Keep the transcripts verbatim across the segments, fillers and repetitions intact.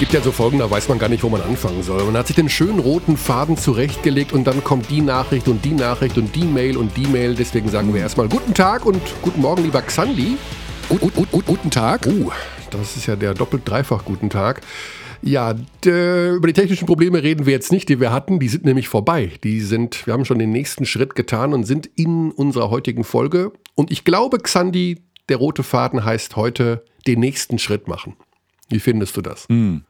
geht ja so folgender, da weiß man gar nicht, wo man anfangen soll. Man hat sich den schönen roten Faden zurechtgelegt und dann kommt die Nachricht und die Nachricht und die Mail und die Mail. Deswegen sagen wir erstmal guten Tag und guten Morgen, lieber Xandi. Gut, gut, gut, gut, guten Tag. Oh, das ist ja der doppelt-dreifach guten Tag. Ja, d- über die technischen Probleme reden wir jetzt nicht, die wir hatten. Die sind nämlich vorbei. Die sind, wir haben schon den nächsten Schritt getan und sind in unserer heutigen Folge. Und ich glaube, Xandi, der rote Faden heißt heute den nächsten Schritt machen. Wie findest du das? Hm.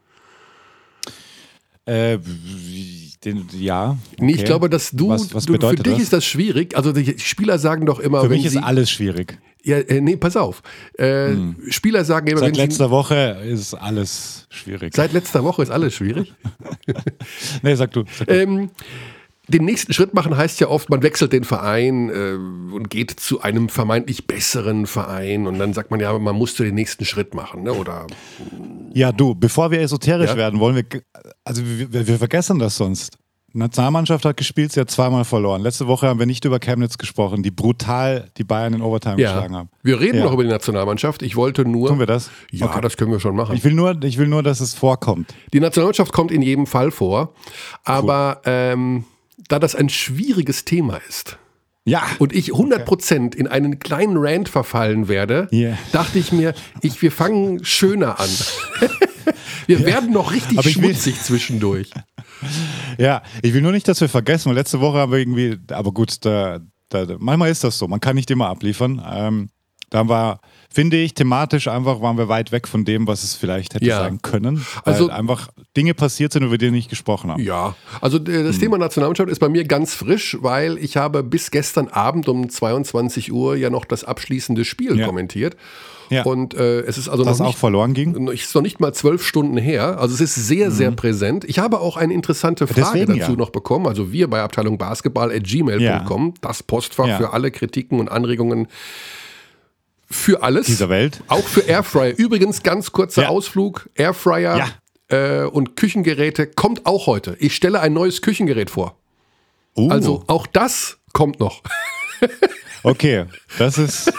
Äh, den, ja. Okay. Nee, ich glaube, dass du, was, was du für dich das? ist das schwierig. Also die Spieler sagen doch immer, für wenn mich ist sie, alles schwierig. Ja, äh, nee, pass auf. Äh, hm. Spieler sagen immer, seit wenn letzter sie, Woche ist alles schwierig. Seit letzter Woche ist alles schwierig. Nee, sag du. Sag du. Ähm, den nächsten Schritt machen heißt ja oft, man wechselt den Verein äh, und geht zu einem vermeintlich besseren Verein und dann sagt man ja, man musste den nächsten Schritt machen, ne? Oder ja, du, bevor wir esoterisch ja? werden, wollen wir, also wir, wir vergessen das sonst. Die Nationalmannschaft hat gespielt, sie hat zweimal verloren. Letzte Woche haben wir nicht über Chemnitz gesprochen, die brutal die Bayern in Overtime ja. geschlagen haben. Wir reden ja. noch über die Nationalmannschaft. Ich wollte nur... Tun wir das? Ja, okay. Das können wir schon machen. Ich will nur, ich will nur, dass es vorkommt. Die Nationalmannschaft kommt in jedem Fall vor, aber cool. ähm, da das ein schwieriges Thema ist ja. und ich hundert Prozent okay. in einen kleinen Rant verfallen werde, yeah. dachte ich mir, ich, wir fangen schöner an. Wir ja. werden noch richtig schmutzig will, zwischendurch. Ja, ich will nur nicht, dass wir vergessen, weil letzte Woche haben wir irgendwie, aber gut, da, da, manchmal ist das so, man kann nicht immer abliefern. Ähm, da war, finde ich, thematisch einfach waren wir weit weg von dem, was es vielleicht hätte ja. sein können. Weil also einfach Dinge passiert sind, über die wir nicht gesprochen haben. Ja, also das hm. Thema Nationalmannschaft ist bei mir ganz frisch, weil ich habe bis gestern Abend um zweiundzwanzig Uhr ja noch das abschließende Spiel ja. kommentiert. Ja. Und äh, es ist also das noch nicht, auch verloren ging? Es ist noch nicht mal zwölf Stunden her. Also es ist sehr, mhm. sehr präsent. Ich habe auch eine interessante Frage Deswegen, dazu ja. noch bekommen. Also wir bei Abteilung Basketball at gmail punkt com, ja. das Postfach ja. für alle Kritiken und Anregungen für alles. Dieser Welt. Auch für Airfryer. Übrigens, ganz kurzer ja. Ausflug. Airfryer ja. äh, und Küchengeräte kommt auch heute. Ich stelle ein neues Küchengerät vor. Uh. Also auch das kommt noch. Okay, das ist...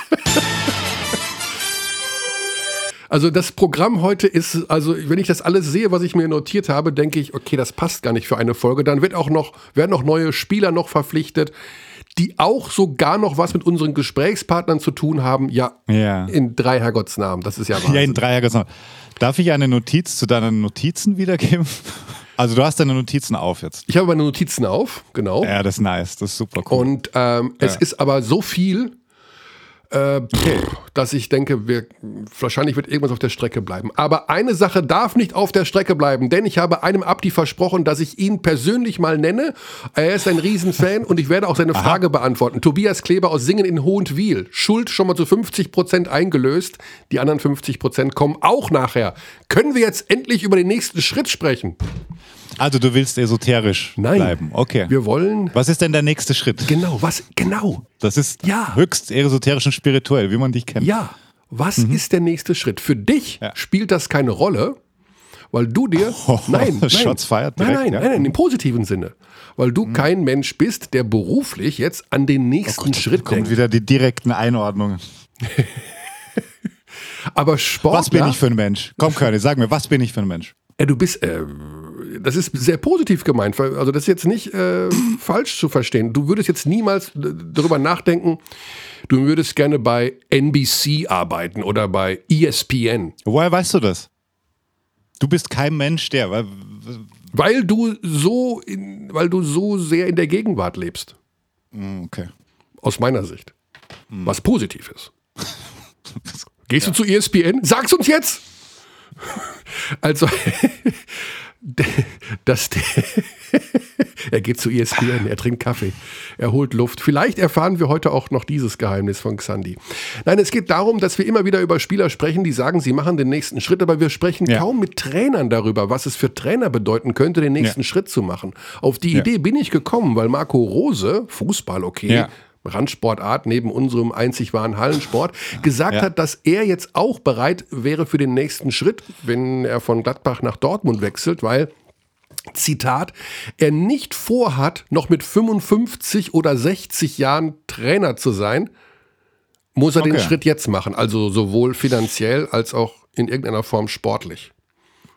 Also das Programm heute ist, also wenn ich das alles sehe, was ich mir notiert habe, denke ich, okay, das passt gar nicht für eine Folge. Dann wird auch noch, werden auch neue Spieler noch verpflichtet, die auch sogar noch was mit unseren Gesprächspartnern zu tun haben. Ja, ja. in drei Herrgottsnamen, das ist ja Wahnsinn. Ja, in drei Herrgottsnamen. Darf ich eine Notiz zu deinen Notizen wiedergeben? Also du hast deine Notizen auf jetzt. Ich habe meine Notizen auf, genau. Ja, das ist nice, das ist super cool. Und ähm, ja. es ist aber so viel... Äh, pff, dass ich denke, wir, wahrscheinlich wird irgendwas auf der Strecke bleiben. Aber eine Sache darf nicht auf der Strecke bleiben, denn ich habe einem Abdi versprochen, dass ich ihn persönlich mal nenne. Er ist ein Riesenfan und ich werde auch seine Aha. Frage beantworten. Tobias Kleber aus Singen in Hohentwiel. Schuld schon mal zu fünfzig Prozent eingelöst. Die anderen fünfzig Prozent kommen auch nachher. Können wir jetzt endlich über den nächsten Schritt sprechen? Also du willst esoterisch Nein, bleiben. Okay. Wir wollen... Was ist denn der nächste Schritt? Genau, was? Genau. Das ist ja. höchst esoterisch und spirituell, wie man dich kennt. Ja, was mhm. ist der nächste Schritt? Für dich ja. spielt das keine Rolle, weil du dir... Oh, nein, nein, Shots fired direkt, nein, nein, ja. nein, nein, im positiven Sinne. Weil du mhm. kein Mensch bist, der beruflich jetzt an den nächsten oh Gott, Schritt kommt denkt. Wieder die direkten Einordnungen. Aber Sport. Was bin ich für ein Mensch? Komm, König, sag mir, was bin ich für ein Mensch? Ja, du bist, äh, das ist sehr positiv gemeint, also das ist jetzt nicht äh, falsch zu verstehen. Du würdest jetzt niemals darüber nachdenken, du würdest gerne bei N B C arbeiten oder bei E S P N. Woher weißt du das? Du bist kein Mensch, der... Weil, weil, du, so in, weil du so sehr in der Gegenwart lebst. Okay. Aus meiner Sicht. Mhm. Was positiv ist. Gehst ja. du zu E S P N? Sag's uns jetzt! Also, das, er geht zu E S P N, er trinkt Kaffee, er holt Luft. Vielleicht erfahren wir heute auch noch dieses Geheimnis von Xandi. Nein, es geht darum, dass wir immer wieder über Spieler sprechen, die sagen, sie machen den nächsten Schritt, aber wir sprechen ja. kaum mit Trainern darüber, was es für Trainer bedeuten könnte, den nächsten ja. Schritt zu machen. Auf die ja. Idee bin ich gekommen, weil Marco Rose, Fußball okay, ja. Randsportart neben unserem einzig wahren Hallensport, gesagt ja. hat, dass er jetzt auch bereit wäre für den nächsten Schritt, wenn er von Gladbach nach Dortmund wechselt, weil, Zitat, er nicht vorhat, noch mit fünfundfünfzig oder sechzig Jahren Trainer zu sein, muss er okay. den Schritt jetzt machen, also sowohl finanziell als auch in irgendeiner Form sportlich.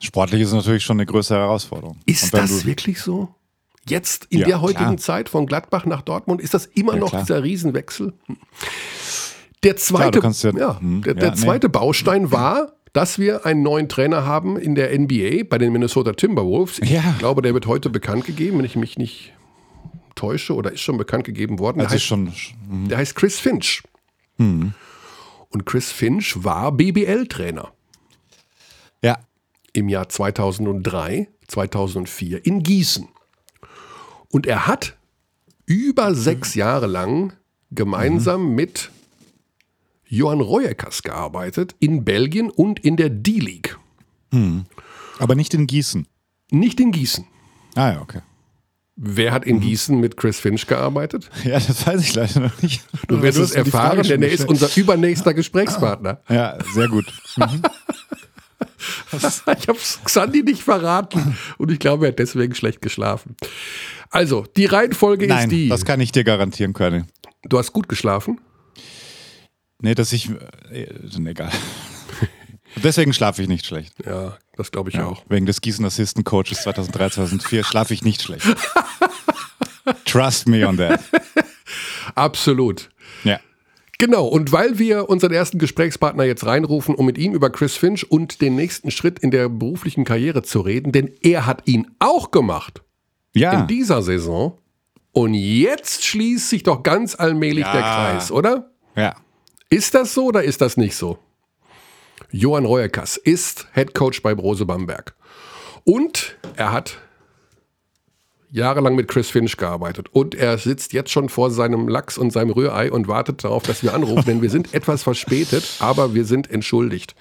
Sportlich ist es natürlich schon eine größere Herausforderung. Ist das wirklich so? Jetzt in ja, der heutigen klar. Zeit von Gladbach nach Dortmund, ist das immer ja, noch klar. dieser Riesenwechsel? Der zweite, klar, ja, ja, hm, der, ja, der nee. zweite Baustein war, dass wir einen neuen Trainer haben in der N B A bei den Minnesota Timberwolves. Ich Ja. glaube, der wird heute bekannt gegeben, wenn ich mich nicht täusche, oder ist schon bekannt gegeben worden. Der, Also heißt, schon, mhm. der heißt Chris Finch. Mhm. Und Chris Finch war B B L-Trainer Ja, im Jahr zweitausenddrei, zweitausendvier in Gießen. Und er hat über sechs Jahre lang gemeinsam mhm. mit Johan Royekas gearbeitet in Belgien und in der D-League. mhm. aber nicht in Gießen. Nicht in Gießen. Ah ja, okay. Wer hat in mhm. Gießen mit Chris Finch gearbeitet? Ja, das weiß ich leider noch nicht. Du wirst es erfahren, denn er ist unser übernächster Gesprächspartner. Ja, sehr gut. Mhm. Ich habe es Xandi nicht verraten und ich glaube, er hat deswegen schlecht geschlafen. Also, die Reihenfolge Nein, ist die. das kann ich dir garantieren können. Du hast gut geschlafen? Nee, dass ich... Äh, egal. Deswegen schlafe ich nicht schlecht. Ja, das glaube ich ja, auch. Wegen des Gießen Assistant Coaches zweitausenddrei, zweitausendvier schlafe ich nicht schlecht. Trust me on that. Absolut. Ja. Genau, und weil wir unseren ersten Gesprächspartner jetzt reinrufen, um mit ihm über Chris Finch und den nächsten Schritt in der beruflichen Karriere zu reden, denn er hat ihn auch gemacht Ja. in dieser Saison. Und jetzt schließt sich doch ganz allmählich Ja. der Kreis, oder? Ja. Ist das so oder ist das nicht so? Johan Royekas ist Head Coach bei Brose Bamberg. Und er hat jahrelang mit Chris Finch gearbeitet. Und er sitzt jetzt schon vor seinem Lachs und seinem Rührei und wartet darauf, dass wir anrufen, denn wir sind etwas verspätet, aber wir sind entschuldigt.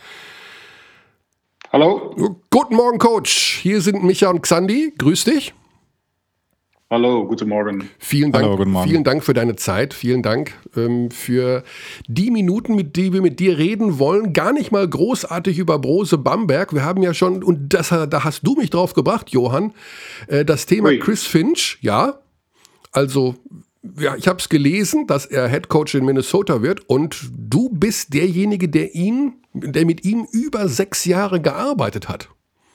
Hallo. Guten Morgen, Coach. Hier sind Micha und Xandi. Grüß dich. Hallo, guten Morgen. Vielen Dank, Hallo, guten Morgen. vielen Dank für deine Zeit. Vielen Dank ähm, für die Minuten, mit die wir mit dir reden wollen. Gar nicht mal großartig über Brose Bamberg. Wir haben ja schon, und das, da hast du mich drauf gebracht, Johann, äh, das Thema Ui. Chris Finch. Ja, also ja, ich habe es gelesen, dass er Head Coach in Minnesota wird. Und du bist derjenige, der ihn, der mit ihm über sechs Jahre gearbeitet hat.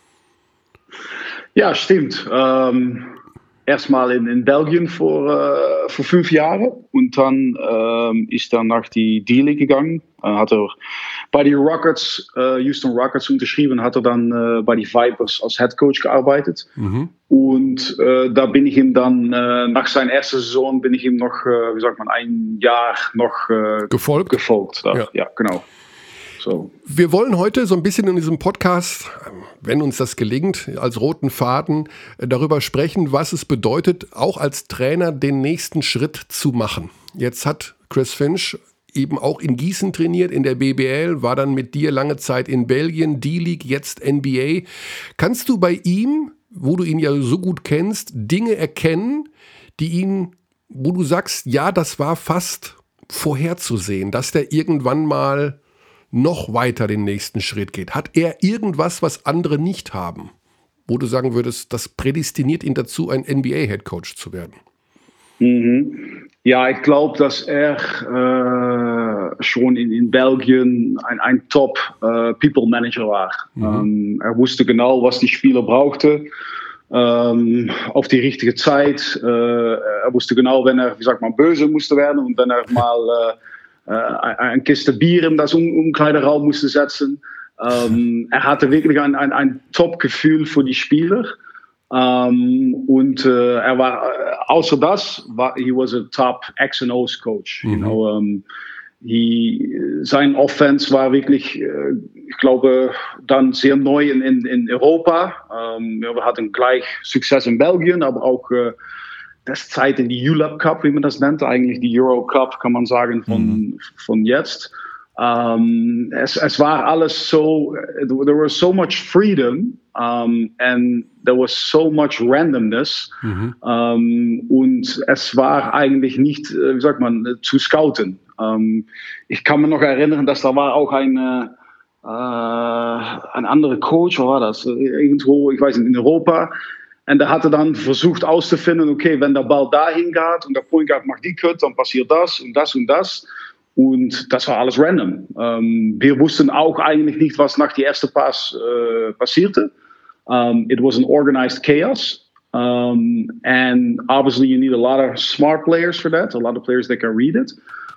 Ja, stimmt. Ähm, erstmal in, in Belgien vor, äh, vor fünf Jahren und dann ähm, ist er nach die D-League gegangen. Äh, hat er bei die Rockets, äh, Houston Rockets unterschrieben, hat er dann äh, bei die Vipers als Head Coach gearbeitet. Mhm. Und äh, da bin ich ihm dann, äh, nach seiner ersten Saison, bin ich ihm noch, äh, wie sagt man, ein Jahr noch äh, Gefolgt? gefolgt. Da. Ja. Ja, genau. So. Wir wollen heute so ein bisschen in diesem Podcast, wenn uns das gelingt, als roten Faden darüber sprechen, was es bedeutet, auch als Trainer den nächsten Schritt zu machen. Jetzt hat Chris Finch eben auch in Gießen trainiert, in der B B L, war dann mit dir lange Zeit in Belgien, D-League, jetzt N B A. Kannst du bei ihm, wo du ihn ja so gut kennst, Dinge erkennen, die ihn, wo du sagst, ja, das war fast vorherzusehen, dass der irgendwann mal noch weiter den nächsten Schritt geht? Hat er irgendwas, was andere nicht haben, wo du sagen würdest, das prädestiniert ihn dazu, ein N B A-Headcoach zu werden? Mhm. Ja, ich glaube, dass er äh, schon in, in Belgien ein, ein Top-People-Manager äh, war. Mhm. Ähm, er wusste genau, was die Spieler brauchten, ähm, auf die richtige Zeit. Äh, er wusste genau, wenn er, wie sagt man, böse musste werden und wenn er mal äh, äh, eine Kiste Bier in das um Umkleideraum musste setzen. Ähm, er hatte wirklich ein, ein, ein Top-Gefühl für die Spieler. Um, und uh, er war, uh, außer das, war, he was a top X and O's coach. Mm-hmm. You know, um, he, sein Offense war wirklich, uh, ich glaube, dann sehr neu in, in, in Europa. Um, wir hatten gleich Success in Belgien, aber auch uh, das Zeit in die U L A P Cup, wie man das nennt, eigentlich die Euro Cup, kann man sagen, von, mm-hmm. von jetzt. Um, es, es war alles so, there was so much freedom um, and there was so much randomness mhm. um, und es war eigentlich nicht, wie sagt man, zu scouten. Um, ich kann mir noch erinnern, dass da war auch ein, äh, ein anderer Coach, wo war das? Irgendwo, ich weiß nicht, in Europa. Und der hatte dann versucht auszufinden, okay, wenn der Ball dahin geht und der Point Guard macht die Cut, dann passiert das und das und das. Und das war alles random. Ähm, wir wussten auch eigentlich nicht, was nach dem ersten Pass äh, passierte. Um, it was an organized chaos. Um, and obviously you need a lot of smart players for that, a lot of players that can read it.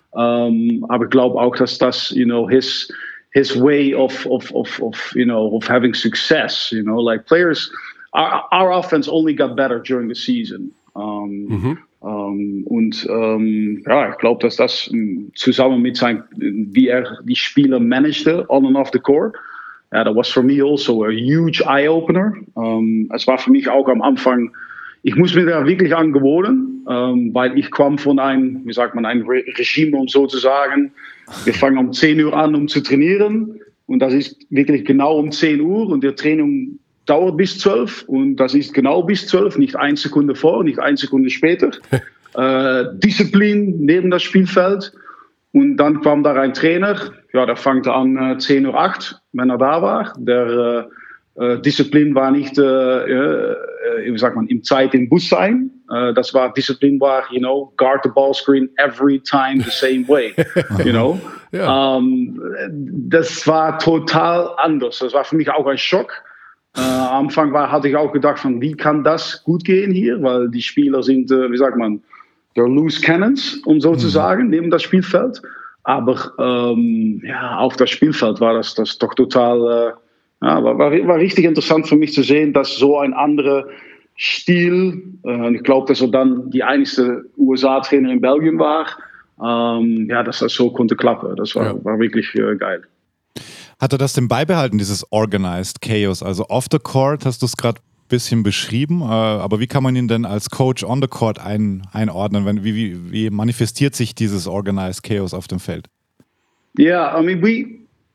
Um, aber ich glaube auch, dass das, you know, his his way of of of of you know of having success, you know, like players, our, our offense only got better during the season. Um, mhm. um, und um, ja, ich glaube, dass das zusammen mit sein, wie er die Spieler managte on and off the court. Ja, that was for me also a huge eye-opener. Um, es war für mich auch am Anfang, ich muss mir da wirklich an gewöhnen, um, weil ich kam von einem, wie sagt man, ein Re- Regime, um so zu sagen. Wir fangen um zehn Uhr an, um zu trainieren. Und das ist wirklich genau um zehn Uhr. Und die Training dauert bis zwölf. Und das ist genau bis zwölf, nicht eine Sekunde vor, nicht eine Sekunde später. äh, Disziplin neben das Spielfeld. Und dann kwam da ein Trainer, ja, der fängt an äh, zehn Uhr acht, wenn er da war. Der äh, äh, Disziplin war nicht, äh, äh, wie sagt man, im Zeit im Bus sein. Äh, das war, Disziplin war, you know, guard the ball screen every time the same way, you know. Ja. Um, das war total anders. Das war für mich auch ein Schock. Äh, am Anfang war, hatte ich auch gedacht, von, wie kann das gut gehen hier? Weil die Spieler sind, äh, wie sagt man, der loose cannons, um so mhm. zu sagen, neben das Spielfeld. Aber ähm, ja, auf das Spielfeld war das, das doch total, äh, ja, war, war, war richtig interessant für mich zu sehen, dass so ein anderer Stil, äh, ich glaube, dass er dann die einzige U S A-Trainer in Belgien war, ähm, ja, dass das so konnte klappen. Das war, ja. war wirklich äh, geil. Hat er das denn beibehalten, dieses Organized Chaos? Also off the court hast du es gerade bisschen beschrieben, aber wie kann man ihn denn als Coach on the court ein, einordnen? Wenn, wie, wie, wie manifestiert sich dieses Organized Chaos auf dem Feld? Yeah, I mean, we,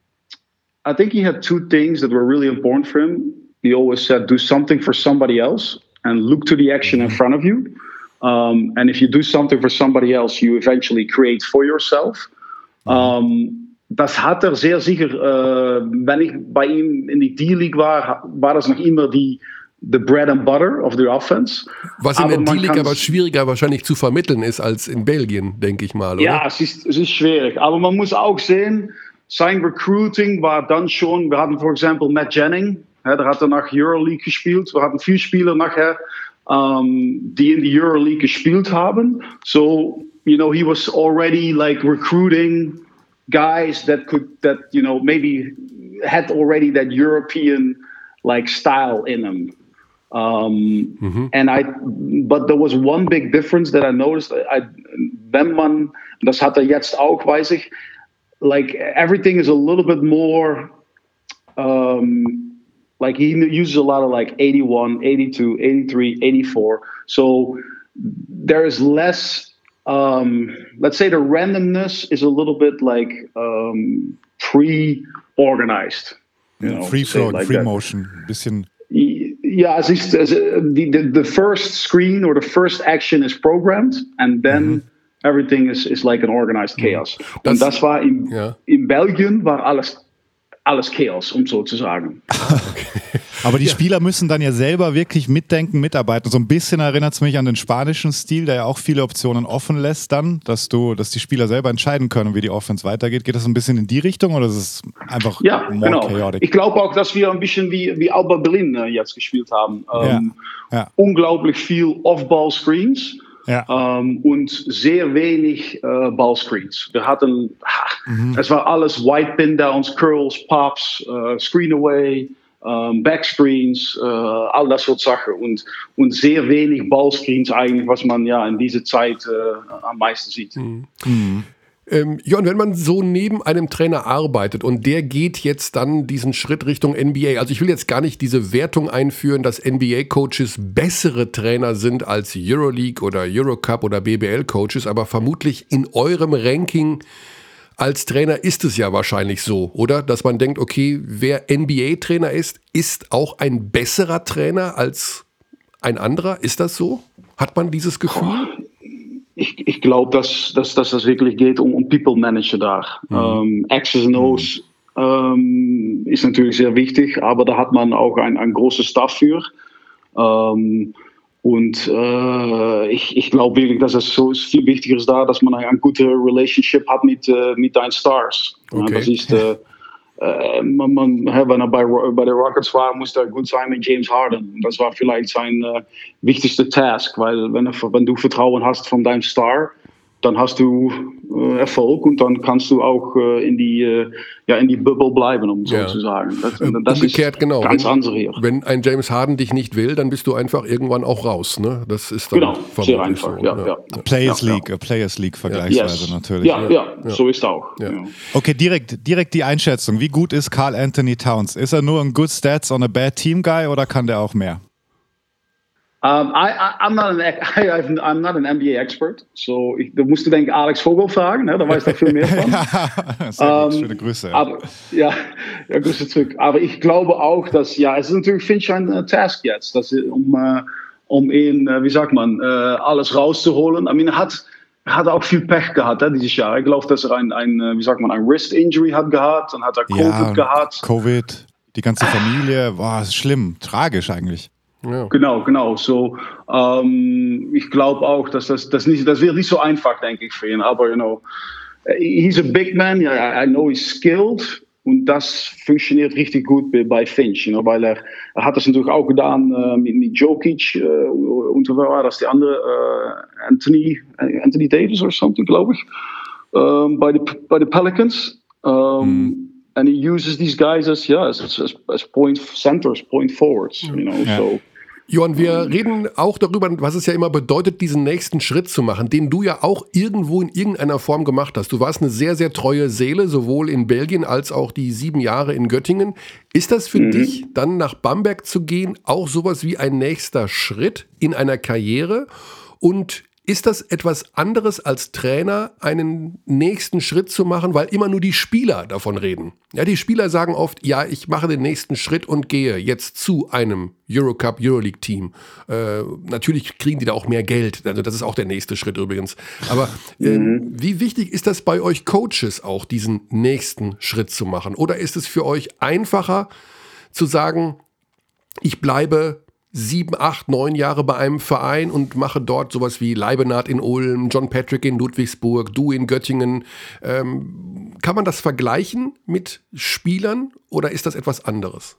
I think he had two things that were really important for him. He always said, do something for somebody else and look to the action in front of you. Um, and if you do something for somebody else, you eventually create for yourself. Um, das hat er sehr sicher, äh, wenn ich bei ihm in die D-League war, war das noch immer die the bread and butter of the offense. Was in der D-League aber schwieriger wahrscheinlich zu vermitteln ist als in Belgien, denke ich mal, oder? Ja, es ist, es ist schwierig. Aber man muss auch sehen, sein Recruiting war dann schon, wir hatten, for example, Matt Jennings, ja, der hat dann nach Euroleague gespielt. Wir hatten vier Spieler nachher, um, die in die Euroleague gespielt haben. So, you know, he was already like recruiting guys that could, that, you know, maybe had already that European like style in them. Um, mm-hmm. And I, but there was one big difference that I noticed. I, wenn man, das hat er jetzt auch, weiß ich, like everything is a little bit more, um, like he uses a lot of like eighty-one, eighty-two, eighty-three, eighty-four. So there is less, um, let's say the randomness is a little bit like um, pre-organized. You know, free flow, like free that. Motion, bisschen. Ja, es ist, es, the, the, the first screen or the first action is programmed and then mhm. everything is, is like an organized chaos. Das, und das war in, ja. in Belgien war alles, alles Chaos, um so zu sagen. Okay. Aber die ja. Spieler müssen dann ja selber wirklich mitdenken, mitarbeiten. So ein bisschen erinnert es mich an den spanischen Stil, der ja auch viele Optionen offen lässt dann, dass du, dass die Spieler selber entscheiden können, wie die Offense weitergeht. Geht das ein bisschen in die Richtung oder ist es einfach ja, more genau. chaotic? Ich glaube auch, dass wir ein bisschen wie, wie Alba Berlin äh, jetzt gespielt haben. Ähm, ja. Ja. Unglaublich viel Off-Ball-Screens. Ja. Um, und sehr wenig uh, Ballscreens. Wir hatten, ha, mhm. es war alles White Pin-Downs, Curls, Pops, uh, Screen Away, um, Backscreens, uh, all das Sort Sachen und, und sehr wenig Ballscreens eigentlich, was man ja in dieser Zeit uh, am meisten sieht. Mhm. Mhm. Ähm, Jon, wenn man so neben einem Trainer arbeitet und der geht jetzt dann diesen Schritt Richtung N B A, also ich will jetzt gar nicht diese Wertung einführen, dass N B A-Coaches bessere Trainer sind als Euroleague oder Eurocup oder B B L-Coaches, aber vermutlich in eurem Ranking als Trainer ist es ja wahrscheinlich so, oder? Dass man denkt, okay, wer N B A-Trainer ist, ist auch ein besserer Trainer als ein anderer. Ist das so? Hat man dieses Gefühl? Ich, ich glaube, dass, dass, dass das wirklich geht um, um People Manager da. Mhm. Ähm, X's and O's mhm. ähm, ist natürlich sehr wichtig, aber da hat man auch ein, ein großes Staff für. Ähm, und äh, ich, ich glaube wirklich, dass es so ist viel wichtiger ist da, dass man eine gute Relationship hat mit, äh, mit deinen Stars. Okay. Ja, das ist, äh, äh, man, man, wenn er bei, bei den Rockets war, musste er gut sein mit James Harden. Und das war vielleicht sein äh, wichtigster Task, weil wenn, er, wenn du Vertrauen hast von deinem Star, dann hast du äh, Erfolg und dann kannst du auch äh, in die äh, ja in die Bubble bleiben, um so ja. zu sagen. Das, äh, das umgekehrt, ist genau. ganz wenn, andere hier. Wenn ein James Harden dich nicht will, dann bist du einfach irgendwann auch raus. Ne? Das ist dann genau, sehr einfach. So. Ja, Ja. ja. A Players ja, League, ja. a Players League vergleichsweise yes. natürlich. Ja, ja, ja, so ist auch. Ja. Ja. Okay, direkt, direkt die Einschätzung. Wie gut ist Karl Anthony Towns? Ist er nur ein Good Stats on a Bad Team Guy oder kann der auch mehr? Um, I, I, I'm not an I, I'm not an N B A expert, so ich, da musst du denken Alex Vogel fragen, ne? Da weiß er viel mehr von. Sehr gut, um, schöne Grüße. Ja. Aber, ja, ja, Grüße zurück. Aber ich glaube auch, dass ja, es ist natürlich Finch ein uh, Task jetzt, dass, um, uh, um ihn, uh, wie sagt man, uh, alles rauszuholen. I mean, er hat, er hat auch viel Pech gehabt hè, dieses Jahr. Ich glaube, dass er ein, ein, wie sagt man, ein Wrist Injury hat gehabt, dann hat er Covid ja, gehabt. Covid, die ganze Familie, boah, ist schlimm, tragisch eigentlich. Ja. Genau, genau. So, um, ich glaube auch, dass das, das nicht, das wird nicht so einfach, denke ich, für ihn. Aber, you know, he's a big man. Yeah, I know he's skilled. Und das funktioniert richtig gut bei Finch, you know, weil er, er hat das natürlich auch getan uh, mit, mit Jokic uh, und wer war das, die andere, uh, Anthony, Anthony Davis oder something, glaube ich, um, bei den bei den Pelicans. Um, mm. And he uses these guys as, yeah, as, as, as point centers, point forwards, you know, ja. so. Johann, wir reden auch darüber, was es ja immer bedeutet, diesen nächsten Schritt zu machen, den du ja auch irgendwo in irgendeiner Form gemacht hast. Du warst eine sehr, sehr treue Seele, sowohl in Belgien als auch die sieben Jahre in Göttingen. Ist das für mhm. dich, dann nach Bamberg zu gehen, auch sowas wie ein nächster Schritt in einer Karriere? Und ist das etwas anderes als Trainer, einen nächsten Schritt zu machen, weil immer nur die Spieler davon reden? Ja, die Spieler sagen oft, ja, ich mache den nächsten Schritt und gehe jetzt zu einem Eurocup, Euroleague-Team. Äh, natürlich kriegen die da auch mehr Geld, also das ist auch der nächste Schritt übrigens. Aber äh, mhm. wie wichtig ist das bei euch Coaches auch, diesen nächsten Schritt zu machen? Oder ist es für euch einfacher zu sagen, ich bleibe sieben, acht, neun Jahre bei einem Verein und mache dort sowas wie Leibenath in Ulm, John Patrick in Ludwigsburg, du in Göttingen. Ähm, kann man das vergleichen mit Spielern oder ist das etwas anderes?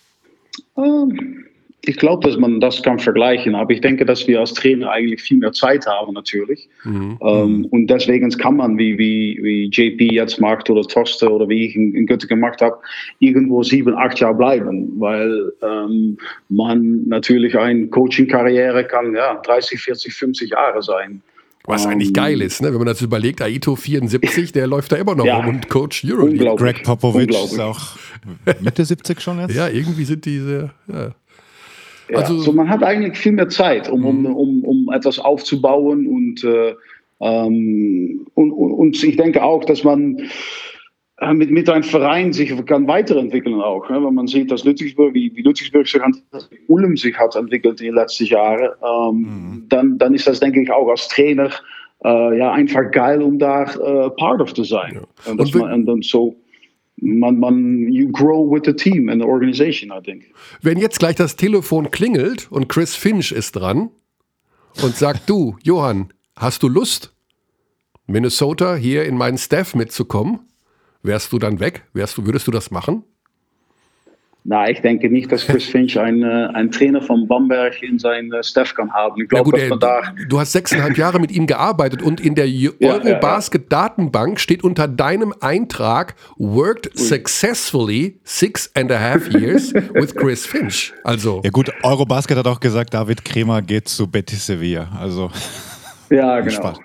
Um, ich glaube, dass man das kann vergleichen, aber ich denke, dass wir als Trainer eigentlich viel mehr Zeit haben natürlich. Mhm. Um, und deswegen kann man, wie, wie, wie J P jetzt macht oder Torsten oder wie ich in, in Göttingen gemacht habe, irgendwo sieben, acht Jahre bleiben, weil um, man natürlich eine Coaching-Karriere kann ja, dreißig, vierzig, fünfzig Jahre sein. Was eigentlich um, geil ist, ne? Wenn man das überlegt, Aito vierundsiebzig, der läuft da immer noch ja, rum und Coach Euroleague. Greg Popovich ist auch Mitte siebzig schon jetzt. Ja, irgendwie sind die sehr... Ja. Ja, also, so man hat eigentlich viel mehr Zeit, um, um, um, um etwas aufzubauen und, äh, ähm, und, und, und ich denke auch, dass man äh, mit, mit einem Verein sich kann weiterentwickeln auch. Ne? Wenn man sieht, dass Ludwigsburg, wie, wie Ludwigsburg sich an Ulm sich hat entwickelt in den letzten Jahren, ähm, mhm. dann, dann ist das, denke ich, auch als Trainer äh, ja, einfach geil, um da äh, part of zu sein. Ja. Und, dass und man, und dann so Man, man, you grow with the team and the organization, I think. Wenn jetzt gleich das Telefon klingelt und Chris Finch ist dran und sagt, du, Johann, hast du Lust, Minnesota hier in meinen Staff mitzukommen? Wärst du dann weg? Wärst du, würdest du das machen? Na, ich denke nicht, dass Chris Finch ein, ein Trainer von Bamberg in sein Staff kann haben. Ich glaube, ja, dass man da du hast sechseinhalb Jahre mit ihm gearbeitet und in der Eurobasket-Datenbank steht unter deinem Eintrag worked successfully six and a half years with Chris Finch. Also. Ja gut, Eurobasket hat auch gesagt, David Kremer geht zu Betis Sevilla. Also. Ja, genau.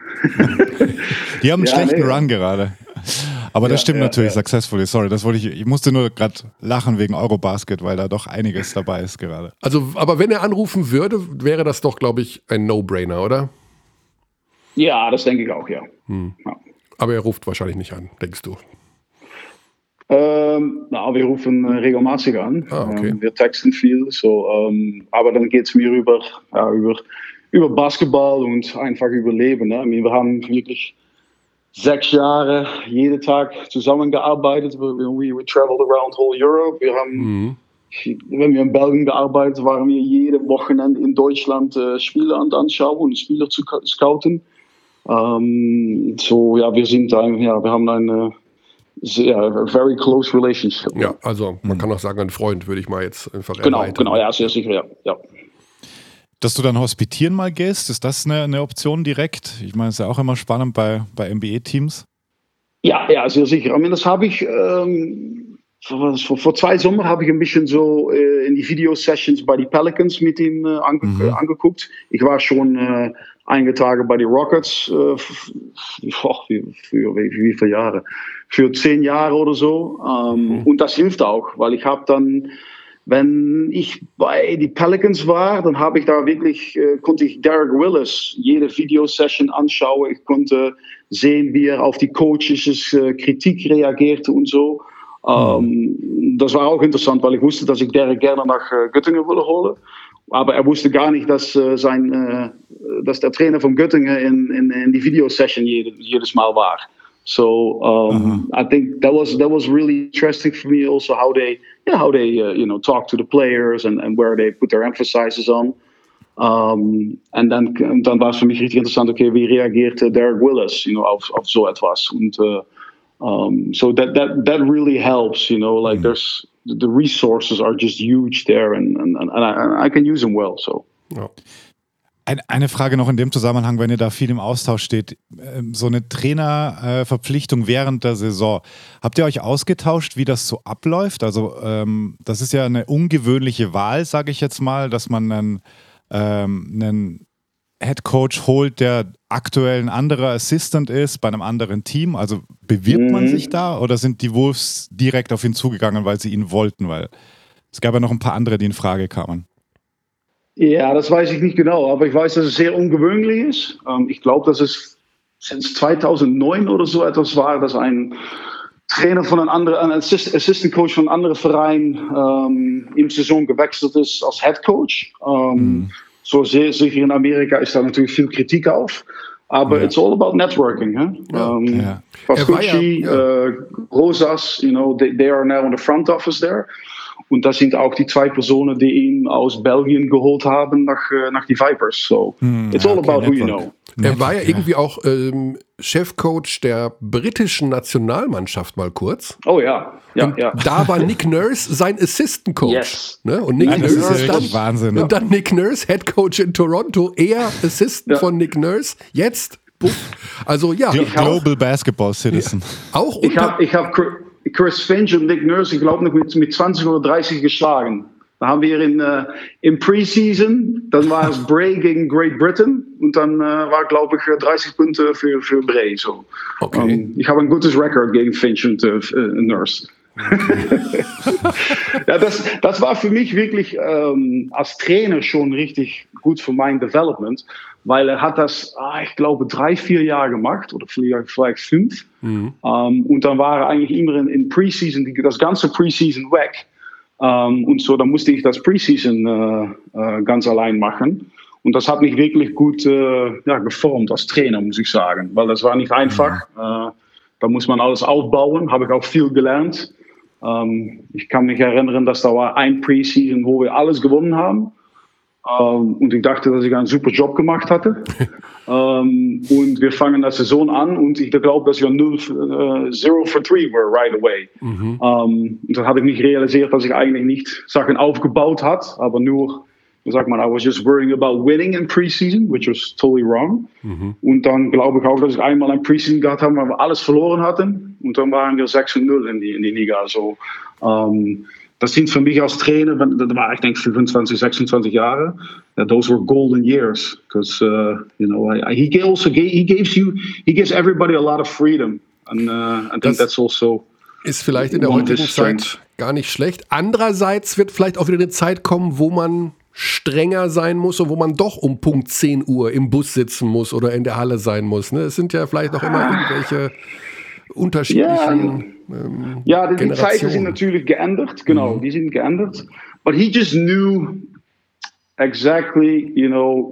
Die haben einen ja, schlechten nee. Run gerade. Aber das ja, stimmt ja, natürlich, ja. Successfully, sorry, das wollte ich, ich musste nur gerade lachen wegen Eurobasket, weil da doch einiges dabei ist gerade. Also, aber wenn er anrufen würde, wäre das doch, glaube ich, ein No-Brainer, oder? Ja, das denke ich auch, ja. Hm. ja. Aber er ruft wahrscheinlich nicht an, denkst du? Ähm, na, wir rufen regelmäßig an, ah, okay. ähm, wir texten viel, so, ähm, aber dann geht es mir über, ja, über, über Basketball und einfach über Leben. Ne? Wir haben wirklich sechs Jahre jeden Tag zusammengearbeitet. We, we, we traveled around whole Europe. Wir haben, mhm. wenn wir in Belgien gearbeitet, waren wir jedes Wochenende in Deutschland äh, Spiele anschauen und Spieler zu scouten. Ähm, so, ja, wir sind ein, ja, wir haben eine sehr, a very close relationship. Ja, also man mhm. kann auch sagen, ein Freund würde ich mal jetzt einfach Genau, erweitern. genau, ja, sehr sicher, ja. ja. Dass du dann hospitieren mal gehst, ist das eine, eine Option direkt? Ich meine, es ist ja auch immer spannend bei, bei N B A-Teams. Ja, ja, sehr sicher. Ich meine, das habe ich, ähm, vor, vor zwei Sommer habe ich ein bisschen so äh, in die Video-Sessions bei den Pelicans mit ihm äh, ange mhm. äh, angeguckt. Ich war schon äh, einige Tage bei den Rockets, äh, für, für, für wie, wie viele Jahre? Für zehn Jahre oder so. Ähm, mhm. Und das hilft auch, weil ich habe dann, wenn ich bei den Pelicans war, dann habe ich da wirklich, äh, konnte ich Derek Willis jede Videosession anschauen. Ich konnte sehen, wie er auf die Coaches äh, Kritik reagierte und so. Ähm, mhm. Das war auch interessant, weil ich wusste, dass ich Derek gerne nach äh, Göttingen würde holen. Aber er wusste gar nicht, dass, äh, sein, äh, dass der Trainer von Göttingen in, in, in die Videosession jede, jedes Mal war. So um, uh-huh. I think that was that was really interesting for me. Also, how they, yeah, how they, uh, you know, talk to the players and, and where they put their emphasis on. Um, and then, und dann war es für mich richtig interessant. Okay, wie reagiert Derek Willis, you know, auf, auf so etwas? Und uh, um, so that that that really helps. You know, like mm. there's the resources are just huge there, and and, and I, I can use them well. So. Ja. Eine Frage noch in dem Zusammenhang, wenn ihr da viel im Austausch steht, so eine Trainerverpflichtung während der Saison. Habt ihr euch ausgetauscht, wie das so abläuft? Also ähm, das ist ja eine ungewöhnliche Wahl, sage ich jetzt mal, dass man einen, ähm, einen Headcoach holt, der aktuell ein anderer Assistant ist bei einem anderen Team. Also bewirbt mhm. man sich da oder sind die Wolves direkt auf ihn zugegangen, weil sie ihn wollten? Weil es gab ja noch ein paar andere, die in Frage kamen. Ja, das weiß ich nicht genau, aber ich weiß, dass es sehr ungewöhnlich ist. Ähm, ich glaube, dass es seit zweitausendneun oder so etwas war, dass ein Trainer von einem anderen, ein Assist, Assistant Coach von einem anderen Verein ähm, im Saison gewechselt ist als Head Coach. Ähm, mhm. So sehr sicher in Amerika ist da natürlich viel Kritik auf. Aber ja. It's all about networking. Huh? Ja. Um, ja. Pascucci, ja, ja. Uh, Rosas, you know, they, they are now in the front office there. Und das sind auch die zwei Personen, die ihn aus Belgien geholt haben nach, nach die Vipers. So, hm, it's all okay, about who you know. Er war ja irgendwie auch ähm, Chefcoach der britischen Nationalmannschaft mal kurz. Oh ja, ja, und ja. Da war Nick Nurse sein Assistant Coach. Yes. Ne? Und Nick Nein, Nurse das ist ja dann, Wahnsinn. Und dann Nick Nurse, Head Coach in Toronto, er Assistant ja. von Nick Nurse. Jetzt, puff. Also ja. Global Basketball Citizen. Ja. Auch ich habe ich hab Chris Finch und Nick Nurse, ich glaube, mit, mit zwanzig oder dreißig geschlagen. Da haben wir in, uh, im Preseason, dann war es Bray gegen Great Britain und dann uh, war, glaube ich, dreißig Punkte für, für Bray. So. Okay. Um, ich habe ein gutes Record gegen Finch und uh, Nurse. Okay. Ja, das, das war für mich wirklich ähm, als Trainer schon richtig gut für mein Development, weil er hat das, ah, ich glaube, drei, vier Jahre gemacht oder vielleicht, vielleicht fünf. Mhm. Ähm, und dann war er eigentlich immer in, in Preseason, das ganze Preseason weg. Ähm, und so, dann musste ich das Preseason äh, äh, ganz allein machen. Und das hat mich wirklich gut äh, ja, geformt als Trainer, muss ich sagen, weil das war nicht einfach. Mhm. Äh, da muss man alles aufbauen, habe ich auch viel gelernt. Um, ich kann mich erinnern, dass da war ein Preseason, wo wir alles gewonnen haben. Um, und ich dachte, dass ich einen super Job gemacht hatte. um, und wir fangen die Saison an und ich glaube, dass wir null, uh, zero for three were right away. Mhm. Um, und dann hatte ich nicht realisiert, dass ich eigentlich nicht Sachen aufgebaut hat, aber nur, sag mal, I was just worrying about winning in Preseason, which was totally wrong. Mhm. Und dann glaube ich auch, dass ich einmal ein Preseason gehabt habe, wo wir alles verloren hatten. Und dann waren wir sechs und null in die, in die Liga. Also, um, das sind für mich als Trainer, da war ich denke fünfundzwanzig, sechsundzwanzig Jahre. Uh, those were golden years, because uh, you know I, he also gave, he gives you he gives everybody a lot of freedom, and uh, I think das that's also ist vielleicht in der heutigen Zeit gar nicht schlecht. Andererseits wird vielleicht auch wieder eine Zeit kommen, wo man strenger sein muss und wo man doch um Punkt zehn Uhr im Bus sitzen muss oder in der Halle sein muss. Ne? Es sind ja vielleicht noch immer irgendwelche unterschiedlichen ja, ähm, ja, die, die Zeiten sind natürlich geändert, genau, mhm. die sind geändert. But he just knew exactly, you know,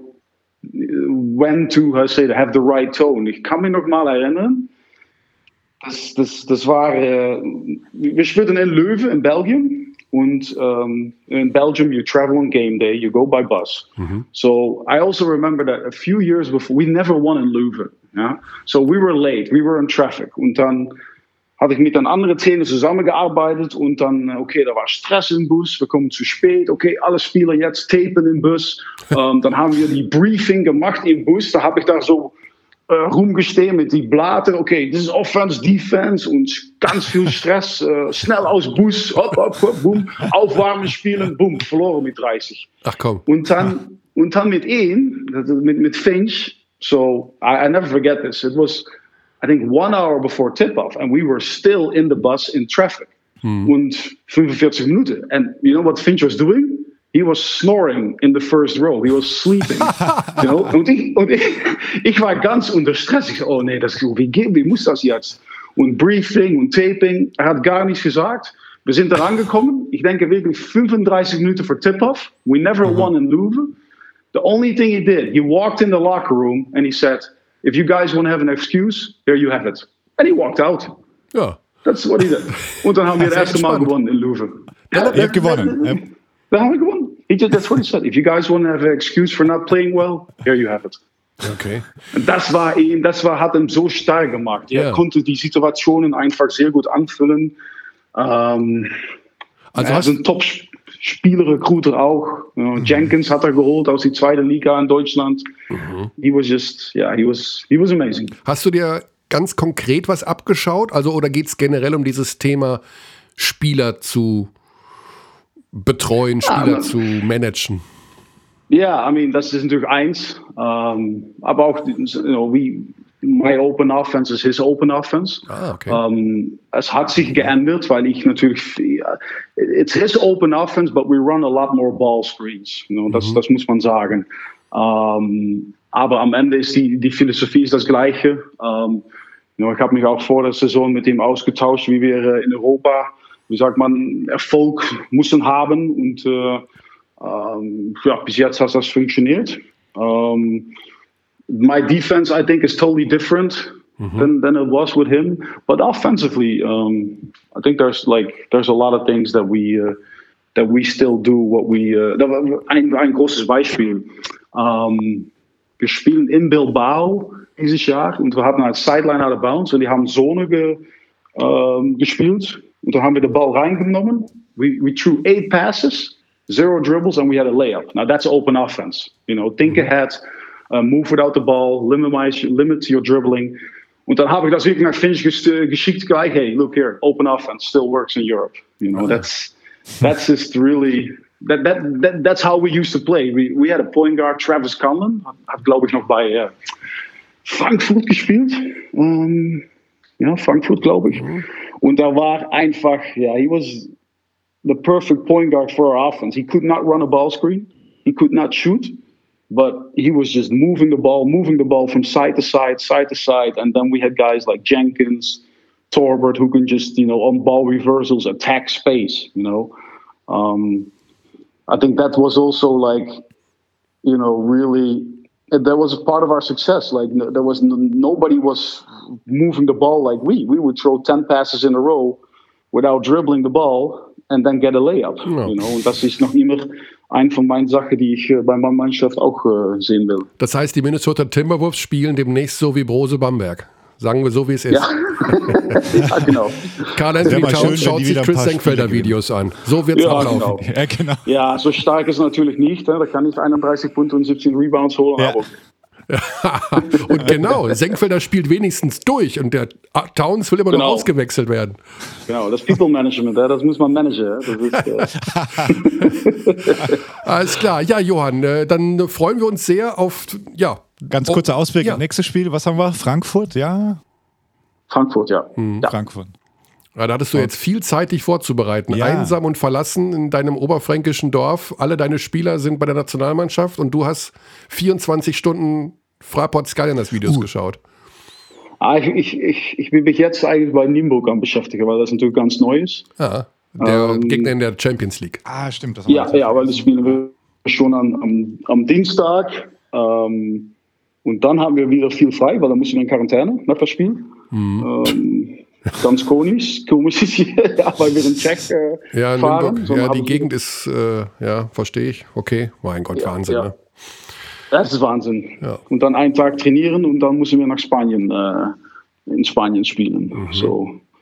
when to, I say, to have the right tone. Ich kann mich noch mal erinnern, das, das, das war, äh, wir spielten in Leuven in Belgien. Und um, in Belgium, you travel on game day, you go by bus. Mm-hmm. So I also remember that a few years before, we never won in Leuven. Yeah? So we were late, we were in traffic. Und dann hatte ich mit einem anderen Trainer zusammengearbeitet und dann, okay, da war Stress im Bus, wir kommen zu spät, okay, alle Spieler jetzt tapen im Bus. ähm, dann haben wir die Briefing gemacht im Bus, da habe ich da so äh, rumgestehen mit die Blatter, okay, das ist Offense, Defense und ganz viel Stress, äh, schnell aus Bus, hopp, hopp, hopp, boom, aufwärmen, spielen, boom, verloren mit dreißig. Ach komm. Und dann, und dann mit ihm, mit, mit Finch, so I, I never forget this, it was I think one hour before tip-off, and we were still in the bus in traffic. Hmm. Und fünfundvierzig Minuten. And you know what Finch was doing? He was snoring in the first row. He was sleeping. you know? Und, ich, und ich, ich war ganz unter Stress. Ich so, oh nee, das, wie, wie muss das jetzt? Und Briefing und Taping. Er hat gar nichts gesagt. Wir sind da angekommen. Ich denke wirklich fünfunddreißig Minuten vor tip-off. We never hmm. won in Leuven. The only thing he did, he walked in the locker room and he said, if you guys want to have an excuse, there you have it. And he walked out. Ja. That's what he did. Und dann haben wir das erste Mal gewonnen in Leuven. Ja, ihr habt gewonnen. Ja. Da haben wir gewonnen. He just, that's what he said. If you guys want to have an excuse for not playing well, there you have it. Okay. Und das war ihm, das war, hat ihn so stark gemacht. Er yeah. konnte die Situationen einfach sehr gut anfüllen. Ähm, also er ist ein Top-Spieler-Recruiter auch. Uh, Jenkins hat er geholt aus der zweiten Liga in Deutschland. Mhm. He was just, yeah, he was, he was amazing. Hast du dir ganz konkret was abgeschaut? Also, oder geht es generell um dieses Thema, Spieler zu betreuen, Spieler ja, zu managen? Ja, I mean, das ist natürlich eins. Um, aber auch, you know, we, my open offense is his open offense. Ah, okay. Um, es hat sich geändert, weil ich natürlich, it's his open offense, but we run a lot more ball screens. You know, das, mhm. das muss man sagen. Um, aber am Ende ist die, die Philosophie ist das Gleiche. Um, you know, ich habe mich auch vor der Saison mit ihm ausgetauscht, wie wir in Europa, wie sagt man, Erfolg müssen haben. Und uh, um, ja, bis jetzt hat das funktioniert. Um, my defense, I think, is totally different mm-hmm. than, than it was with him. But offensively, um, I think there's like there's a lot of things that we uh, that we still do. What we uh, ein, ein großes Beispiel. Um, wir spielen in Bilbao dieses Jahr und wir hatten eine Sideline out of bounds und die haben Zone ge, um, gespielt und dann haben wir den Ball reingenommen. We we threw eight passes, zero dribbles, and we had a layup. Now that's open offense. You know, think mm-hmm. ahead. Uh, move without the ball, limit, my, limit your dribbling. Und dann habe ich das wirklich nach Finch geschickt, gleich, hey, look here, open offense still works in Europe. You know, that's that's just really, that, that, that, that's how we used to play. We, we had a point guard, Travis Conlon, hat, glaube ich, noch bei uh, Frankfurt gespielt. Um, ja, Frankfurt, glaube ich. Mhm. Und da war einfach, ja, he was the perfect point guard for our offense. He could not run a ball screen. He could not shoot. But he was just moving the ball, moving the ball from side to side, side to side. And then we had guys like Jenkins, Torbert, who can just, you know, on ball reversals, attack space, you know. Um, I think that was also like, you know, really, that was a part of our success. Like there was, nobody was moving the ball like we. We would throw ten passes in a row without dribbling the ball and then get a layup, ja. You know. Und das ist noch immer eine von meinen Sachen, die ich bei meiner Mannschaft auch äh, sehen will. Das heißt, die Minnesota Timberwolves spielen demnächst so wie Brose Bamberg. Sagen wir so, wie es ist. Ja, ja genau. Karl-Anthony Towns schaut sich Chris Senkfelder Videos an. So wird es ja, auch laufen. Genau. Ja, genau. Ja, so stark ist es natürlich nicht. Da kann ich einunddreißig Punkte und siebzehn Rebounds holen. Ja. Aber und genau, Senkfelder spielt wenigstens durch und der Towns will immer genau. noch ausgewechselt werden. Genau, das People Management, das muss man managen. Das ist, äh Alles klar, ja Johann, dann freuen wir uns sehr auf, ja. Ganz kurzer Ausblick, ja. Nächstes Spiel, was haben wir? Frankfurt, ja? Frankfurt, ja. Mhm. ja. Frankfurt. Ja, da hattest du jetzt viel Zeit, dich vorzubereiten. Ja. Einsam und verlassen in deinem oberfränkischen Dorf. Alle deine Spieler sind bei der Nationalmannschaft und du hast vierundzwanzig Stunden Fraport Skyliners Videos uh. geschaut. Ah, ich, ich, ich, ich bin mich jetzt eigentlich bei Nienburg am beschäftigen, weil das natürlich ganz neu ist. Ja, der ähm, Gegner in der Champions League. Ah, stimmt. Das ja, ja, weil das spielen wir schon an, am, am Dienstag. Ähm, und dann haben wir wieder viel frei, weil dann müssen wir in Quarantäne nach das Spiel. Mhm. Ähm, Ganz komisch, komisch ist hier, ja, weil wir den Check äh, ja, fahren. So, ja, die Gegend ist, äh, ja, verstehe ich. Okay, mein Gott, ja, Wahnsinn. Ja. Ne? Das ist Wahnsinn. Ja. Und dann einen Tag trainieren und dann müssen wir nach Spanien, äh, in Spanien spielen. Mhm. So.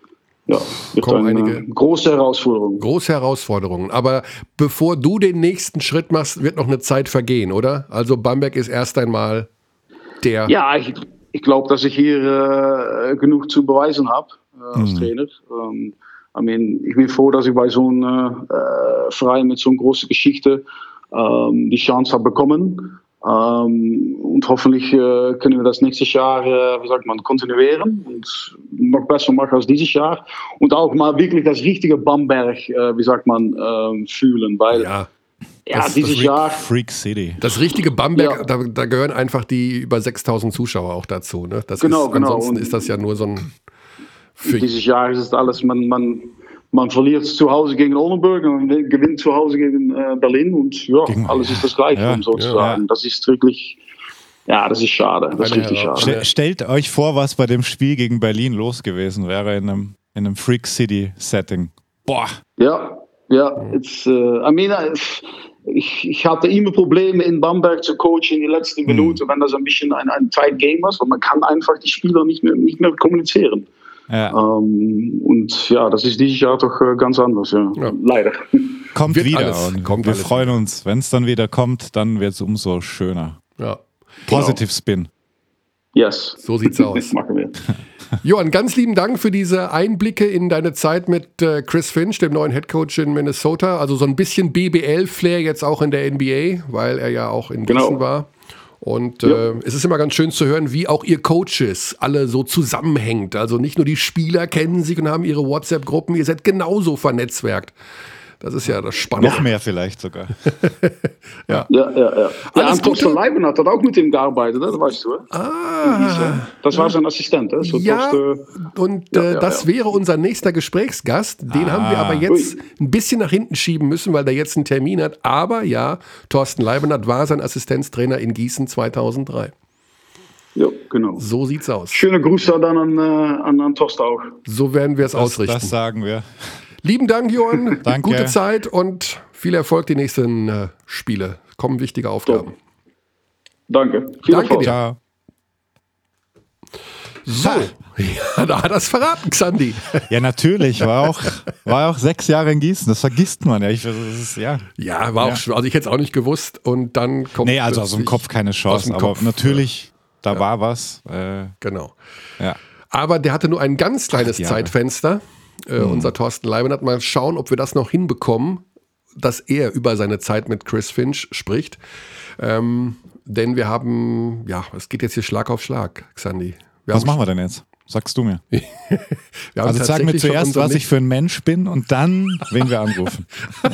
Ja, wird Kommen eine einige große Herausforderung. Große Herausforderungen. Aber bevor du den nächsten Schritt machst, wird noch eine Zeit vergehen, oder? Also Bamberg ist erst einmal der... Ja, ich, ich glaube, dass ich hier äh, genug zu beweisen habe äh, als Mhm. Trainer. Ähm, I mean, ich bin froh, dass ich bei so einem äh, Verein mit so einer großen Geschichte ähm, die Chance habe bekommen. Ähm, und hoffentlich äh, können wir das nächstes Jahr, äh, wie sagt man, kontinuieren und noch besser machen als dieses Jahr. Und auch mal wirklich das richtige Bamberg, äh, wie sagt man, äh, fühlen. Weil Ja, ja, das- dieses das Jahr... Freak City. das richtige Bamberg, Ja. da, da gehören einfach die über sechstausend Zuschauer auch dazu. Ne? Das Genau, ist, genau. Ansonsten Und ist das ja nur so ein... Für, Dieses Jahr ist es alles, man, man, man verliert zu Hause gegen Oldenburg und man gewinnt zu Hause gegen äh, Berlin und ja, Gegen- alles ist das Gleiche, ja, um so zu ja. sagen. Das ist wirklich, ja, das ist schade, das ist Eine richtig Heraus- schade. Ste- Stellt euch vor, was bei dem Spiel gegen Berlin los gewesen wäre in einem, in einem Freak City Setting. Boah. Ja, ja, it's, uh, I mean, uh, ich, ich hatte immer Probleme in Bamberg zu coachen in die letzten Mhm. Minuten, wenn das ein bisschen ein, ein Tight Game war, weil man kann einfach die Spieler nicht mehr, nicht mehr kommunizieren. Ja. Ähm, und ja, das ist dieses Jahr doch äh, ganz anders, ja. Ja. Leider. Kommt Wird wieder. alles, und kommt wir alles freuen uns. Wenn es dann wieder kommt, dann wird es umso schöner. ja, Positive Spin. Yes. so sieht's aus. Machen wir. Johann, ganz lieben Dank für diese Einblicke in deine Zeit mit äh, Chris Finch, dem neuen Headcoach in Minnesota. Also so ein bisschen B B L-Flair jetzt auch in der N B A, weil er ja auch in Genau. Gießen war. Und äh, Ja. es ist immer ganz schön zu hören, wie auch ihr Coaches alle so zusammenhängt. Also nicht nur die Spieler kennen sich und haben ihre WhatsApp-Gruppen, ihr seid genauso vernetzwerkt. Das ist ja das Spannende. Noch mehr vielleicht sogar. Ja, ja, ja. Ja, Alles und Torsten Gute. Leiben hat auch mit ihm gearbeitet, das weißt du. Hè? Ah, Das war sein Assistent. Hè? So ja, Torsten, und Ja, äh, ja, das ja. wäre unser nächster Gesprächsgast. Den haben wir Ah. aber jetzt ein bisschen nach hinten schieben müssen, weil der jetzt einen Termin hat. Aber ja, Thorsten Leibenhardt war sein Assistenztrainer in Gießen zweitausenddrei. ja, genau. So sieht's aus. Schöne Grüße dann an, äh, an, an Torsten auch. So werden wir es Das, ausrichten. das sagen wir. Lieben Dank, Johann. Danke. Gute Zeit und viel Erfolg die nächsten äh, Spiele. Kommen wichtige Aufgaben. Danke. Viel Danke Erfolg. dir. Ja. So, ja, da hat er es verraten, Xandi. Ja, natürlich. War auch, war auch sechs Jahre in Gießen. Das vergisst man ja. Ich, das ist, ja. Ja, war auch Ja. schwer. Also ich hätte es auch nicht gewusst. Und dann kommt Nee, also aus dem plötzlich- Kopf keine Aus Chance. dem Aber Kopf, natürlich, da war was. Äh, Genau. ja. Aber der hatte nur ein ganz kleines Acht Jahre. Zeitfenster. Äh, Unser Thorsten Leibenhardt. Mal schauen, ob wir das noch hinbekommen, dass er über seine Zeit mit Chris Finch spricht. Ähm, denn wir haben, ja, es geht jetzt hier Schlag auf Schlag, Xandi. Wir Was haben, machen wir denn jetzt? Sagst du mir. wir haben Also sag mir tatsächlich von zuerst, unserem was ich für ein Mensch bin und dann, wen wir anrufen.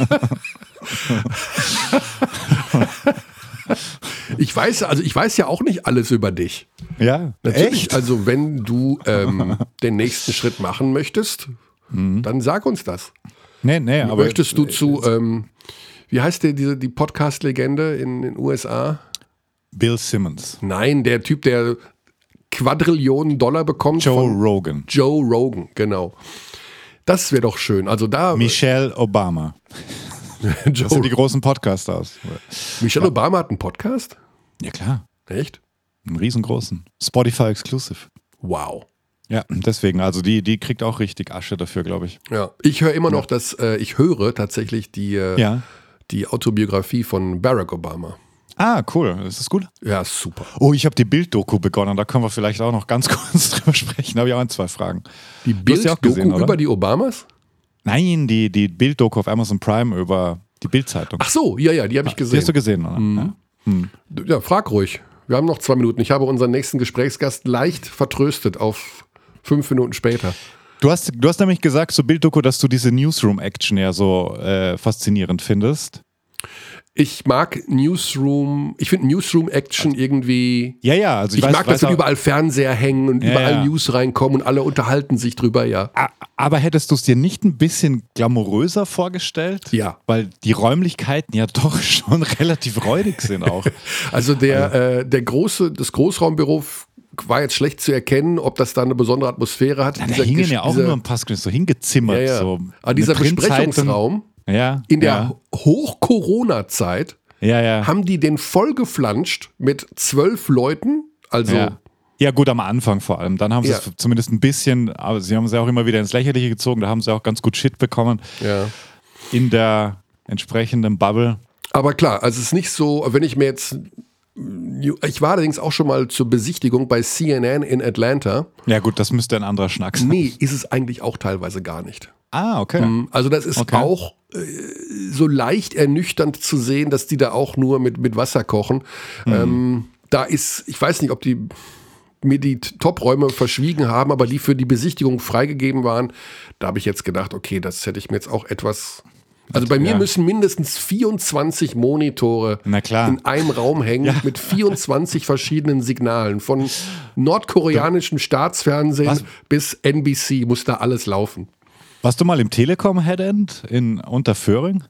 Ich weiß, also ich weiß ja auch nicht alles über dich. Ja, Natürlich, echt? also wenn du ähm, den nächsten Schritt machen möchtest, dann sag uns das. Nee, nee, aber Möchtest du zu, ähm, wie heißt der, diese, die Podcast-Legende in den U S A? Bill Simmons, Nein, der Typ, der Quadrillionen Dollar bekommt Joe von Rogan, Joe Rogan, genau. Das wäre doch schön. Also da, Michelle Obama. Das sind die Joe, großen Podcasters. Michelle Obama hat einen Podcast? Ja klar, Echt? einen riesengroßen. Spotify Exclusive. Wow. Ja, deswegen, also die, die kriegt auch richtig Asche dafür, glaube ich. Ja, ich höre immer noch, dass äh, ich höre tatsächlich die, äh, Ja. die Autobiografie von Barack Obama. Ah, cool. Das ist gut. Ja, super. Oh, ich habe die Bild-Doku begonnen. Da können wir vielleicht auch noch ganz kurz drüber sprechen. Da habe ich auch ein, zwei Fragen. Die Du hast die auch Bild-Doku gesehen, oder? über die Obamas? Nein, die, die Bild-Doku auf Amazon Prime über die Bild-Zeitung. Ach so, ja, ja, die habe ich Die gesehen. hast du gesehen, oder? Mhm. Ja? Ja, frag ruhig. Wir haben noch zwei Minuten. Ich habe unseren nächsten Gesprächsgast leicht vertröstet auf fünf Minuten später. Du hast, du hast nämlich gesagt zur Bild-Doku, dass du diese Newsroom-Action ja so äh, faszinierend findest. Ich mag Newsroom, ich finde Newsroom-Action irgendwie. Ja, ja, also Ich, ich, weiß, mag, dass weiß dann auch, überall Fernseher hängen und Ja, überall ja. News reinkommen und alle unterhalten sich drüber, ja. A- Aber hättest du es dir nicht ein bisschen glamouröser vorgestellt? Ja. Weil die Räumlichkeiten ja doch schon relativ räudig sind auch. Also der, äh, der große, das Großraumbüro war jetzt schlecht zu erkennen, ob das da eine besondere Atmosphäre hat. Da Dieser hingen Gesch- ja auch dieser, nur ein paar Screens so hingezimmert. ja, ja. So Aber dieser eine Printzeitung. Besprechungsraum Ja, in der ja, Hoch-Corona-Zeit ja, ja. haben die den vollgeflanscht mit zwölf Leuten, also Ja. Ja gut, am Anfang vor allem. Dann haben sie Ja. es zumindest ein bisschen, aber sie haben es ja auch immer wieder ins Lächerliche gezogen. Da haben sie auch ganz gut Shit bekommen Ja. in der entsprechenden Bubble. Aber klar, also es ist nicht so, wenn ich mir jetzt, ich war allerdings auch schon mal zur Besichtigung bei C N N in Atlanta. Ja gut, das müsste ein anderer Schnack sein. Nee, ist es eigentlich auch teilweise gar nicht. Ah, okay. Also das ist Okay. auch äh, so leicht ernüchternd zu sehen, dass die da auch nur mit, mit Wasser kochen. Mhm. Ähm, da ist, ich weiß nicht, ob die mir die Top-Räume verschwiegen haben, aber die für die Besichtigung freigegeben waren, da habe ich jetzt gedacht, okay, das hätte ich mir jetzt auch etwas... Also bei mir Ja. müssen mindestens vierundzwanzig Monitore Na klar. in einem Raum hängen Ja. mit vierundzwanzig verschiedenen Signalen. Von nordkoreanischem Staatsfernsehen Was? bis N B C muss da alles laufen. Warst du mal im Telekom Headend in Unterföhring?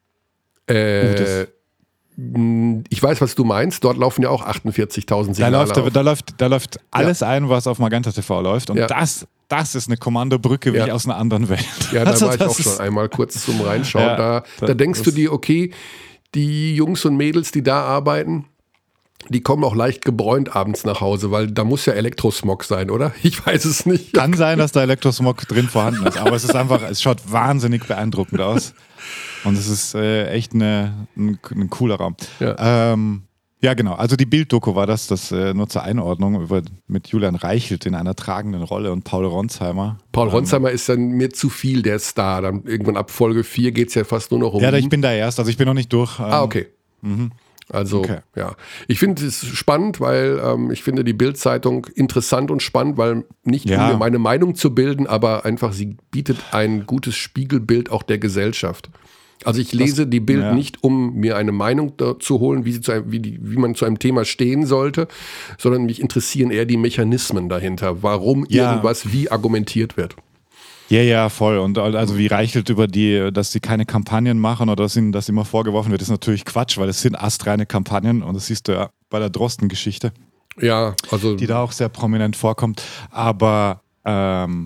Äh, das- mh, ich weiß, was du meinst. Dort laufen ja auch achtundvierzigtausend Da Signale läuft, auf. da, läuft, da läuft alles ein, was auf Magenta T V läuft. Und Ja. das, das ist eine Kommandobrücke wie Ja. aus einer anderen Welt. Ja, da Also war ich das auch schon ist- einmal kurz zum Reinschauen. Ja, da, da, da- denkst du das- dir, okay, die Jungs und Mädels, die da arbeiten, die kommen auch leicht gebräunt abends nach Hause, weil da muss ja Elektrosmog sein, oder? Ich weiß es nicht. Kann sein, dass da Elektrosmog drin vorhanden ist, aber es ist einfach, es schaut wahnsinnig beeindruckend aus. Und es ist äh, echt eine, ein, ein cooler Raum. Ja. Ähm, ja, genau. Also die Bild-Doku war das, das äh, nur zur Einordnung, über, mit Julian Reichelt in einer tragenden Rolle und Paul Ronsheimer. Paul Ronsheimer ist dann mir zu viel der Star. Dann irgendwann ab Folge vier geht es ja fast nur noch um Ja, ihn. ich bin da erst, also ich bin noch nicht durch. Ähm, Ah, okay. Also, Okay. ja. Ich finde es spannend, weil ähm, ich finde die Bild-Zeitung interessant und spannend, weil nicht Ja. um mir meine Meinung zu bilden, aber einfach sie bietet ein gutes Spiegelbild auch der Gesellschaft. Also ich lese die Bild ja. nicht, um mir eine Meinung da zu holen, wie, sie zu einem, wie, die, wie man zu einem Thema stehen sollte, sondern mich interessieren eher die Mechanismen dahinter, warum Ja. irgendwas wie argumentiert wird. Ja, ja, voll. Und also wie Reichelt über die, dass sie keine Kampagnen machen oder dass ihnen das immer vorgeworfen wird, ist natürlich Quatsch, weil es sind astreine Kampagnen und das siehst du ja bei der Drosten-Geschichte, Ja, also die da auch sehr prominent vorkommt. Aber ähm,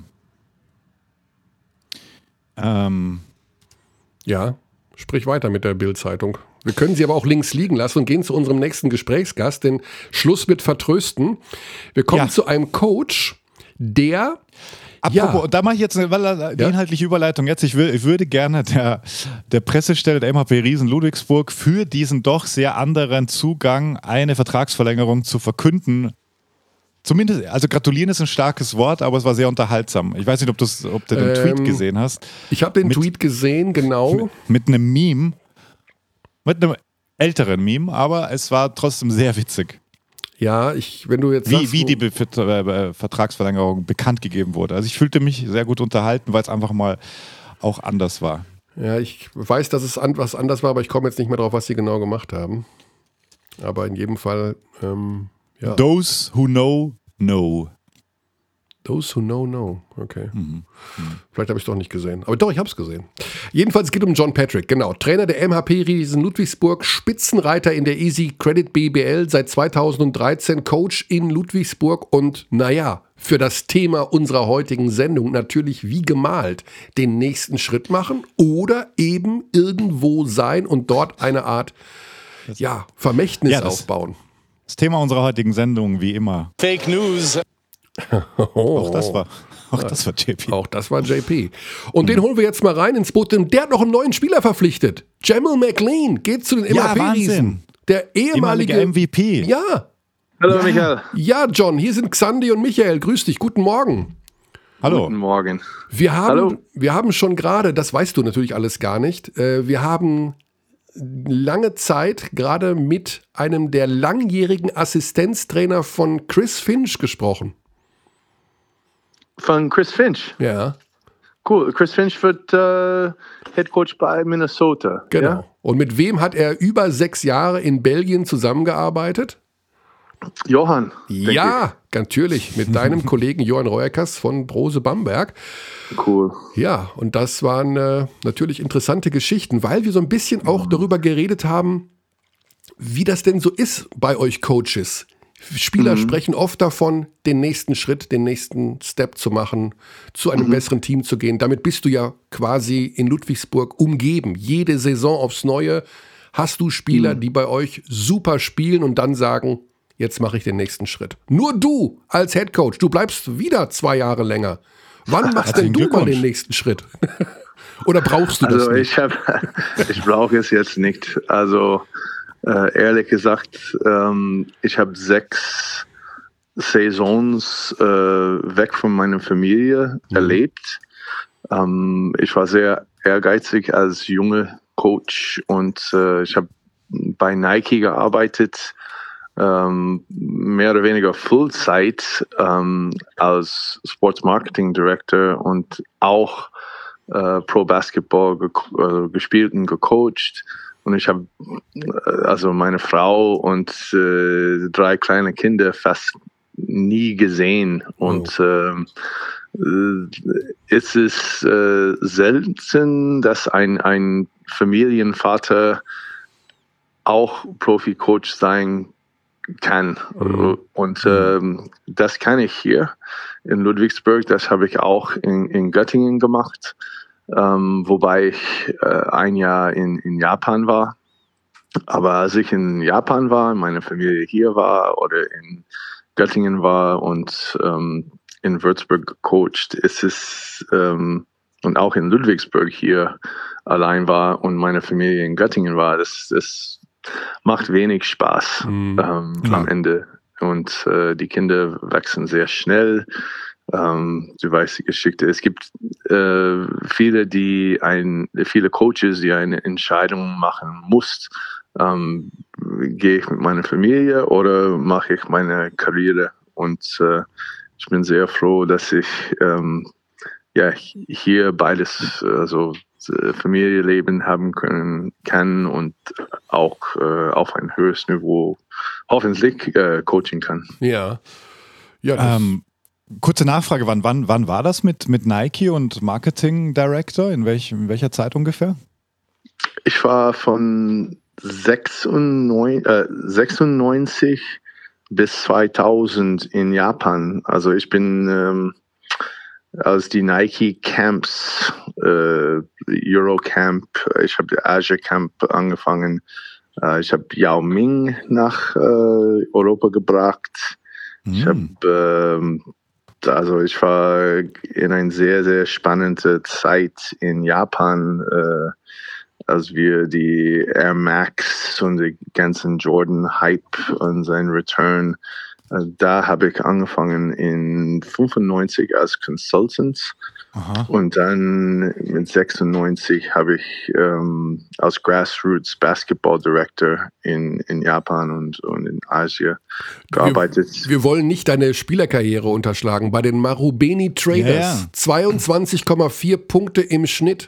ähm, ja, sprich weiter mit der Bild-Zeitung. Wir können sie aber auch links liegen lassen und gehen zu unserem nächsten Gesprächsgast, denn Schluss mit Vertrösten. Wir kommen Ja. zu einem Coach, der Apropos, Ja. da mache ich jetzt eine, weil, die Ja. inhaltliche Überleitung jetzt. Ich, will, ich würde gerne der, der Pressestelle der M H P Riesen Ludwigsburg für diesen doch sehr anderen Zugang eine Vertragsverlängerung zu verkünden. Zumindest, also gratulieren ist ein starkes Wort, aber es war sehr unterhaltsam. Ich weiß nicht, ob, du's, ob du den Ähm, Tweet gesehen hast. Ich habe den Mit- Tweet gesehen, genau. Mit einem Meme. Mit einem älteren Meme, aber es war trotzdem sehr witzig. Ja, ich, wenn du jetzt Wie, sagst, wie wo- die Be äh, Vertragsverlängerung bekannt gegeben wurde. Also ich fühlte mich sehr gut unterhalten, weil es einfach mal auch anders war. ja, ich weiß, dass es an, was anders war, aber ich komme jetzt nicht mehr drauf, was sie genau gemacht haben. Aber in jedem Fall, ähm, ja. Those who know, know. Those who know, know. Okay. Vielleicht habe ich es doch nicht gesehen. Aber doch, ich habe es gesehen. Jedenfalls geht es um John Patrick, genau. Trainer der M H P Riesen Ludwigsburg, Spitzenreiter in der Easy Credit B B L, seit zweitausenddreizehn Coach in Ludwigsburg und naja, für das Thema unserer heutigen Sendung natürlich wie gemalt den nächsten Schritt machen oder eben irgendwo sein und dort eine Art ja, Vermächtnis Ja, das- aufbauen. Das Thema unserer heutigen Sendung, wie immer. Fake News. Auch das war, auch das war J P. Auch das war J P. Und den holen wir jetzt mal rein ins Boot, denn der hat noch einen neuen Spieler verpflichtet. Jamal McLean geht zu den M Ja, H P-Riesen. Wahnsinn. Der ehemalige, Ehemaliger M V P. Ja, Hallo Michael. ja, John, hier sind Xandi und Michael. Grüß dich, guten Morgen. Hallo. Guten Morgen. Wir haben, Hallo. wir haben schon gerade, das weißt du natürlich alles gar nicht, äh, wir haben lange Zeit gerade mit einem der langjährigen Assistenztrainer von Chris Finch gesprochen. Von Chris Finch. Ja, Cool. Chris Finch wird äh, Head Coach bei Minnesota. genau. Ja? Und mit wem hat er über sechs Jahre in Belgien zusammengearbeitet? Johann. denke Ja, natürlich, mit deinem Kollegen Johann Reuerkers von Brose Bamberg. ich. Cool. Ja, und das waren äh, natürlich interessante Geschichten, weil wir so ein bisschen auch darüber geredet haben, wie das denn so ist bei euch Coaches. Spieler sprechen oft davon, den nächsten Schritt, den nächsten Step zu machen, zu einem besseren Team zu gehen. Damit bist du ja quasi in Ludwigsburg umgeben. Jede Saison aufs Neue hast du Spieler, die bei euch super spielen und dann sagen, jetzt mache ich den nächsten Schritt. Nur du als Headcoach, du bleibst wieder zwei Jahre länger. Wann machst denn du mal den nächsten Schritt? Oder brauchst du das also nicht? Ich, hab, ich brauche es jetzt nicht. Also äh, ehrlich gesagt, ähm, ich habe sechs Saisons äh, weg von meiner Familie mhm. erlebt. Ähm, ich war sehr ehrgeizig als junger Coach und äh, ich habe bei Nike gearbeitet, ähm, mehr oder weniger Fullzeit ähm, als Sports Marketing Director und auch äh, Pro Basketball ge äh, gespielt und gecoacht. Und ich habe äh, also meine Frau und äh, drei kleine Kinder fast nie gesehen. Und äh, es ist äh, selten, dass ein, ein Familienvater auch Profi-Coach sein kann. Mhm. Und ähm, das kann ich hier in Ludwigsburg. Das habe ich auch in, in Göttingen gemacht, ähm, wobei ich äh, ein Jahr in, in Japan war. Aber als ich in Japan war, meine Familie hier war oder in Göttingen war und ähm, in Würzburg gecoacht, ist es ähm, und auch in Ludwigsburg hier allein war und meine Familie in Göttingen war, das, das macht wenig Spaß mhm. ähm, ja. am Ende. Und äh, die Kinder wachsen sehr schnell. Ähm, du weißt die Geschichte. Es gibt äh, viele, die ein, viele Coaches, die eine Entscheidung machen mussten. Ähm, gehe ich mit meiner Familie oder mache ich meine Karriere? Und äh, ich bin sehr froh, dass ich ähm, ja hier beides, also Familienleben haben können kann und auch äh, auf ein höheres Niveau hoffentlich äh, coachen kann. Ja. ja ähm, kurze Nachfrage, wann, wann, wann war das mit, mit Nike und Marketing Director? In, welch, in welcher Zeit ungefähr? Ich war von sechsundneunzig, äh, sechsundneunzig bis zweitausend in Japan. Also ich bin ähm, als die Nike Camps, äh, Eurocamp, ich habe Azure Camp angefangen. Äh, ich habe Yao Ming nach äh, Europa gebracht. Mm. Ich habe, äh, also ich war in einer sehr, sehr spannende Zeit in Japan, äh, als wir die Air Max und die ganzen Jordan-Hype und sein Return, äh, da habe ich angefangen in fünfundneunzig als Consultant. Aha. Und dann mit sechsundneunzig habe ich ähm, als Grassroots Basketball Director in, in Japan und, und in Asien gearbeitet. Wir, wir wollen nicht deine Spielerkarriere unterschlagen. Bei den Marubeni Traders ja, ja. zweiundzwanzig Komma vier Punkte im Schnitt.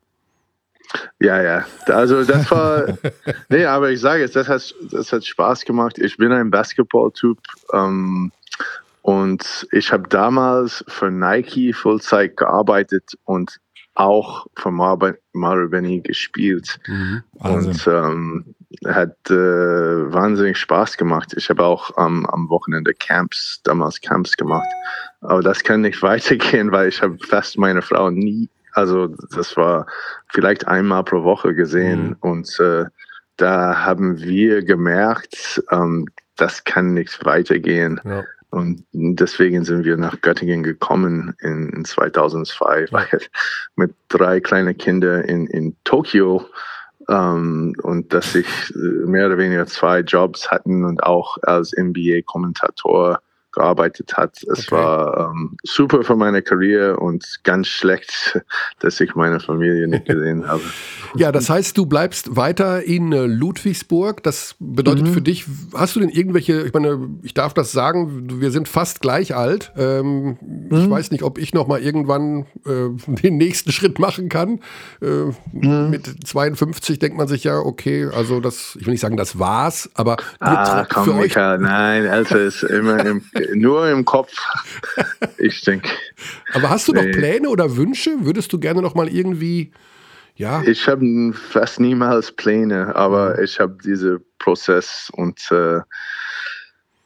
Ja, ja, also das war, nee, aber ich sage jetzt, das hat, das hat Spaß gemacht. Ich bin ein Basketball-Typ ähm, und ich habe damals für Nike Vollzeit gearbeitet und auch für Marubeni gespielt. Mhm, und ähm, hat äh, wahnsinnig Spaß gemacht. Ich habe auch ähm, am Wochenende Camps, damals Camps gemacht. Aber das kann nicht weitergehen, weil ich habe fast meine Frau nie Also das war vielleicht einmal pro Woche gesehen mhm. und äh, da haben wir gemerkt, ähm, das kann nicht weitergehen. Ja. Und deswegen sind wir nach Göttingen gekommen in, in zweitausendzwei, weil mit drei kleinen Kindern in, in Tokio ähm, und dass ich mehr oder weniger zwei Jobs hatten und auch als N B A-Kommentator gearbeitet hat. Es okay. war ähm, super für meine Karriere und ganz schlecht, dass ich meine Familie nicht gesehen habe. Ja, das heißt, du bleibst weiter in Ludwigsburg. Das bedeutet mhm. für dich, hast du denn irgendwelche, ich meine, ich darf das sagen, wir sind fast gleich alt. Ähm, mhm. Ich weiß nicht, ob ich noch mal irgendwann äh, den nächsten Schritt machen kann. Äh, mhm. Mit zweiundfünfzig denkt man sich ja, okay, also das, ich will nicht sagen, das war's, aber ah, komm, für euch Michael, nein, Alter ist immer im nur im Kopf. Ich denke. Aber hast du nee. noch Pläne oder Wünsche? Würdest du gerne noch mal irgendwie, ja? Ich habe fast niemals Pläne, aber ich habe diesen Prozess und äh,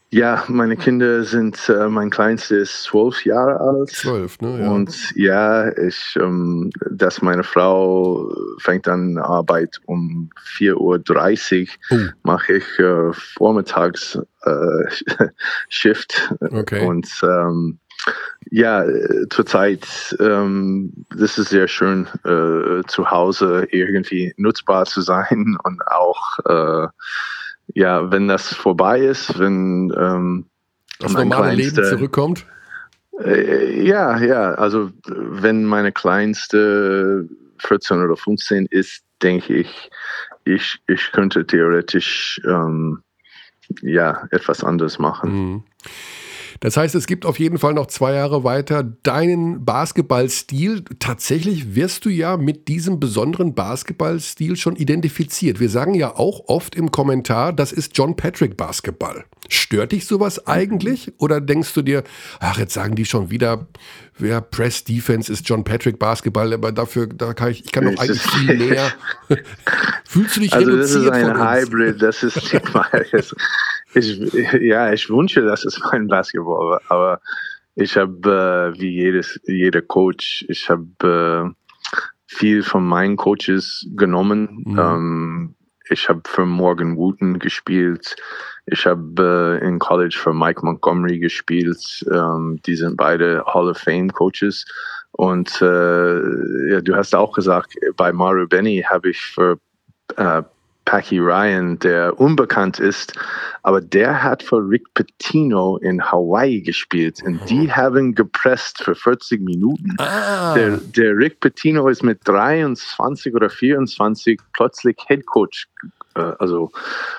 Ja, meine Kinder sind, äh, mein Kleinster ist zwölf Jahre alt. Zwölf, ne? Ja. Und ja, ich, ähm, dass meine Frau fängt an Arbeit um vier Uhr dreißig, Oh. mache ich äh, vormittags äh, Shift. Okay. Und ähm, ja, äh, zurzeit, ähm, das ist sehr schön, äh, zu Hause irgendwie nutzbar zu sein und auch äh, ja, wenn das vorbei ist, wenn ähm, Das mein normale Kleinster, Leben zurückkommt. Äh, ja, ja, also wenn meine Kleinste vierzehn oder fünfzehn ist, denke ich, ich, ich könnte theoretisch ähm, ja, etwas anderes machen. Mhm. Das heißt, es gibt auf jeden Fall noch zwei Jahre weiter deinen Basketballstil. Tatsächlich wirst du ja mit diesem besonderen Basketballstil schon identifiziert. Wir sagen ja auch oft im Kommentar, das ist John Patrick Basketball. Stört dich sowas eigentlich? Oder denkst du dir, ach, jetzt sagen die schon wieder, wer Press Defense ist John Patrick Basketball, aber dafür, da kann ich, ich kann doch eigentlich viel mehr. Fühlst du dich also das ist reduziert ein von uns? Hybrid, das ist nicht mal. Ich, ja, ich wünsche, dass es mein Basketball war, aber ich habe äh, wie jedes, jeder Coach, ich habe äh, viel von meinen Coaches genommen. Mhm. Ähm, ich habe für Morgan Wooten gespielt. Ich habe äh, in College für Mike Montgomery gespielt. Ähm, die sind beide Hall of Fame Coaches. Und äh, ja, du hast auch gesagt, bei Mario Benny habe ich für äh, Packy Ryan, der unbekannt ist, aber der hat für Rick Pitino in Hawaii gespielt und die haben gepresst für vierzig Minuten. Ah. Der, der Rick Pitino ist mit dreiundzwanzig oder vierundzwanzig plötzlich Head Coach äh, also,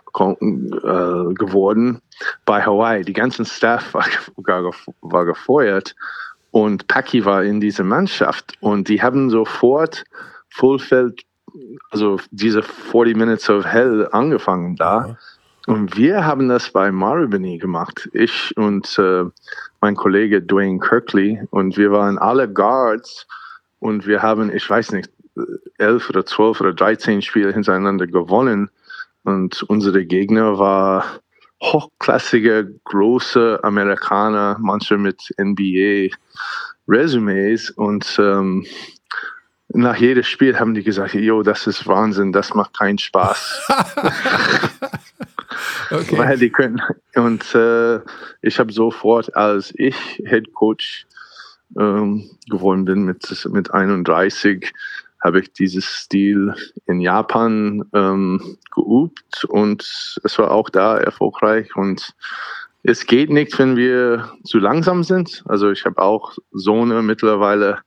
äh, geworden bei Hawaii. Die ganzen Staff war, war, war gefeuert und Packy war in dieser Mannschaft und die haben sofort Fullfeld, also diese vierzig Minutes of Hell angefangen da. Ja. Und wir haben das bei Marubeni gemacht. Ich und äh, mein Kollege Dwayne Kirkley. Und wir waren alle Guards. Und wir haben, ich weiß nicht, elf oder zwölf oder dreizehn Spiele hintereinander gewonnen. Und unsere Gegner war hochklassige, große Amerikaner, manche mit N B A-Resumes. Und ähm, nach jedem Spiel haben die gesagt, jo, das ist Wahnsinn, das macht keinen Spaß. Okay. Weil die können. Und äh, ich habe sofort, als ich Head Coach ähm, geworden bin mit, mit einunddreißig, habe ich dieses Stil in Japan ähm, geübt und es war auch da erfolgreich. Und es geht nicht, wenn wir zu langsam sind. Also ich habe auch Zone mittlerweile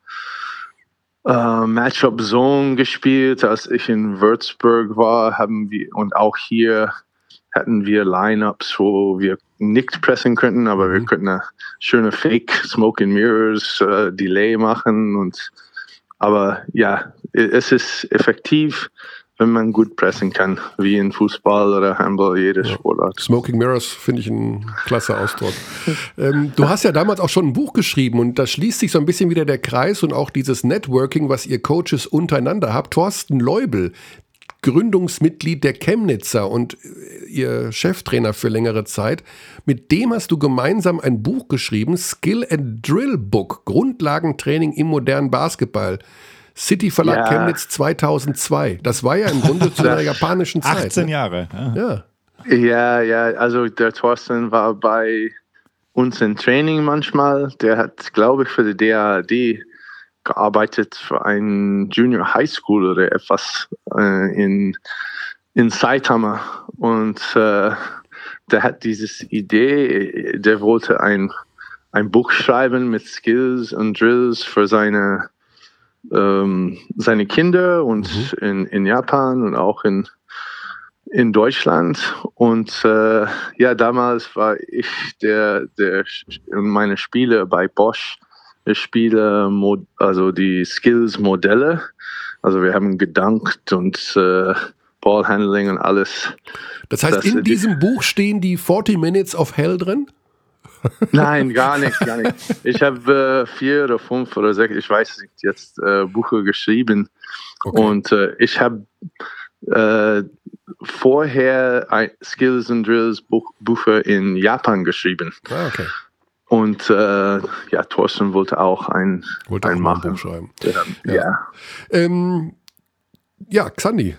Uh, Matchup Zone gespielt, als ich in Würzburg war, haben wir und auch hier hatten wir Lineups, wo wir nicht pressen könnten, aber mhm. wir könnten eine schöne Fake Smoke and Mirrors uh, Delay machen und aber ja, es ist effektiv, wenn man gut pressen kann, wie in Fußball oder Handball, jede ja. Sportart. Smoking Mirrors finde ich ein klasse Ausdruck. ähm, du hast ja damals auch schon ein Buch geschrieben und da schließt sich so ein bisschen wieder der Kreis und auch dieses Networking, was ihr Coaches untereinander habt. Thorsten Leubel, Gründungsmitglied der Chemnitzer und ihr Cheftrainer für längere Zeit, mit dem hast du gemeinsam ein Buch geschrieben, Skill and Drill Book, Grundlagentraining im modernen Basketball. City Verlag ja. Chemnitz zweitausendzwei. Das war ja im Grunde zu der japanischen Zeit. achtzehn ne? Jahre. Ja. ja, ja, also der Thorsten war bei uns im Training manchmal. Der hat, glaube ich, für die D A A D gearbeitet für ein Junior High School oder etwas äh, in, in Saitama. Und äh, der hat diese Idee, der wollte ein, ein Buch schreiben mit Skills und Drills für seine Ähm, seine Kinder und mhm. in, in Japan und auch in, in Deutschland. Und äh, ja, damals war ich der, der meine Spiele bei Bosch. Ich spiele Mod, also die Skills-Modelle. Also wir haben gedankt und äh, Ballhandling und alles. Das heißt, das, in diesem die, Buch stehen die vierzig Minutes of Hell drin? Nein, gar nicht, gar nicht. Ich habe äh, vier oder fünf oder sechs, ich weiß nicht, jetzt äh, Bücher geschrieben. Okay. Und äh, ich habe äh, vorher ein Skills and Drills Buch, Bücher in Japan geschrieben. Ah, okay. Und äh, ja, Thorsten wollte auch ein, wollte ein auch machen. ein Buch schreiben. Ja. Ja, ähm, ja Xandi.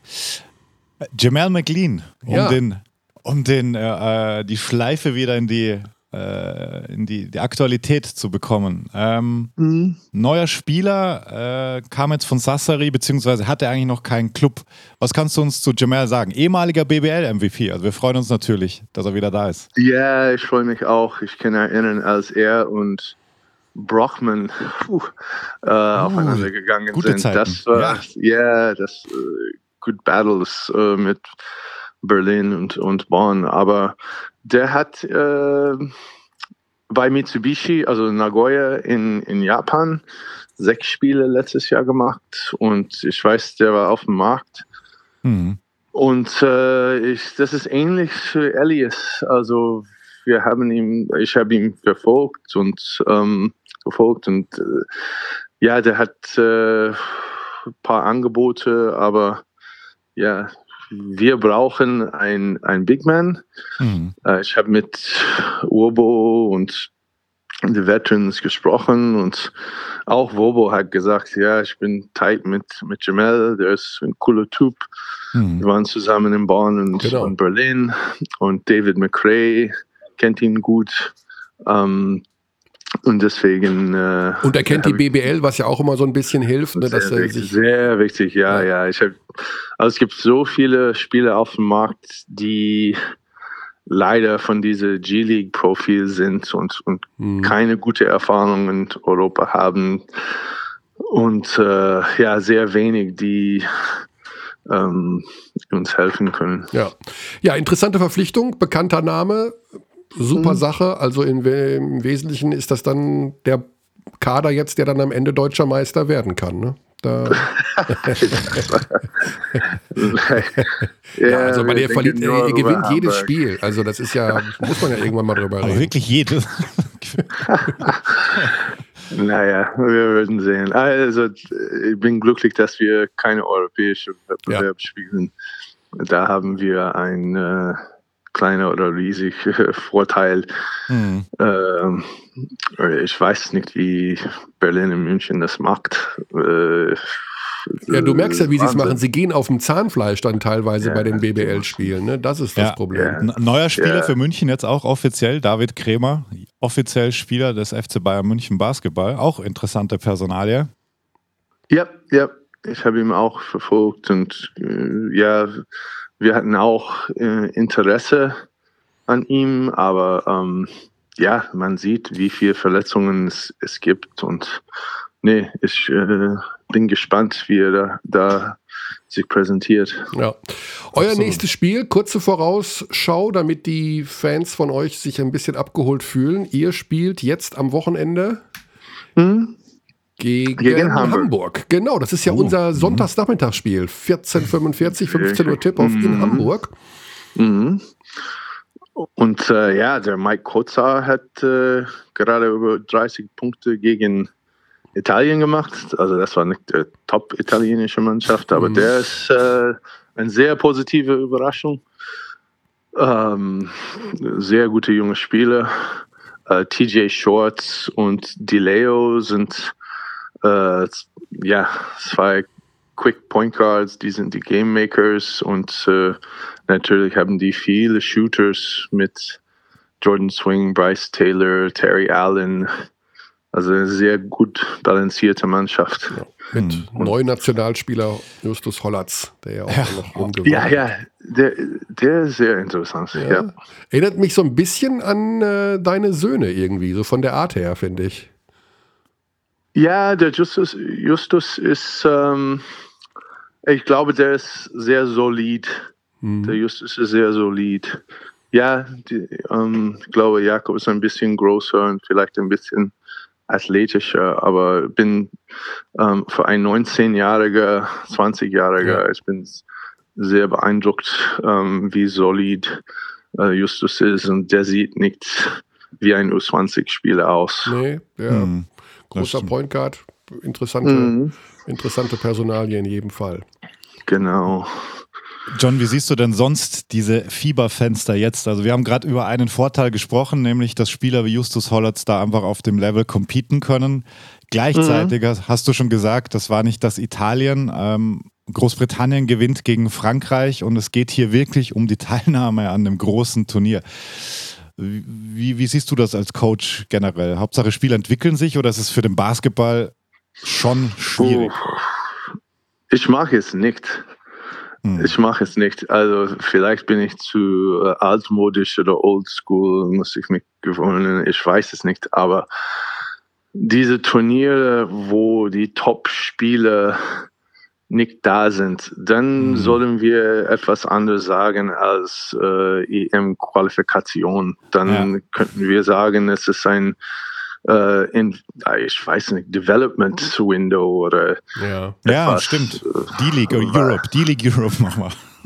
Jamal McLean, um Ja. den, um den äh, die Schleife wieder in die äh, in die, die Aktualität zu bekommen. Ähm, mhm. Neuer Spieler, äh, kam jetzt von Sassari, beziehungsweise hatte eigentlich noch keinen Club. Was kannst du uns zu Jamal sagen? Ehemaliger B B L-M V P, also wir freuen uns natürlich, dass er wieder da ist. Ja, ich freue mich auch. Ich kann erinnern, als er und Brockman puh, äh, uh, aufeinander gegangen gute sind. Zeiten. Das war, ja, yeah, das uh, good battles uh, mit Berlin und, und Bonn. Aber der hat äh, bei Mitsubishi, also Nagoya in, in Japan, sechs Spiele letztes Jahr gemacht und ich weiß, der war auf dem Markt. Mhm. Und äh, ich, das ist ähnlich für Elias. Also wir haben ihn, ich habe ihn verfolgt und ähm, verfolgt und äh, ja, der hat äh, ein paar Angebote, aber ja, wir brauchen ein, ein Big Man. Mhm. Äh, ich habe mit Wobo und die Veterans gesprochen und auch Wobo hat gesagt, ja, ich bin tight mit, mit Jamal, der ist ein cooler Typ. Mhm. Wir waren zusammen in Bonn und, Genau. und Berlin und David McRae kennt ihn gut. Ähm, und deswegen... Äh, Und er kennt die B B L, was ja auch immer so ein bisschen hilft. Ne, sehr, dass er wichtig, sich sehr wichtig, ja, Ja. ja. Ich hab, also es gibt so viele Spieler auf dem Markt, die leider von diesem G-League-Profil sind und, und Mhm. keine gute Erfahrung in Europa haben. Und äh, ja, sehr wenig, die ähm, uns helfen können. Ja. ja, interessante Verpflichtung, bekannter Name, super Mhm. Sache. Also in, We- im Wesentlichen ist das dann der Kader jetzt, der dann am Ende deutscher Meister werden kann. Ne? Da, ja, also man, wir ihr, verliert, denken ihr, nur ihr über gewinnt jedes Hamburg. Spiel. Also das ist ja, muss man ja irgendwann mal drüber Aber reden. wirklich jedes. Naja, wir würden sehen. Also, ich bin glücklich, dass wir keine europäische Wettbewerb spielen. Da haben wir einen äh, kleinen oder riesigen äh, Vorteil. Mhm. Ähm, ich weiß nicht, wie Berlin und München das macht. Äh, Ja, du merkst ja, wie sie es Wahnsinn. machen. Sie gehen auf dem Zahnfleisch dann teilweise Ja, bei den B B die L-Spielen. Ne? Das ist das Ja. Problem. Ja. N- Neuer Spieler Ja. für München jetzt auch offiziell, David Krämer, offiziell Spieler des F C Bayern München Basketball, auch interessante Personalie. Ja, ja, ich habe ihn auch verfolgt und äh, ja, wir hatten auch äh, Interesse an ihm, aber ähm, ja, man sieht, wie viele Verletzungen es, es gibt und nee, ich äh, bin gespannt, wie er da, da sich präsentiert. Ja. Euer Absolut. nächstes Spiel, kurze Vorausschau, damit die Fans von euch sich ein bisschen abgeholt fühlen. Ihr spielt jetzt am Wochenende Hm? gegen, Gegen Hamburg. Hamburg. Genau, das ist ja Oh. unser Sonntagsnachmittagsspiel. vierzehn Uhr fünfundvierzig, fünfzehn Uhr Tip-Off in Mhm. Hamburg. Mhm. Und äh, ja, der Mike Kozar hat äh, gerade über dreißig Punkte gegen Italien gemacht. Also das war nicht die top-italienische Mannschaft, aber Mhm. der ist äh, eine sehr positive Überraschung. Ähm, sehr gute junge Spieler. Äh, T J Shorts und DeLeo sind äh, ja zwei Quick Point Guards, die sind die Game Makers und äh, natürlich haben die viele Shooters mit Jordan Swing, Bryce Taylor, Terry Allen. Also eine sehr gut balancierte Mannschaft. Ja, mit Hm. neuen Nationalspieler Justus Hollatz, der ja auch Ja. noch rumgeworfen Ja, ja, der, der ist sehr interessant. Ja. Ja. Erinnert mich so ein bisschen an äh, deine Söhne irgendwie, so von der Art her, finde ich. Ja, der Justus, Justus ist, ähm, ich glaube, der ist sehr solid. Hm. Der Justus ist sehr solid. Ja, die, ähm, ich glaube, Jakob ist ein bisschen größer und vielleicht ein bisschen athletischer, aber bin ähm, für ein neunzehnjähriger, zwanzigjähriger, Ja. ich bin sehr beeindruckt, ähm, wie solid äh, Justus ist und der sieht nicht wie ein U zwanzig-Spieler aus. Nee, ja. Hm. Das Großer stimmt. Point Guard, interessante, Mhm. interessante Personalie in jedem Fall. Genau. John, wie siehst du denn sonst diese Fieberfenster jetzt? Also wir haben gerade über einen Vorteil gesprochen, nämlich dass Spieler wie Justus Hollatz da einfach auf dem Level competen können. Gleichzeitig mhm. hast du schon gesagt, das war nicht das Italien. Ähm, Großbritannien gewinnt gegen Frankreich und es geht hier wirklich um die Teilnahme an einem großen Turnier. Wie, wie siehst du das als Coach generell? Hauptsache Spieler entwickeln sich oder ist es für den Basketball schon schwierig? Ich mag es nicht. Hm. Ich mache es nicht. Also vielleicht bin ich zu äh, altmodisch oder oldschool, muss ich mich gewöhnen. Ich weiß es nicht. Aber diese Turniere, wo die Top-Spieler nicht da sind, dann hm. sollen wir etwas anderes sagen als äh, E M-Qualifikation. Dann ja. könnten wir sagen, es ist ein Uh, in, ich weiß nicht, Development Window oder ja, ja stimmt. D-League Europe, D-League Europe machen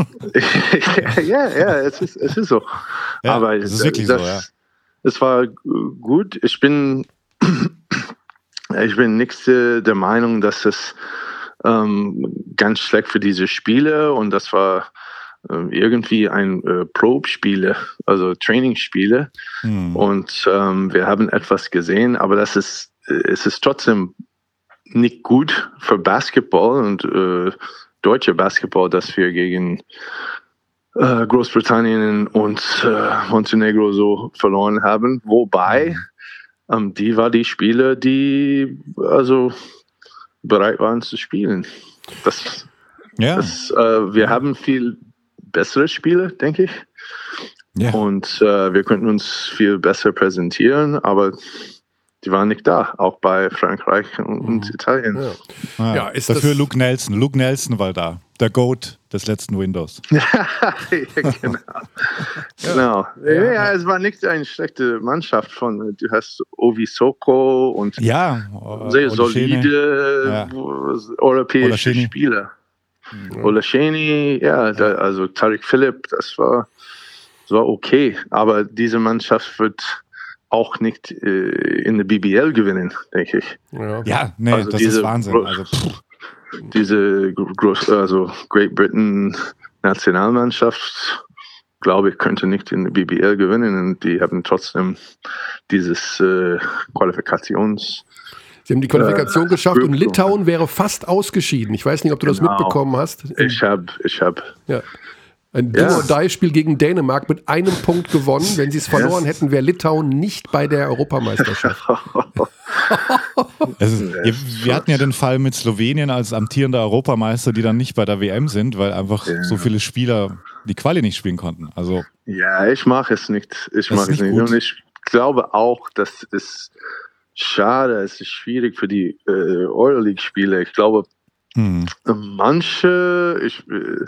wir. ja, ja, es ist, es ist so. Ja, aber es ist wirklich das, so, ja. Es war gut. Ich bin, ich bin nicht der Meinung, dass es ähm, ganz schlecht für diese Spiele und das war irgendwie ein äh, Probe-Spiele, also Trainingsspiele. Hm. Und ähm, wir haben etwas gesehen, aber das ist, es ist trotzdem nicht gut für Basketball und äh, deutsche Basketball, dass wir gegen äh, Großbritannien und äh, Montenegro so verloren haben. Wobei, ähm, die war die Spieler, die also bereit waren zu spielen. Das, ja. das, äh, wir haben viel bessere Spiele, denke ich. Ja. Und äh, wir könnten uns viel besser präsentieren, aber die waren nicht da, auch bei Frankreich und, und Italien. Ja. Ah, ja, ist dafür das Luke Nelson. Luke Nelson war da, der GOAT des letzten Windows. ja, genau. genau. Ja, ja, es war nicht eine schlechte Mannschaft von, du hast Ovi Soko und ja, sehr solide ja. europäische Olascheni. Spieler. Mhm. Olascheni, ja, da, also Tariq Philipp, das war, das war okay, aber diese Mannschaft wird auch nicht äh, in der B B L gewinnen, denke ich. Ja, ja nee, also das diese, ist Wahnsinn. Also, diese also Great Britain Nationalmannschaft, glaube ich, könnte nicht in der B B L gewinnen und die haben trotzdem dieses äh, Qualifikations- Sie haben die Qualifikation äh, geschafft und Litauen wäre fast ausgeschieden. Ich weiß nicht, ob du genau. das mitbekommen hast. Ich habe, ich habe. Ja. Ein Do-or-Die-Spiel gegen Dänemark mit einem Punkt gewonnen. Wenn sie es verloren yes. hätten, wäre Litauen nicht bei der Europameisterschaft. Also, wir, wir hatten ja den Fall mit Slowenien als amtierender Europameister, die dann nicht bei der W M sind, weil einfach ja. so viele Spieler die Quali nicht spielen konnten. Also, ja, ich mache es nicht. Ich mache es nicht. Gut. Und ich glaube auch, dass es schade, es ist schwierig für die äh, Euroleague-Spieler. Ich glaube, hm. manche, ich,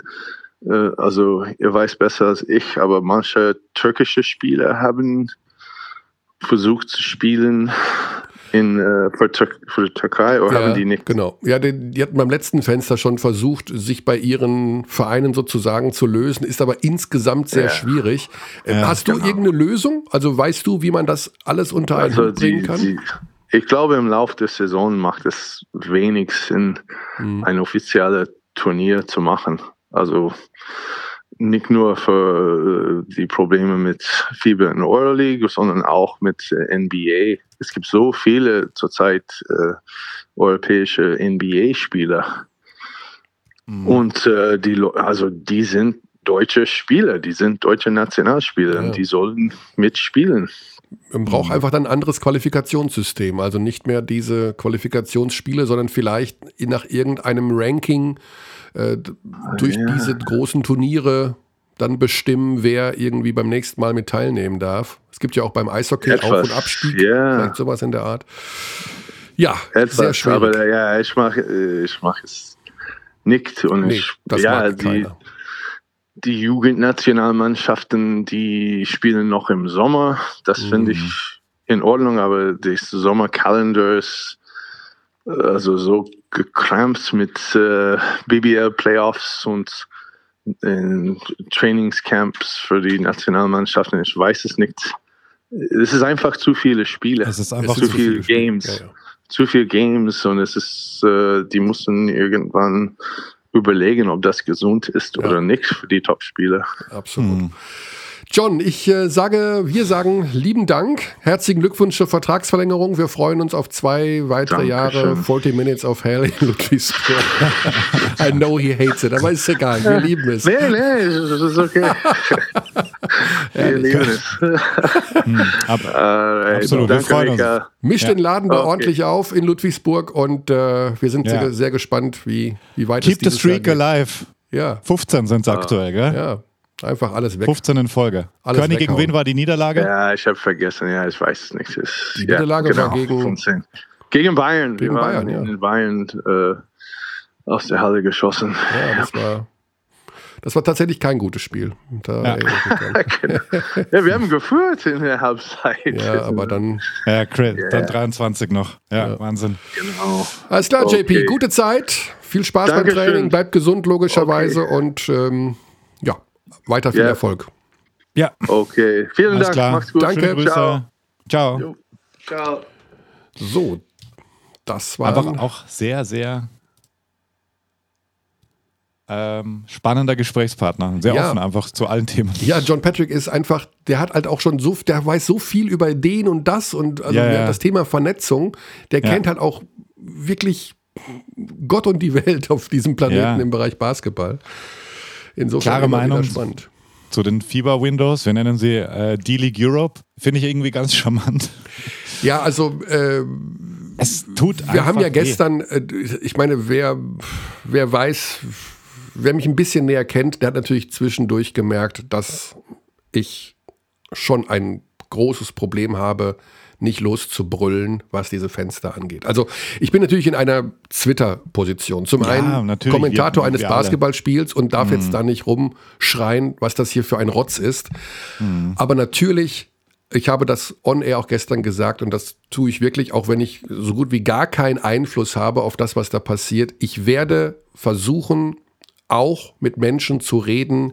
äh, also ihr weiß besser als ich, aber manche türkische Spieler haben versucht zu spielen in, äh, für, Tür- für die Türkei oder ja, haben die nicht? Genau. Ja, die, die hatten beim letzten Fenster schon versucht, sich bei ihren Vereinen sozusagen zu lösen, ist aber insgesamt sehr ja. schwierig. Ja, Hast du genau. irgendeine Lösung? Also weißt du, wie man das alles unter einen also Hut bringen die, kann? Die, ich glaube, im Laufe der Saison macht es wenig Sinn, hm. ein offizielles Turnier zu machen. Also nicht nur für äh, die Probleme mit Fieber in der Euroleague, sondern auch mit äh, N B A. Es gibt so viele zurzeit äh, europäische N B A-Spieler. Mhm. Und äh, die, also die sind deutsche Spieler, die sind deutsche Nationalspieler, ja. und die sollen mitspielen. Man braucht einfach dann ein anderes Qualifikationssystem. Also nicht mehr diese Qualifikationsspiele, sondern vielleicht nach irgendeinem Ranking äh, durch ja. diese großen Turniere dann bestimmen, wer irgendwie beim nächsten Mal mit teilnehmen darf. Es gibt ja auch beim Eishockey Etwas, Auf- und Abstieg, ja. vielleicht sowas in der Art. Ja, Etwas, sehr schwierig. Aber ja, ich mache ich mach es nicht. Und nee, ich, das ja, mag die, keiner. Die Jugendnationalmannschaften, die spielen noch im Sommer. Das mm. finde ich in Ordnung, aber das Sommerkalender ist also so gekrampt mit äh, B B L-Playoffs und äh, Trainingscamps für die Nationalmannschaften. Ich weiß es nicht. Es ist einfach zu viele Spiele. Es ist einfach zu, zu viele Games. Ja, ja. Zu viele Games und es ist, äh, die müssen irgendwann überlegen, ob das gesund ist Ja. oder nicht für die Top-Spieler. Absolut. Hm. John, ich äh, sage, wir sagen lieben Dank. Herzlichen Glückwunsch zur Vertragsverlängerung. Wir freuen uns auf zwei weitere Dankeschön. Jahre. vierzig Minutes of Hell in Ludwigsburg. I know he hates it, aber ist egal. Wir lieben es. Nee, nee, es ist okay. Wir lieben es. Hm, ab, Äh, absolut, wir danke, freuen uns. Mika. Misch Ja. den Laden da Okay. ordentlich auf in Ludwigsburg und äh, wir sind Ja. sehr, sehr gespannt, wie, wie weit Keep es the dieses Jahr streak geht. alive. Ja, fünfzehn sind es aktuell, gell? ja. Einfach alles weg. fünfzehn in Folge. Alles Körny, gegen weghauen. wen war die Niederlage? Ja, ich habe vergessen, ja, ich weiß es nicht. Es ist, Die ja, Niederlage war gegen- fünfzehn. Gegen Bayern. Gegen Wir waren Bayern, ja. in Bayern äh, aus der Halle geschossen. Ja, das war, das war tatsächlich kein gutes Spiel. Da Ja. erinnere ich mich dran. Ja, wir haben geführt in der Halbzeit. Ja, aber dann. Ja, Chris, Ja. dann dreiundzwanzig noch. Ja, Ja. Wahnsinn. Genau. Alles klar, J P, Okay. gute Zeit. Viel Spaß Dankeschön. beim Training. Bleibt gesund, logischerweise. Und ähm, ja, weiter viel Ja. Erfolg. Ja, Okay, vielen alles Dank. klar. Mach's gut. Danke. Schöne Grüße. Ciao. Ciao. Jo. Ciao. So, das war. Einfach auch sehr, sehr ähm, spannender Gesprächspartner. Sehr Ja. offen einfach zu allen Themen. Ja, John Patrick ist einfach, der hat halt auch schon so, der weiß so viel über den und das und also Ja, ja. das Thema Vernetzung. Der Ja. kennt halt auch wirklich Gott und die Welt auf diesem Planeten Ja. im Bereich Basketball. Insofern Klare immer wieder Meinung. spannend. Zu den FIBA-Windows, wir nennen sie äh, D-League Europe, finde ich irgendwie ganz charmant. Ja, also äh, Es tut wir einfach haben ja weh. gestern, äh, ich meine, wer, wer weiß, wer mich ein bisschen näher kennt, der hat natürlich zwischendurch gemerkt, dass ich schon ein großes Problem habe, nicht loszubrüllen, was diese Fenster angeht. Also ich bin natürlich in einer Twitter-Position. Zum Ja, einen natürlich, Kommentator wir- eines wir alle. Basketballspiels und darf jetzt da nicht rumschreien, was das hier für ein Rotz ist. Aber natürlich, ich habe das on-air auch gestern gesagt und das tue ich wirklich, auch wenn ich so gut wie gar keinen Einfluss habe auf das, was da passiert. Ich werde versuchen, auch mit Menschen zu reden,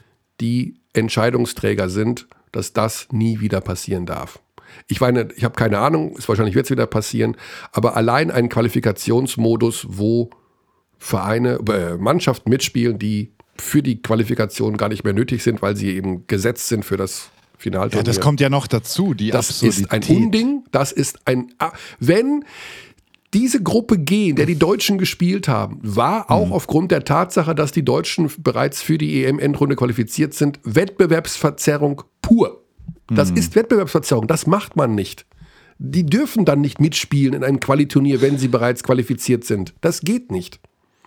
die Entscheidungsträger sind, dass das nie wieder passieren darf. Ich meine, ich habe keine Ahnung, ist wahrscheinlich wird es wieder passieren, aber allein ein Qualifikationsmodus, wo Vereine, äh, Mannschaften mitspielen, die für die Qualifikation gar nicht mehr nötig sind, weil sie eben gesetzt sind für das Finalturnier. Ja, das kommt ja noch dazu, die Das ist ein Absurdität. Unding, das ist ein, ah, wenn diese Gruppe G, in der die Deutschen gespielt haben, war auch aufgrund der Tatsache, dass die Deutschen bereits für die E M-Endrunde qualifiziert sind, Wettbewerbsverzerrung pur. Das ist Wettbewerbsverzerrung, das macht man nicht. Die dürfen dann nicht mitspielen in einem Qualiturnier, wenn sie bereits qualifiziert sind. Das geht nicht.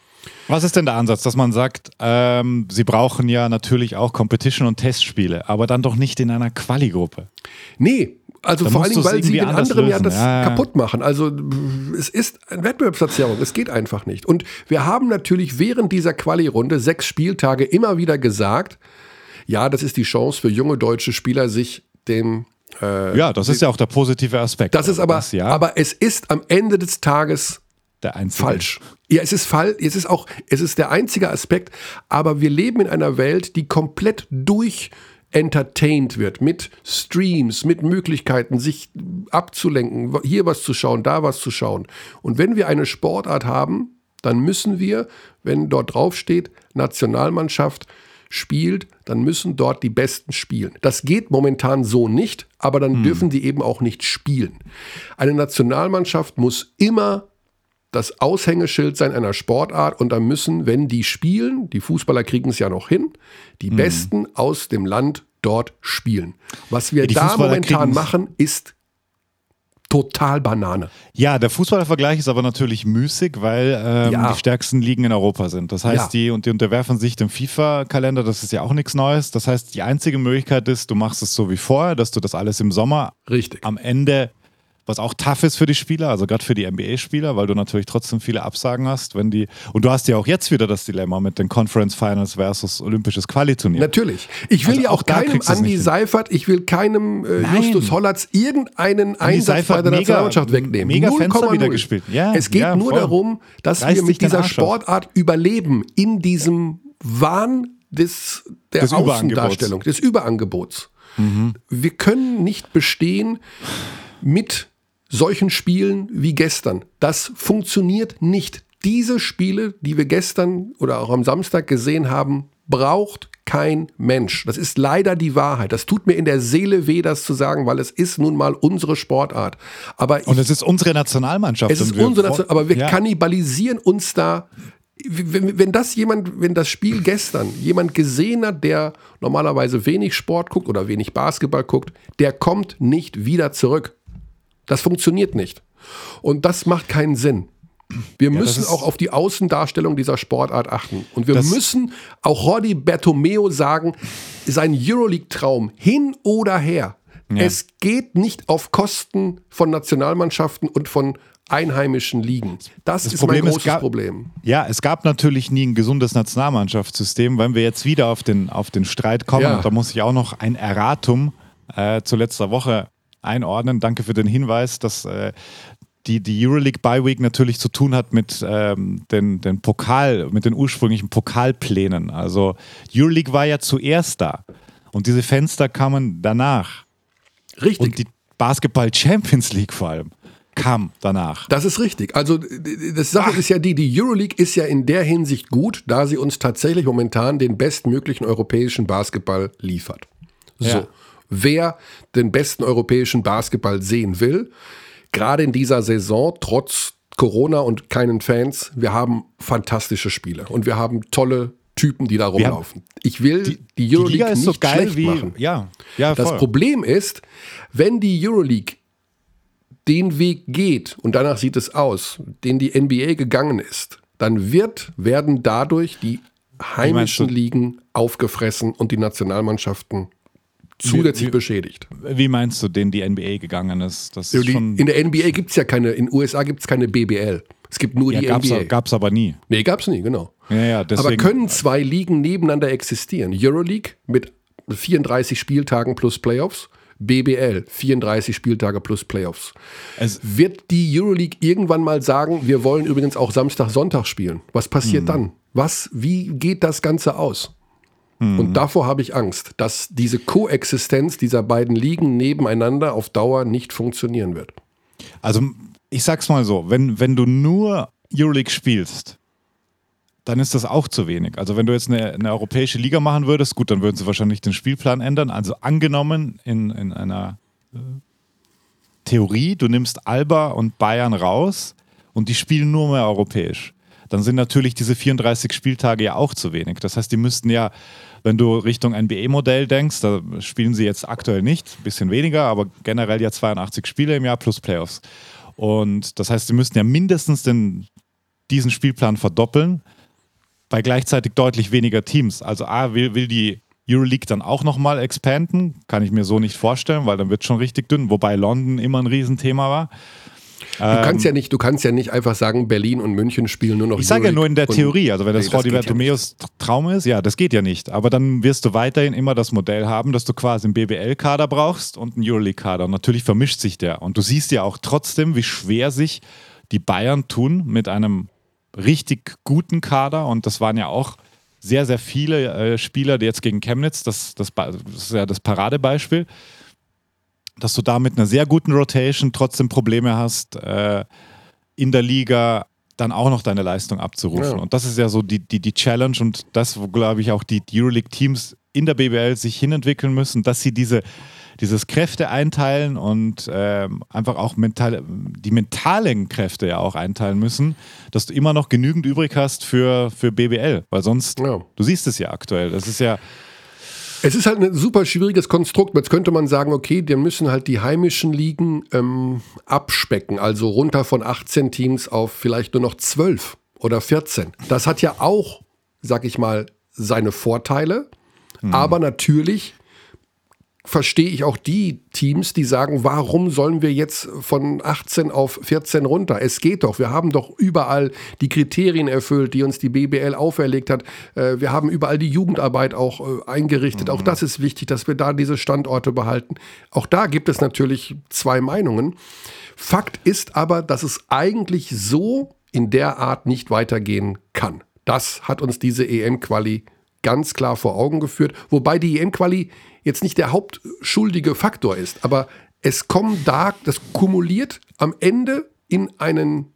Was ist denn der Ansatz, dass man sagt, ähm, sie brauchen ja natürlich auch Competition- und Testspiele, aber dann doch nicht in einer Quali-Gruppe? Nee, also Dann vor allen musst Dingen, du's weil sie irgendwie den anders anderen ja lösen. das Ja, ja. kaputt machen. Also es ist eine Wettbewerbsverzerrung, es geht einfach nicht. Und wir haben natürlich während dieser Quali-Runde sechs Spieltage immer wieder gesagt, ja, das ist die Chance für junge deutsche Spieler, sich dem äh, Ja, das ist ja auch der positive Aspekt. das ist aber, Das, ja, aber es ist am Ende des Tages der einzige. falsch. Ja, es ist falsch. Es ist auch, es ist der einzige Aspekt. Aber wir leben in einer Welt, die komplett durch entertained wird mit Streams, mit Möglichkeiten, sich abzulenken, hier was zu schauen, da was zu schauen. Und wenn wir eine Sportart haben, dann müssen wir, wenn dort drauf steht, Nationalmannschaft spielt, dann müssen dort die Besten spielen. Das geht momentan so nicht, aber dann Hm. dürfen die eben auch nicht spielen. Eine Nationalmannschaft muss immer das Aushängeschild sein einer Sportart und dann müssen, wenn die spielen, die Fußballer kriegen es ja noch hin, die Hm. Besten aus dem Land dort spielen. Was wir Ja, die da Fußballer momentan kriegen's. machen, ist total Banane. Ja, der Fußballvergleich ist aber natürlich müßig, weil ähm, Ja. die stärksten Ligen in Europa sind. Das heißt, Ja. die, und die unterwerfen sich dem FIFA-Kalender, das ist ja auch nichts Neues. Das heißt, die einzige Möglichkeit ist, du machst es so wie vorher, dass du das alles im Sommer Richtig. am Ende, was auch tough ist für die Spieler, also gerade für die N B A-Spieler, weil du natürlich trotzdem viele Absagen hast, wenn die, und du hast ja auch jetzt wieder das Dilemma mit den Conference Finals versus olympisches Qualiturnier. Natürlich. Ich will Also ja auch auch da keinem kriegst du's Andi nicht hin. Seifert, ich will keinem äh, Nein. Justus Hollatz irgendeinen Andi Einsatz Seifert, bei der mega- Nationalmannschaft wegnehmen. mega null Fenster Komma wieder null. gespielt. Ja, es geht ja, nur voll. darum, dass Reißt wir sich mit den dieser Arsch auf. Sportart überleben in diesem Wahn des, der Des Außendarstellung, des Überangebots. Mhm. Wir können nicht bestehen mit solchen Spielen wie gestern. Das funktioniert nicht. diese Spiele, die wir gestern oder auch am Samstag gesehen haben, braucht kein Mensch. Das ist leider die Wahrheit. Das tut mir in der Seele weh, das zu sagen, weil es ist nun mal unsere Sportart. Aber ich, und es ist unsere Nationalmannschaft. Es ist unsere Nationalmannschaft, aber wir ja. kannibalisieren uns da. Wenn, wenn das jemand, wenn das Spiel gestern jemand gesehen hat, der normalerweise wenig Sport guckt oder wenig Basketball guckt, der kommt nicht wieder zurück. Das funktioniert nicht. Und das macht keinen Sinn. Wir ja, müssen auch auf die Außendarstellung dieser Sportart achten. Und wir müssen auch Jordi Bertomeu sagen, sein Euroleague-Traum hin oder her. Ja. Es geht nicht auf Kosten von Nationalmannschaften und von einheimischen Ligen. Das, das ist Problem mein großes gab, Problem. Ja, es gab natürlich nie ein gesundes Nationalmannschaftssystem. Wenn wir jetzt wieder auf den, auf den Streit kommen, ja. da muss ich auch noch ein Erratum äh, zu letzter Woche einordnen. Danke für den Hinweis, dass äh, die, die Euroleague Bye Week natürlich zu tun hat mit ähm, den, den Pokal, mit den ursprünglichen Pokalplänen. Also Euroleague war ja zuerst da und diese Fenster kamen danach. Richtig. Und die Basketball Champions League vor allem kam danach. Das ist richtig. Also das Sache Ach. ist ja die, die Euroleague ist ja in der Hinsicht gut, da sie uns tatsächlich momentan den bestmöglichen europäischen Basketball liefert. So. Ja. Wer den besten europäischen Basketball sehen will, gerade in dieser Saison, trotz Corona und keinen Fans, wir haben fantastische Spiele und wir haben tolle Typen, die da rumlaufen. Ich will die, die Euroleague die nicht so geil schlecht wie, machen. Ja, ja, das Problem ist, wenn die Euroleague den Weg geht, und danach sieht es aus, den die N B A gegangen ist, dann wird, werden dadurch die heimischen Ligen aufgefressen und die Nationalmannschaften zusätzlich wie, wie, beschädigt. Wie meinst du, den die N B A gegangen ist? Das ist die, schon in der N B A gibt es ja keine, in den U S A gibt es keine B B L. Es gibt nur ja, die gab's, N B A. Gab es aber nie. Nee, gab es nie, genau. Ja, ja, deswegen, aber können zwei Ligen nebeneinander existieren? Euroleague mit vierunddreißig Spieltagen plus Playoffs, B B L, vierunddreißig Spieltage plus Playoffs. Es wird die Euroleague irgendwann mal sagen, wir wollen übrigens auch Samstag, Sonntag spielen? Was passiert mhm. dann? Was, wie geht das Ganze aus? Mhm. Und davor habe ich Angst, dass diese Koexistenz dieser beiden Ligen nebeneinander auf Dauer nicht funktionieren wird. Also ich sag's mal so, wenn, wenn du nur Euroleague spielst, dann ist das auch zu wenig. Also wenn du jetzt eine, eine europäische Liga machen würdest, gut, dann würden sie wahrscheinlich den Spielplan ändern. Also angenommen in, in einer äh, Theorie, du nimmst Alba und Bayern raus und die spielen nur mehr europäisch. Dann sind natürlich diese vierunddreißig Spieltage ja auch zu wenig. Das heißt, die müssten ja, wenn du Richtung N B A-Modell denkst, da spielen sie jetzt aktuell nicht, ein bisschen weniger, aber generell ja zweiundachtzig Spiele im Jahr plus Playoffs. Und das heißt, sie müssten ja mindestens den, diesen Spielplan verdoppeln, bei gleichzeitig deutlich weniger Teams. Also A, will, will die Euroleague dann auch nochmal expanden? Kann ich mir so nicht vorstellen, weil dann wird es schon richtig dünn, wobei London immer ein Riesenthema war. Du ähm, kannst ja nicht, du kannst ja nicht einfach sagen, Berlin und München spielen nur noch Ich sage ja nur in der Theorie, also wenn das nee, Jordi Bertomeus ja Traum ist, ja, das geht ja nicht. Aber dann wirst du weiterhin immer das Modell haben, dass du quasi einen B B L-Kader brauchst und einen Euroleague-Kader. Und natürlich vermischt sich der. Und du siehst ja auch trotzdem, wie schwer sich die Bayern tun mit einem richtig guten Kader, und das waren ja auch sehr, sehr viele äh, Spieler, die jetzt gegen Chemnitz, das, das, das ist ja das Paradebeispiel, dass du da mit einer sehr guten Rotation trotzdem Probleme hast, äh, in der Liga dann auch noch deine Leistung abzurufen. Ja. Und das ist ja so die, die, die Challenge und das, wo, glaube ich, auch die, die Euroleague-Teams in der B B L sich hinentwickeln müssen, dass sie diese dieses Kräfte einteilen und ähm, einfach auch mental, die mentalen Kräfte ja auch einteilen müssen, dass du immer noch genügend übrig hast für, für B B L, weil sonst, ja. du siehst es ja aktuell, das ist ja Es ist halt ein super schwieriges Konstrukt. Jetzt könnte man sagen, okay, dann müssen halt die heimischen Ligen ähm, abspecken, also runter von achtzehn Teams auf vielleicht nur noch zwölf oder vierzehn. Das hat ja auch, sag ich mal, seine Vorteile, hm. aber natürlich verstehe ich auch die Teams, die sagen, warum sollen wir jetzt von achtzehn auf vierzehn runter? Es geht doch. Wir haben doch überall die Kriterien erfüllt, die uns die B B L auferlegt hat. Wir haben überall die Jugendarbeit auch eingerichtet. Mhm. Auch das ist wichtig, dass wir da diese Standorte behalten. Auch da gibt es natürlich zwei Meinungen. Fakt ist aber, dass es eigentlich so in der Art nicht weitergehen kann. Das hat uns diese E M-Quali ganz klar vor Augen geführt. Wobei die E M-Quali jetzt nicht der hauptschuldige Faktor ist, aber es kommt da, das kumuliert am Ende in einen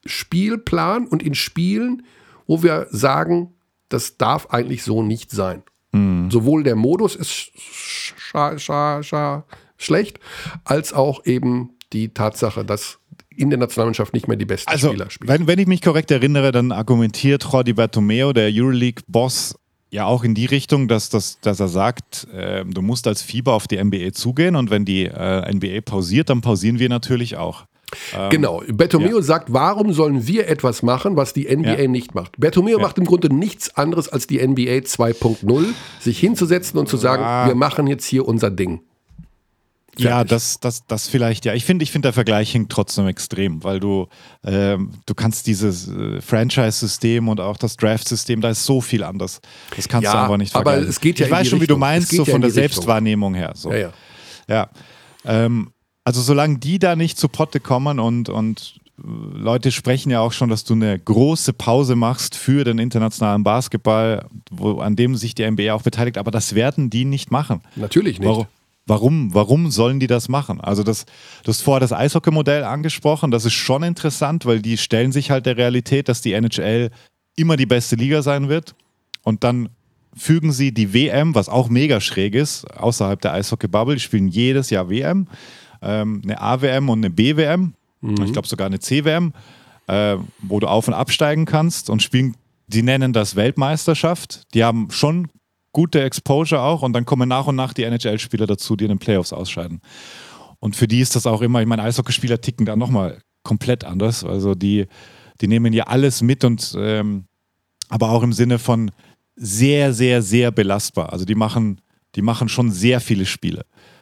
Spielplan und in Spielen, wo wir sagen, das darf eigentlich so nicht sein. Mhm. Sowohl der Modus ist scha- scha- scha- schlecht, als auch eben die Tatsache, dass in der Nationalmannschaft nicht mehr die besten also, Spieler spielen. Wenn, wenn ich mich korrekt erinnere, dann argumentiert Jordi Bertomeu, der Euroleague-Boss, ja auch in die Richtung, dass, dass, dass er sagt, äh, du musst als FIBA auf die N B A zugehen und wenn die äh, N B A pausiert, dann pausieren wir natürlich auch. Ähm, genau. Bertomeu ja. sagt, warum sollen wir etwas machen, was die N B A ja. nicht macht? Bertomeu ja. macht im Grunde nichts anderes als die N B A zwei Punkt null, sich hinzusetzen und zu sagen, ja. wir machen jetzt hier unser Ding. Fertig. Ja, das, das, das vielleicht, ja. Ich finde, ich finde der Vergleich hinkt trotzdem extrem, weil du, ähm, du kannst dieses äh, Franchise-System und auch das Draft-System, da ist so viel anders. Das kannst ja, du einfach nicht aber vergleichen. es geht ja ich in weiß die schon, Richtung. wie du meinst, so ja von der Richtung. Selbstwahrnehmung her. So. Ja, ja. ja. Ähm, also solange die da nicht zu Potte kommen und, und Leute sprechen ja auch schon, dass du eine große Pause machst für den internationalen Basketball, wo, an dem sich die N B A auch beteiligt, aber das werden die nicht machen. Natürlich nicht. Warum? Warum, warum sollen die das machen? Also das, du hast vorher das Eishockey-Modell angesprochen, das ist schon interessant, weil die stellen sich halt der Realität, dass die N H L immer die beste Liga sein wird und dann fügen sie die W M, was auch mega schräg ist, außerhalb der Eishockey-Bubble, die spielen jedes Jahr W M, ähm, eine A W M und eine B W M, mhm. ich glaube sogar eine C W M, äh, wo du auf- und absteigen kannst und spielen, die nennen das Weltmeisterschaft, die haben schon gute Exposure auch und dann kommen nach und nach die N H L-Spieler dazu, die in den Playoffs ausscheiden. Und für die ist das auch immer, ich meine, Eishockeyspieler ticken da nochmal komplett anders. Also die, die nehmen ja alles mit und ähm, aber auch im Sinne von sehr, sehr, sehr belastbar. Also die machen, die machen schon sehr viele Spiele.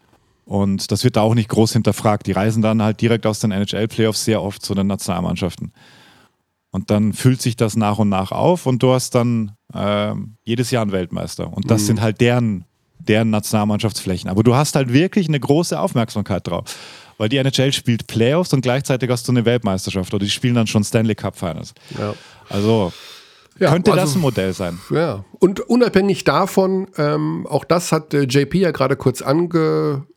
Und das wird da auch nicht groß hinterfragt. Die reisen dann halt direkt aus den N H L-Playoffs sehr oft zu den Nationalmannschaften. Und dann füllt sich das nach und nach auf und du hast dann äh, jedes Jahr einen Weltmeister. Und das mhm. sind halt deren, deren Nationalmannschaftsflächen. Aber du hast halt wirklich eine große Aufmerksamkeit drauf. Weil die N H L spielt Playoffs und gleichzeitig hast du eine Weltmeisterschaft. Oder die spielen dann schon Stanley Cup Finals. Ja. Also ja, könnte also, das ein Modell sein. Ja, und unabhängig davon, ähm, auch das hat äh, J P ja gerade kurz angesprochen.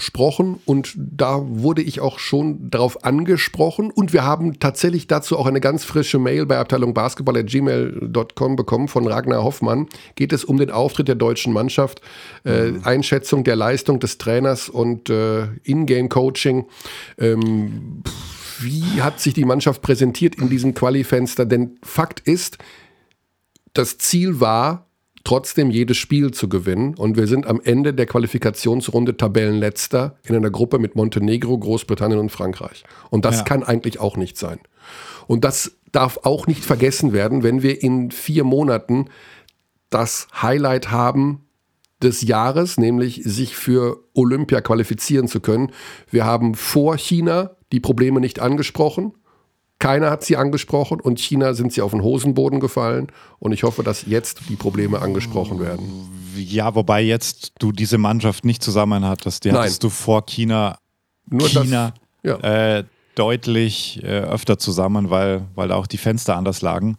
Und da wurde ich auch schon drauf angesprochen und wir haben tatsächlich dazu auch eine ganz frische Mail bei abteilung basketball at gmail dot com bekommen von Ragnar Hoffmann. Geht es um den Auftritt der deutschen Mannschaft, äh, mhm. Einschätzung der Leistung des Trainers und äh, In-Game-Coaching. Ähm, wie hat sich die Mannschaft präsentiert in diesem Quali-Fenster? Denn Fakt ist, das Ziel war, trotzdem jedes Spiel zu gewinnen. Und wir sind am Ende der Qualifikationsrunde Tabellenletzter in einer Gruppe mit Montenegro, Großbritannien und Frankreich. Und das ja. kann eigentlich auch nicht sein. Und das darf auch nicht vergessen werden, wenn wir in vier Monaten das Highlight haben des Jahres, nämlich sich für Olympia qualifizieren zu können. Wir haben vor China die Probleme nicht angesprochen. Keiner hat sie angesprochen und China sind sie auf den Hosenboden gefallen und ich hoffe, dass jetzt die Probleme angesprochen werden. Ja, wobei jetzt du diese Mannschaft nicht zusammen hattest. Die Nein. hattest du vor China, Nur China das, ja. äh, deutlich äh, öfter zusammen, weil, weil da auch die Fenster anders lagen.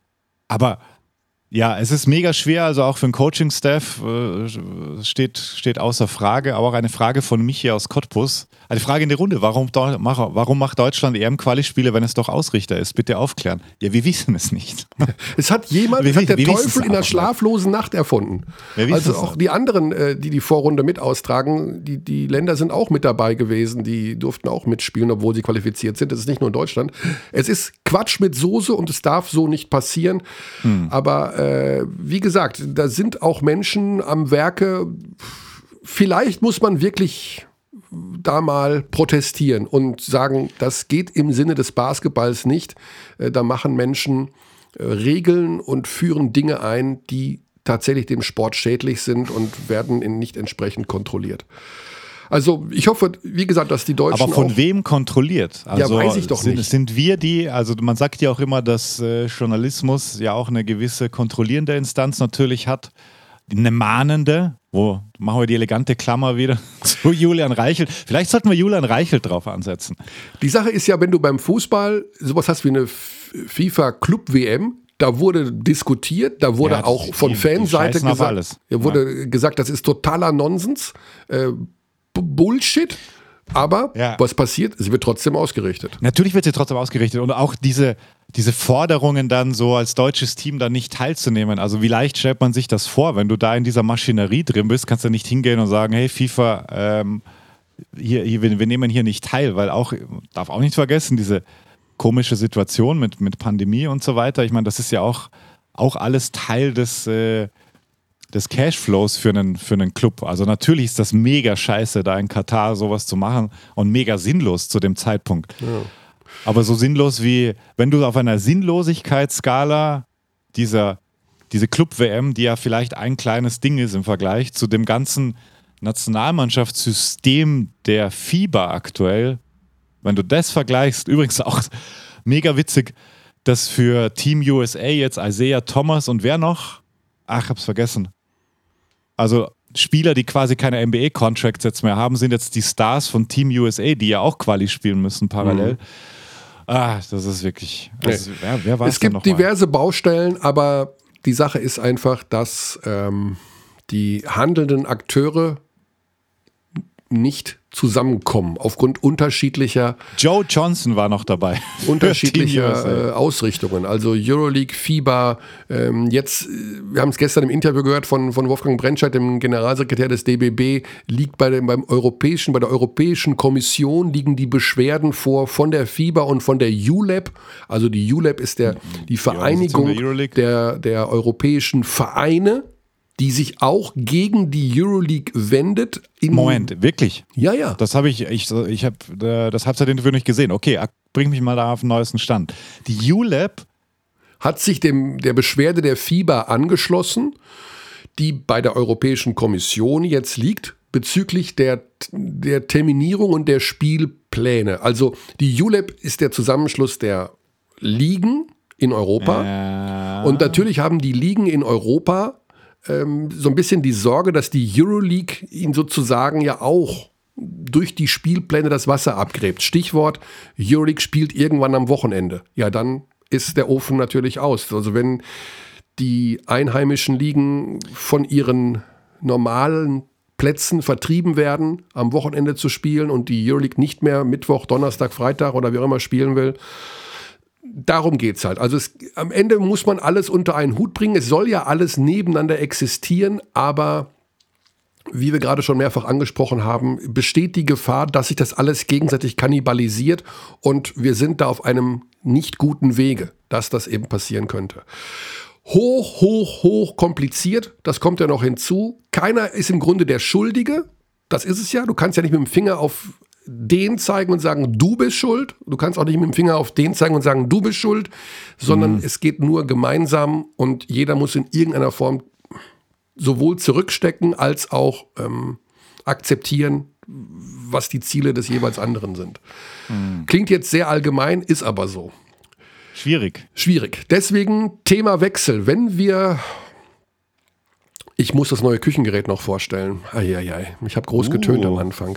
Aber ja, es ist mega schwer, also auch für den Coaching-Staff äh, steht, steht außer Frage, aber auch eine Frage von Michi aus Cottbus. Eine Frage in die Runde, warum, warum macht Deutschland E M-Quali-Spiele, wenn es doch Ausrichter ist? Bitte aufklären. Ja, wir wissen es nicht. Es hat jemand, wir, es hat der wir Teufel in der schlaflosen Nacht erfunden. Also auch die anderen, die die Vorrunde mit austragen, die, die Länder sind auch mit dabei gewesen, die durften auch mitspielen, obwohl sie qualifiziert sind. Das ist nicht nur in Deutschland. Es ist Quatsch mit Soße und es darf so nicht passieren. Hm. Aber äh, wie gesagt, da sind auch Menschen am Werke. Vielleicht muss man wirklich da mal protestieren und sagen, das geht im Sinne des Basketballs nicht. Da machen Menschen Regeln und führen Dinge ein, die tatsächlich dem Sport schädlich sind und werden nicht entsprechend kontrolliert. Also ich hoffe, wie gesagt, dass die Deutschen Aber von auch wem kontrolliert? Also ja, weiß ich doch sind, nicht. Sind wir die, also man sagt ja auch immer, dass äh, Journalismus ja auch eine gewisse kontrollierende Instanz natürlich hat, eine mahnende, wo machen wir die elegante Klammer wieder zu Julian Reichelt. Vielleicht sollten wir Julian Reichelt drauf ansetzen. Die Sache ist ja, wenn du beim Fußball sowas hast wie eine FIFA-Club-W M, da wurde diskutiert, da wurde ja, auch die, von die, Fanseite die gesagt, da wurde ja. gesagt, das ist totaler Nonsens, äh, Bullshit. Aber Ja. was passiert? Sie wird trotzdem ausgerichtet. Natürlich wird sie trotzdem ausgerichtet und auch diese, diese Forderungen dann so als deutsches Team dann nicht teilzunehmen. Also wie leicht stellt man sich das vor, wenn du da in dieser Maschinerie drin bist, kannst du nicht hingehen und sagen, hey FIFA, ähm, hier, hier, wir, wir nehmen hier nicht teil, weil auch, darf auch nicht vergessen, diese komische Situation mit, mit Pandemie und so weiter. Ich meine, das ist ja auch, auch alles Teil des, äh, des Cashflows für einen, für einen Club. Also natürlich ist das mega scheiße, da in Katar sowas zu machen und mega sinnlos zu dem Zeitpunkt. Ja. Aber so sinnlos wie, wenn du auf einer Sinnlosigkeitsskala dieser, diese Club-W M, die ja vielleicht ein kleines Ding ist im Vergleich zu dem ganzen Nationalmannschaftssystem der FIBA aktuell, wenn du das vergleichst, übrigens auch mega witzig, dass für Team U S A jetzt Isaiah Thomas und wer noch? Ach, ich hab's vergessen. Also Spieler, die quasi keine N B A-Contracts jetzt mehr haben, sind jetzt die Stars von Team U S A, die ja auch Quali spielen müssen parallel. Mhm. Ah, das ist wirklich... Also, nee. wer, wer war's es gibt noch diverse mal? Baustellen, aber die Sache ist einfach, dass ähm, die handelnden Akteure nicht zusammenkommen, aufgrund unterschiedlicher Joe Johnson war noch dabei. Unterschiedlicher äh, Ausrichtungen. Also Euroleague, FIBA, ähm, jetzt, wir haben es gestern im Interview gehört von, von Wolfgang Brentscheid, dem Generalsekretär des D B B, liegt bei dem, beim europäischen, bei der Europäischen Kommission liegen die Beschwerden vor von der FIBA und von der U L E B. Also die U L E B ist der, die Vereinigung der, der, der europäischen Vereine, die sich auch gegen die Euroleague wendet. Moment, wirklich? Ja, ja. Das habe ich, ich, ich habe das Halbzeitinterview nicht gesehen. Okay, bring mich mal da auf den neuesten Stand. Die U L E B hat sich dem, der Beschwerde der FIBA angeschlossen, die bei der Europäischen Kommission jetzt liegt, bezüglich der, der Terminierung und der Spielpläne. Also die U L E B ist der Zusammenschluss der Ligen in Europa. Äh. Und natürlich haben die Ligen in Europa so ein bisschen die Sorge, dass die Euroleague ihn sozusagen ja auch durch die Spielpläne das Wasser abgräbt. Stichwort, Euroleague spielt irgendwann am Wochenende. Ja, dann ist der Ofen natürlich aus. Also wenn die einheimischen Ligen von ihren normalen Plätzen vertrieben werden, am Wochenende zu spielen und die Euroleague nicht mehr Mittwoch, Donnerstag, Freitag oder wie auch immer spielen will, darum geht's halt. Also es, am Ende muss man alles unter einen Hut bringen. Es soll ja alles nebeneinander existieren, aber wie wir gerade schon mehrfach angesprochen haben, besteht die Gefahr, dass sich das alles gegenseitig kannibalisiert und wir sind da auf einem nicht guten Wege, dass das eben passieren könnte. Hoch, hoch, hoch kompliziert, das kommt ja noch hinzu. Keiner ist im Grunde der Schuldige, das ist es ja. Du kannst ja nicht mit dem Finger auf den zeigen und sagen, du bist schuld. Du kannst auch nicht mit dem Finger auf den zeigen und sagen, du bist schuld, sondern mhm. es geht nur gemeinsam und jeder muss in irgendeiner Form sowohl zurückstecken als auch ähm, akzeptieren, was die Ziele des jeweils anderen sind. Mhm. Klingt jetzt sehr allgemein, ist aber so. Schwierig. Schwierig. Deswegen Thema Wechsel. Wenn wir... Ich muss das neue Küchengerät noch vorstellen. Eieiei, ich habe groß getönt uh. am Anfang.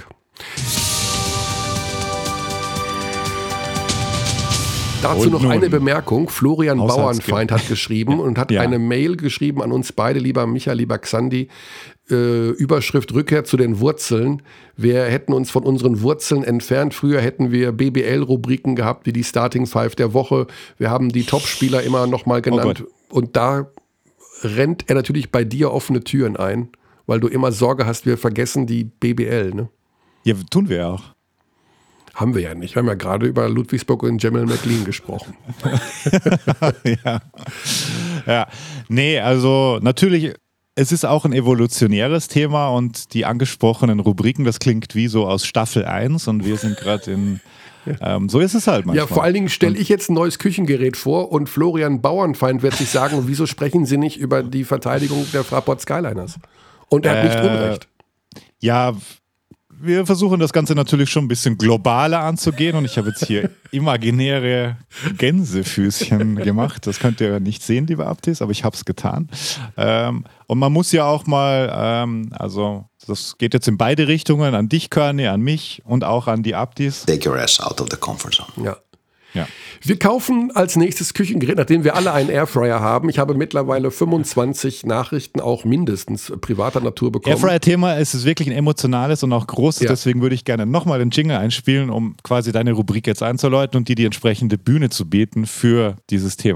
Dazu noch eine Bemerkung. Florian Bauernfeind hat geschrieben und hat ja. eine Mail geschrieben an uns beide, lieber Micha, lieber Xandi. Äh, Überschrift Rückkehr zu den Wurzeln. Wir hätten uns von unseren Wurzeln entfernt. Früher hätten wir B B L-Rubriken gehabt, wie die Starting Five der Woche. Wir haben die Topspieler immer nochmal genannt. Oh und da rennt er natürlich bei dir offene Türen ein, weil du immer Sorge hast, wir vergessen die B B L. Ne? Ja, tun wir ja auch. Haben wir ja nicht. Wir haben ja gerade über Ludwigsburg und Jamal McLean gesprochen. ja. ja. Nee, also natürlich, es ist auch ein evolutionäres Thema und die angesprochenen Rubriken, das klingt wie so aus Staffel eins und wir sind gerade in, ähm, so ist es halt manchmal. Ja, vor allen Dingen stelle ich jetzt ein neues Küchengerät vor und Florian Bauernfeind wird sich sagen, wieso sprechen Sie nicht über die Verteidigung der Fraport Skyliners? Und er hat nicht äh, Unrecht. Ja, wir versuchen das Ganze natürlich schon ein bisschen globaler anzugehen und ich habe jetzt hier imaginäre Gänsefüßchen gemacht. Das könnt ihr nicht sehen, liebe Abdis, aber ich habe es getan. Ähm, und man muss ja auch mal, ähm, also das geht jetzt in beide Richtungen, an dich, Körny, an mich und auch an die Abdis. Take your ass out of the comfort zone. Ja. Ja. Wir kaufen als nächstes Küchengerät, nachdem wir alle einen Airfryer haben. Ich habe mittlerweile fünfundzwanzig Nachrichten, auch mindestens privater Natur bekommen. Airfryer-Thema, es ist wirklich ein emotionales und auch großes, Ja. deswegen würde ich gerne nochmal den Jingle einspielen, um quasi deine Rubrik jetzt einzuläuten und dir die entsprechende Bühne zu bieten für dieses Thema.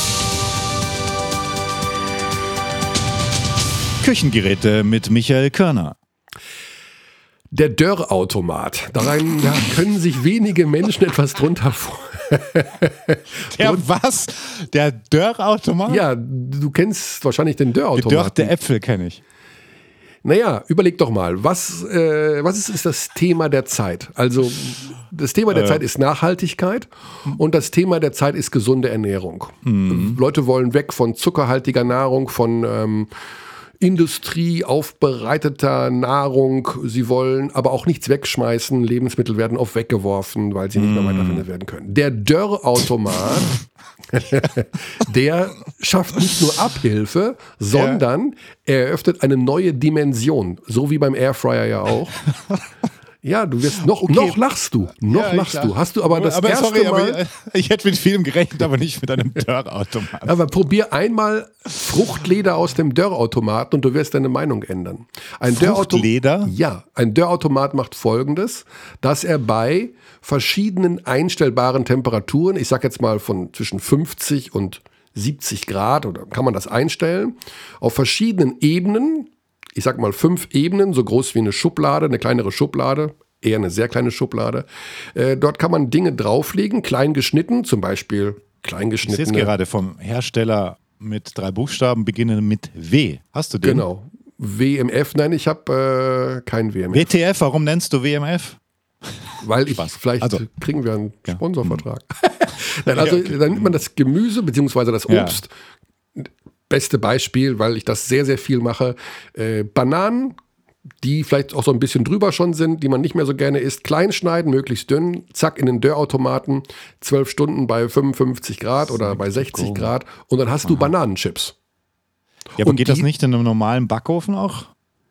Küchengeräte mit Michael Körner. Der Dörrautomat. Daran ja, können sich wenige Menschen etwas drunter vorstellen. Der was? Der Dörrautomat? Ja, du kennst wahrscheinlich den Dörrautomaten. Gedörrte Äpfel kenne ich. Naja, überleg doch mal, was, äh, was ist, ist das Thema der Zeit? Also das Thema der Äh. Zeit ist Nachhaltigkeit und das Thema der Zeit ist gesunde Ernährung. Mhm. Leute wollen weg von zuckerhaltiger Nahrung, von ähm, Industrie aufbereiteter Nahrung. Sie wollen aber auch nichts wegschmeißen. Lebensmittel werden oft weggeworfen, weil sie nicht mehr weiterverwendet werden können. Der Dörrautomat, der schafft nicht nur Abhilfe, sondern er eröffnet eine neue Dimension. So wie beim Airfryer ja auch. Ja, du wirst noch, Okay. noch lachst du, noch Ja, ich lachst lach. du. Hast du aber das aber erste sorry, Mal... aber ich, ich hätte mit vielem gerechnet, aber nicht mit einem Dörrautomat. Aber probier einmal Fruchtleder aus dem Dörrautomaten und du wirst deine Meinung ändern. Ein Fruchtleder? Dörrauto- Ja, ein Dörrautomat macht Folgendes, dass er bei verschiedenen einstellbaren Temperaturen, ich sag jetzt mal von zwischen fünfzig und siebzig Grad, oder kann man das einstellen, auf verschiedenen Ebenen, ich sag mal fünf Ebenen, so groß wie eine Schublade, eine kleinere Schublade, eher eine sehr kleine Schublade. Äh, dort kann man Dinge drauflegen, klein geschnitten, zum Beispiel klein Ich sehe geschnittene. es gerade vom Hersteller mit drei Buchstaben, beginnen mit W. Hast du den? Genau. W M F, nein, ich habe äh, kein W M F. W T F, warum nennst du W M F? Weil ich, Spaß. vielleicht Also. kriegen wir einen Ja. Sponsorvertrag. Nein, also Ja, okay. dann nimmt man das Gemüse bzw. das Ja. Obst. Beste Beispiel, weil ich das sehr, sehr viel mache. Äh, Bananen, die vielleicht auch so ein bisschen drüber schon sind, die man nicht mehr so gerne isst, klein schneiden, möglichst dünn, zack, in den Dörrautomaten, zwölf Stunden bei fünfundfünfzig Grad oder bei sechzig Grad und dann hast du Bananenchips. Ja, aber Und geht das die- nicht in einem normalen Backofen auch?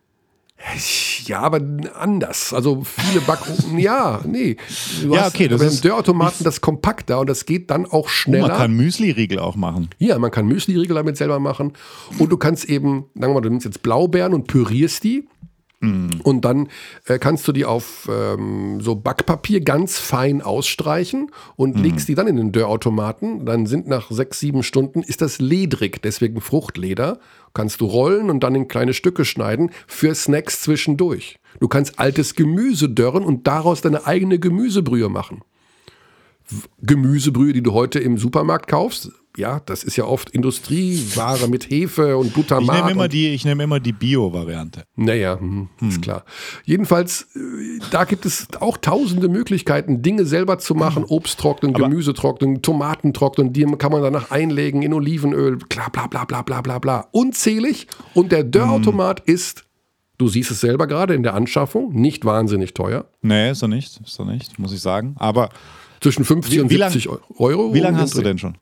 Ja, aber anders. Also viele Backofen, ja, nee. Du Ja, hast okay, das beim ist- Dörrautomaten das kompakter und das geht dann auch Oh, schneller. man kann Müsli-Riegel auch machen. Ja, man kann Müsli-Riegel damit selber machen. Und du kannst eben, sagen wir mal, du nimmst jetzt Blaubeeren und pürierst die. Und dann äh, kannst du die auf ähm, so Backpapier ganz fein ausstreichen und legst die dann in den Dörrautomaten. Dann sind nach sechs, sieben Stunden, ist das ledrig, deswegen Fruchtleder. Kannst du rollen und dann in kleine Stücke schneiden für Snacks zwischendurch. Du kannst altes Gemüse dörren und daraus deine eigene Gemüsebrühe machen. Gemüsebrühe, die du heute im Supermarkt kaufst, ja, das ist ja oft Industrieware mit Hefe und Ich Glutamat. nehme immer und, die, ich nehme immer die Bio-Variante. naja, hm, ist klar. Jedenfalls, äh, da gibt es auch tausende Möglichkeiten, Dinge selber zu machen. Obst trocknen, Aber- Gemüse trocknen, Tomaten trocknen, die kann man danach einlegen in Olivenöl, bla bla bla bla bla bla bla. Unzählig. Und der Dörrautomat ist, du siehst es selber gerade in der Anschaffung, nicht wahnsinnig teuer. Nee, ist er nicht, ist er nicht, muss ich sagen. Aber Zwischen fünfzig Wie- und wie lang- siebzig Euro. wie lange um den hast du Dreh. denn schon?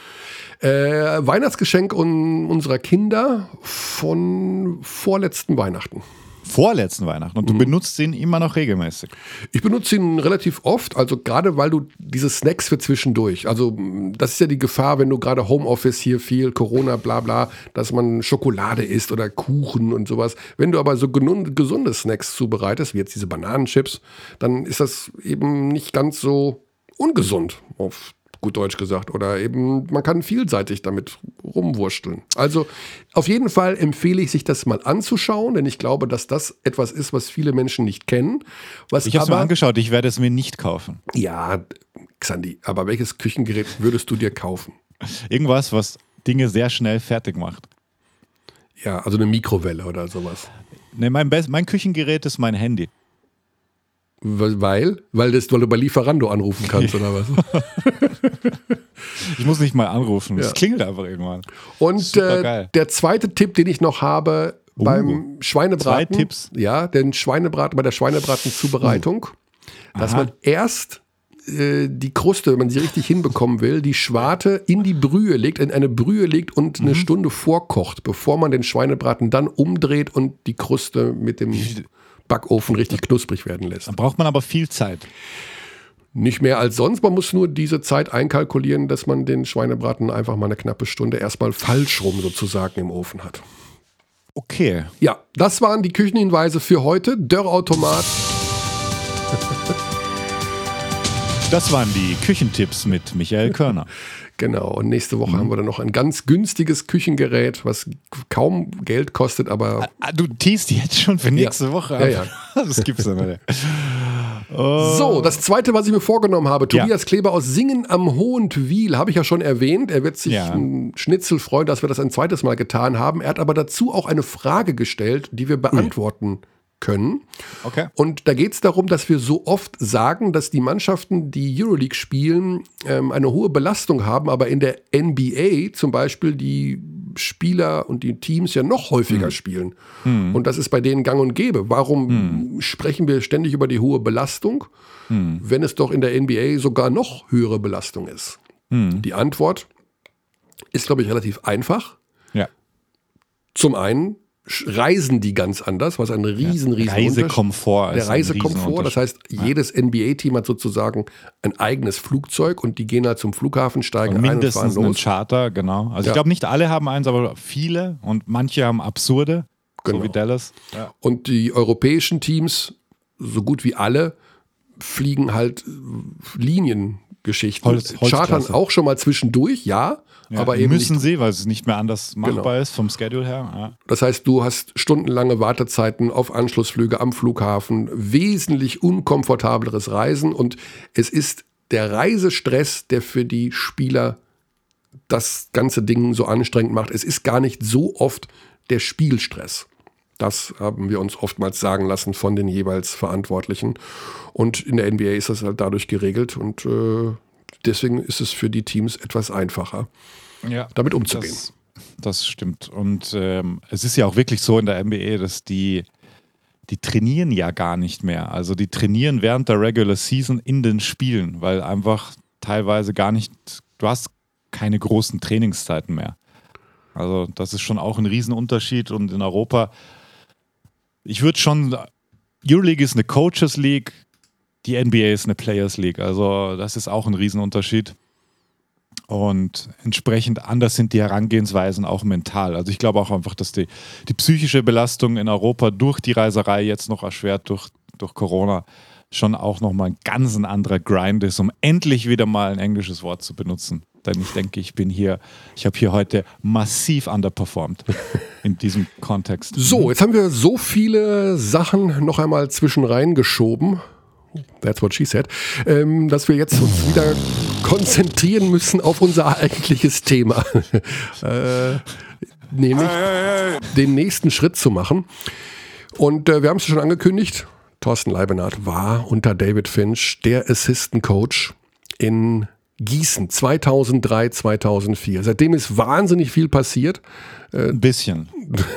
Äh, Weihnachtsgeschenk un unserer Kinder von vorletzten Weihnachten. Vorletzten Weihnachten. Und du benutzt ihn immer noch regelmäßig. Ich benutze ihn relativ oft, also gerade weil du diese Snacks für zwischendurch, also mh, das ist ja die Gefahr, wenn du gerade Homeoffice hier viel, Corona, bla bla, dass man Schokolade isst oder Kuchen und sowas. Wenn du aber so genun- gesunde Snacks zubereitest, wie jetzt diese Bananenchips, dann ist das eben nicht ganz so ungesund, auf gut Deutsch gesagt. Oder eben, man kann vielseitig damit rumwursteln. Also auf jeden Fall empfehle ich, sich das mal anzuschauen, denn ich glaube, dass das etwas ist, was viele Menschen nicht kennen. Was Ich habe es mir aber- angeschaut, ich werde es mir nicht kaufen. Ja, Xandi, aber welches Küchengerät würdest du dir kaufen? Irgendwas, was Dinge sehr schnell fertig macht. Ja, also eine Mikrowelle oder sowas. Nee, mein, Best mein Küchengerät ist mein Handy. Weil? Weil, das, weil du bei Lieferando anrufen kannst oder was? Ich muss nicht mal anrufen, Ja. es klingelt einfach irgendwann. Und Super äh, geil. der zweite Tipp, den ich noch habe beim Schweinebraten. zwei Tipps? Ja, den Schweinebraten, bei der Schweinebratenzubereitung, dass Aha. man erst äh, die Kruste, wenn man sie richtig hinbekommen will, die Schwarte in die Brühe legt, in eine Brühe legt und Mhm. eine Stunde vorkocht, bevor man den Schweinebraten dann umdreht und die Kruste mit dem Backofen richtig knusprig werden lässt. Dann braucht man aber viel Zeit. Nicht mehr als sonst, man muss nur diese Zeit einkalkulieren, dass man den Schweinebraten einfach mal eine knappe Stunde erstmal falsch rum sozusagen im Ofen hat. Okay. Ja, das waren die Küchenhinweise für heute. Dörrautomat. Das waren die Küchentipps mit Michael Körner. Genau, und nächste Woche mhm. haben wir dann noch ein ganz günstiges Küchengerät, was kaum Geld kostet, aber... Ah, du teast jetzt schon für nächste ja. Woche? Ja, ja. Das gibt's aber nicht. Oh. So, das zweite, was ich mir vorgenommen habe, Tobias ja. Kleber aus Singen am Hohentwiel, habe ich ja schon erwähnt. Er wird sich ja. ein Schnitzel freuen, dass wir das ein zweites Mal getan haben. Er hat aber dazu auch eine Frage gestellt, die wir beantworten mhm. können. Okay. Und da geht es darum, dass wir so oft sagen, dass die Mannschaften, die Euroleague spielen, ähm, eine hohe Belastung haben, aber in der N B A zum Beispiel die Spieler und die Teams ja noch häufiger hm. spielen. Hm. Und das ist bei denen gang und gäbe. Warum hm. sprechen wir ständig über die hohe Belastung, hm. wenn es doch in der N B A sogar noch höhere Belastung ist? Hm. Die Antwort ist, glaube ich, relativ einfach. Ja. Zum einen reisen die ganz anders, was ein riesen, riesen Reisekomfort. Der Reisekomfort, das heißt, jedes N B A-Team hat sozusagen ein eigenes Flugzeug und die gehen halt zum Flughafen, steigen und ein und fahren mindestens los. einen Charter, genau. Also ja. ich glaube, nicht alle haben eins, aber viele und manche haben absurde, genau. so wie Dallas. Ja. Und die europäischen Teams, so gut wie alle, fliegen halt Liniengeschichten. Holz, Chartern auch schon mal zwischendurch, ja. Ja, aber eben müssen nicht, sie, weil es nicht mehr anders machbar genau. ist vom Schedule her. Ja. Das heißt, du hast stundenlange Wartezeiten auf Anschlussflüge am Flughafen, wesentlich unkomfortableres Reisen und es ist der Reisestress, der für die Spieler das ganze Ding so anstrengend macht. Es ist gar nicht so oft der Spielstress. Das haben wir uns oftmals sagen lassen von den jeweils Verantwortlichen. Und in der N B A ist das halt dadurch geregelt und äh, deswegen ist es für die Teams etwas einfacher, ja, damit umzugehen. Das, das stimmt. Und ähm, es ist ja auch wirklich so in der N B A, dass die, die trainieren ja gar nicht mehr. Also die trainieren während der Regular Season in den Spielen, weil einfach teilweise gar nicht, du hast keine großen Trainingszeiten mehr. Also das ist schon auch ein Riesenunterschied. Und in Europa, ich würde schon, Euroleague ist eine Coaches League, die N B A ist eine Players League, also das ist auch ein Riesenunterschied. Und entsprechend anders sind die Herangehensweisen auch mental. Also ich glaube auch einfach, dass die, die psychische Belastung in Europa durch die Reiserei jetzt noch erschwert durch, durch Corona schon auch nochmal ein ganz ein anderer Grind ist, um endlich wieder mal ein englisches Wort zu benutzen. Denn ich denke, ich bin hier, ich habe hier heute massiv underperformed in diesem Kontext. So, jetzt haben wir so viele Sachen noch einmal zwischen rein geschoben. That's what she said. Ähm, dass wir jetzt uns wieder konzentrieren müssen auf unser eigentliches Thema. äh, nämlich hey, hey, hey. den nächsten Schritt zu machen. Und äh, wir haben es schon angekündigt, Thorsten Leibenhardt war unter David Finch der Assistant Coach in Gießen zweitausenddrei, zweitausendvier. Seitdem ist wahnsinnig viel passiert. Äh, Ein bisschen.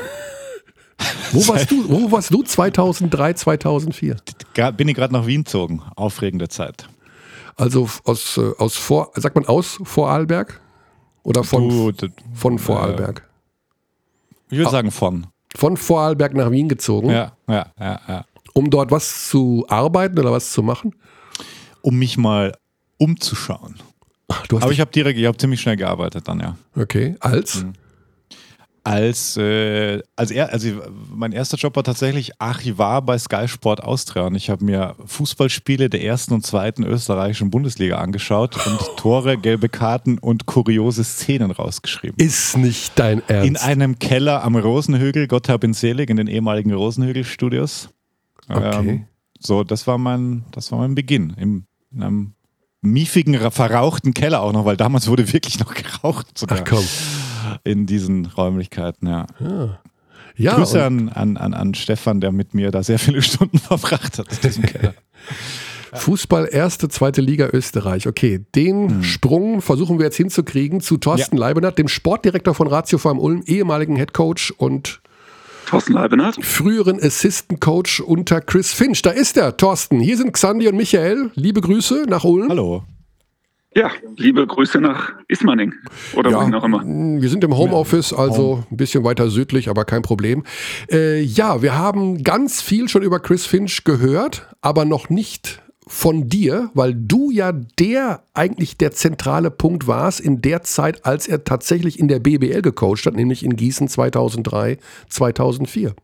Wo warst du, wo warst du zweitausenddrei, zweitausendvier? Bin ich gerade nach Wien gezogen. Aufregende Zeit. Also aus, aus vor, sagt man aus Vorarlberg? Oder von, du, du, von Vorarlberg? Äh, ich würde sagen von. Von Vorarlberg nach Wien gezogen? Ja, ja, ja, ja. Um dort was zu arbeiten oder was zu machen? Um mich mal umzuschauen. Ach, du hast Aber ich habe direkt, ich habe ziemlich schnell gearbeitet dann, ja. Okay, als? Mhm. Als, äh, als er, also mein erster Job war tatsächlich Archivar bei Sky Sport Austria und ich habe mir Fußballspiele der ersten und zweiten österreichischen Bundesliga angeschaut und Tore, gelbe Karten und kuriose Szenen rausgeschrieben. Ist nicht dein Ernst? In einem Keller am Rosenhügel, Gott hab ihn selig, in den ehemaligen Rosenhügel-Studios. Okay. Ähm, so, das war mein, das war mein Beginn. Im, in einem miefigen, verrauchten Keller auch noch, weil damals wurde wirklich noch geraucht. Sogar. Ach komm. In diesen Räumlichkeiten, ja. Ja. Ja, Grüße an, an, an, an Stefan, der mit mir da sehr viele Stunden verbracht hat in diesem Keller. Fußball, erste, zweite Liga Österreich. Okay, den hm. Sprung versuchen wir jetzt hinzukriegen zu Thorsten ja. Leibenhardt, dem Sportdirektor von Ratio Farm Ulm, ehemaligen Headcoach und Thorsten Leibenhardt. Früheren Assistant Coach unter Chris Finch. Da ist er, Thorsten. Hier sind Xandi und Michael. Liebe Grüße nach Ulm. Hallo. Ja, liebe Grüße nach Ismaning oder ja, wohin auch immer. Wir sind im Homeoffice, also ein bisschen weiter südlich, aber kein Problem. Äh, ja, wir haben ganz viel schon über Chris Finch gehört, aber noch nicht von dir, weil du ja der eigentlich der zentrale Punkt warst in der Zeit, als er tatsächlich in der B B L gecoacht hat, nämlich in Gießen zweitausenddrei, zweitausendvier.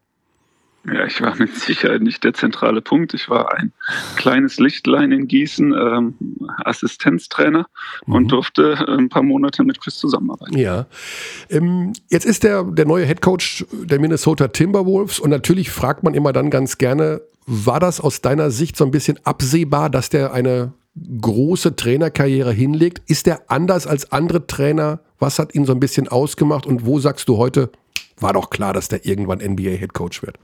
Ja, ich war mit Sicherheit nicht der zentrale Punkt. Ich war ein kleines Lichtlein in Gießen, ähm, Assistenztrainer mhm. und durfte ein paar Monate mit Chris zusammenarbeiten. Ja, ähm, jetzt ist der, der neue Headcoach der Minnesota Timberwolves und natürlich fragt man immer dann ganz gerne, war das aus deiner Sicht so ein bisschen absehbar, dass der eine große Trainerkarriere hinlegt? Ist der anders als andere Trainer? Was hat ihn so ein bisschen ausgemacht und wo sagst du heute, war doch klar, dass der irgendwann N B A-Headcoach wird?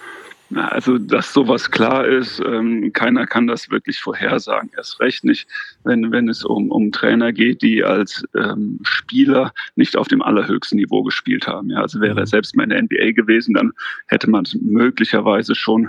Na, also, dass sowas klar ist, ähm, keiner kann das wirklich vorhersagen. Erst recht nicht, wenn, wenn es um, um Trainer geht, die als ähm, Spieler nicht auf dem allerhöchsten Niveau gespielt haben. Ja, also wäre er selbst mal in der N B A gewesen, dann hätte man es möglicherweise schon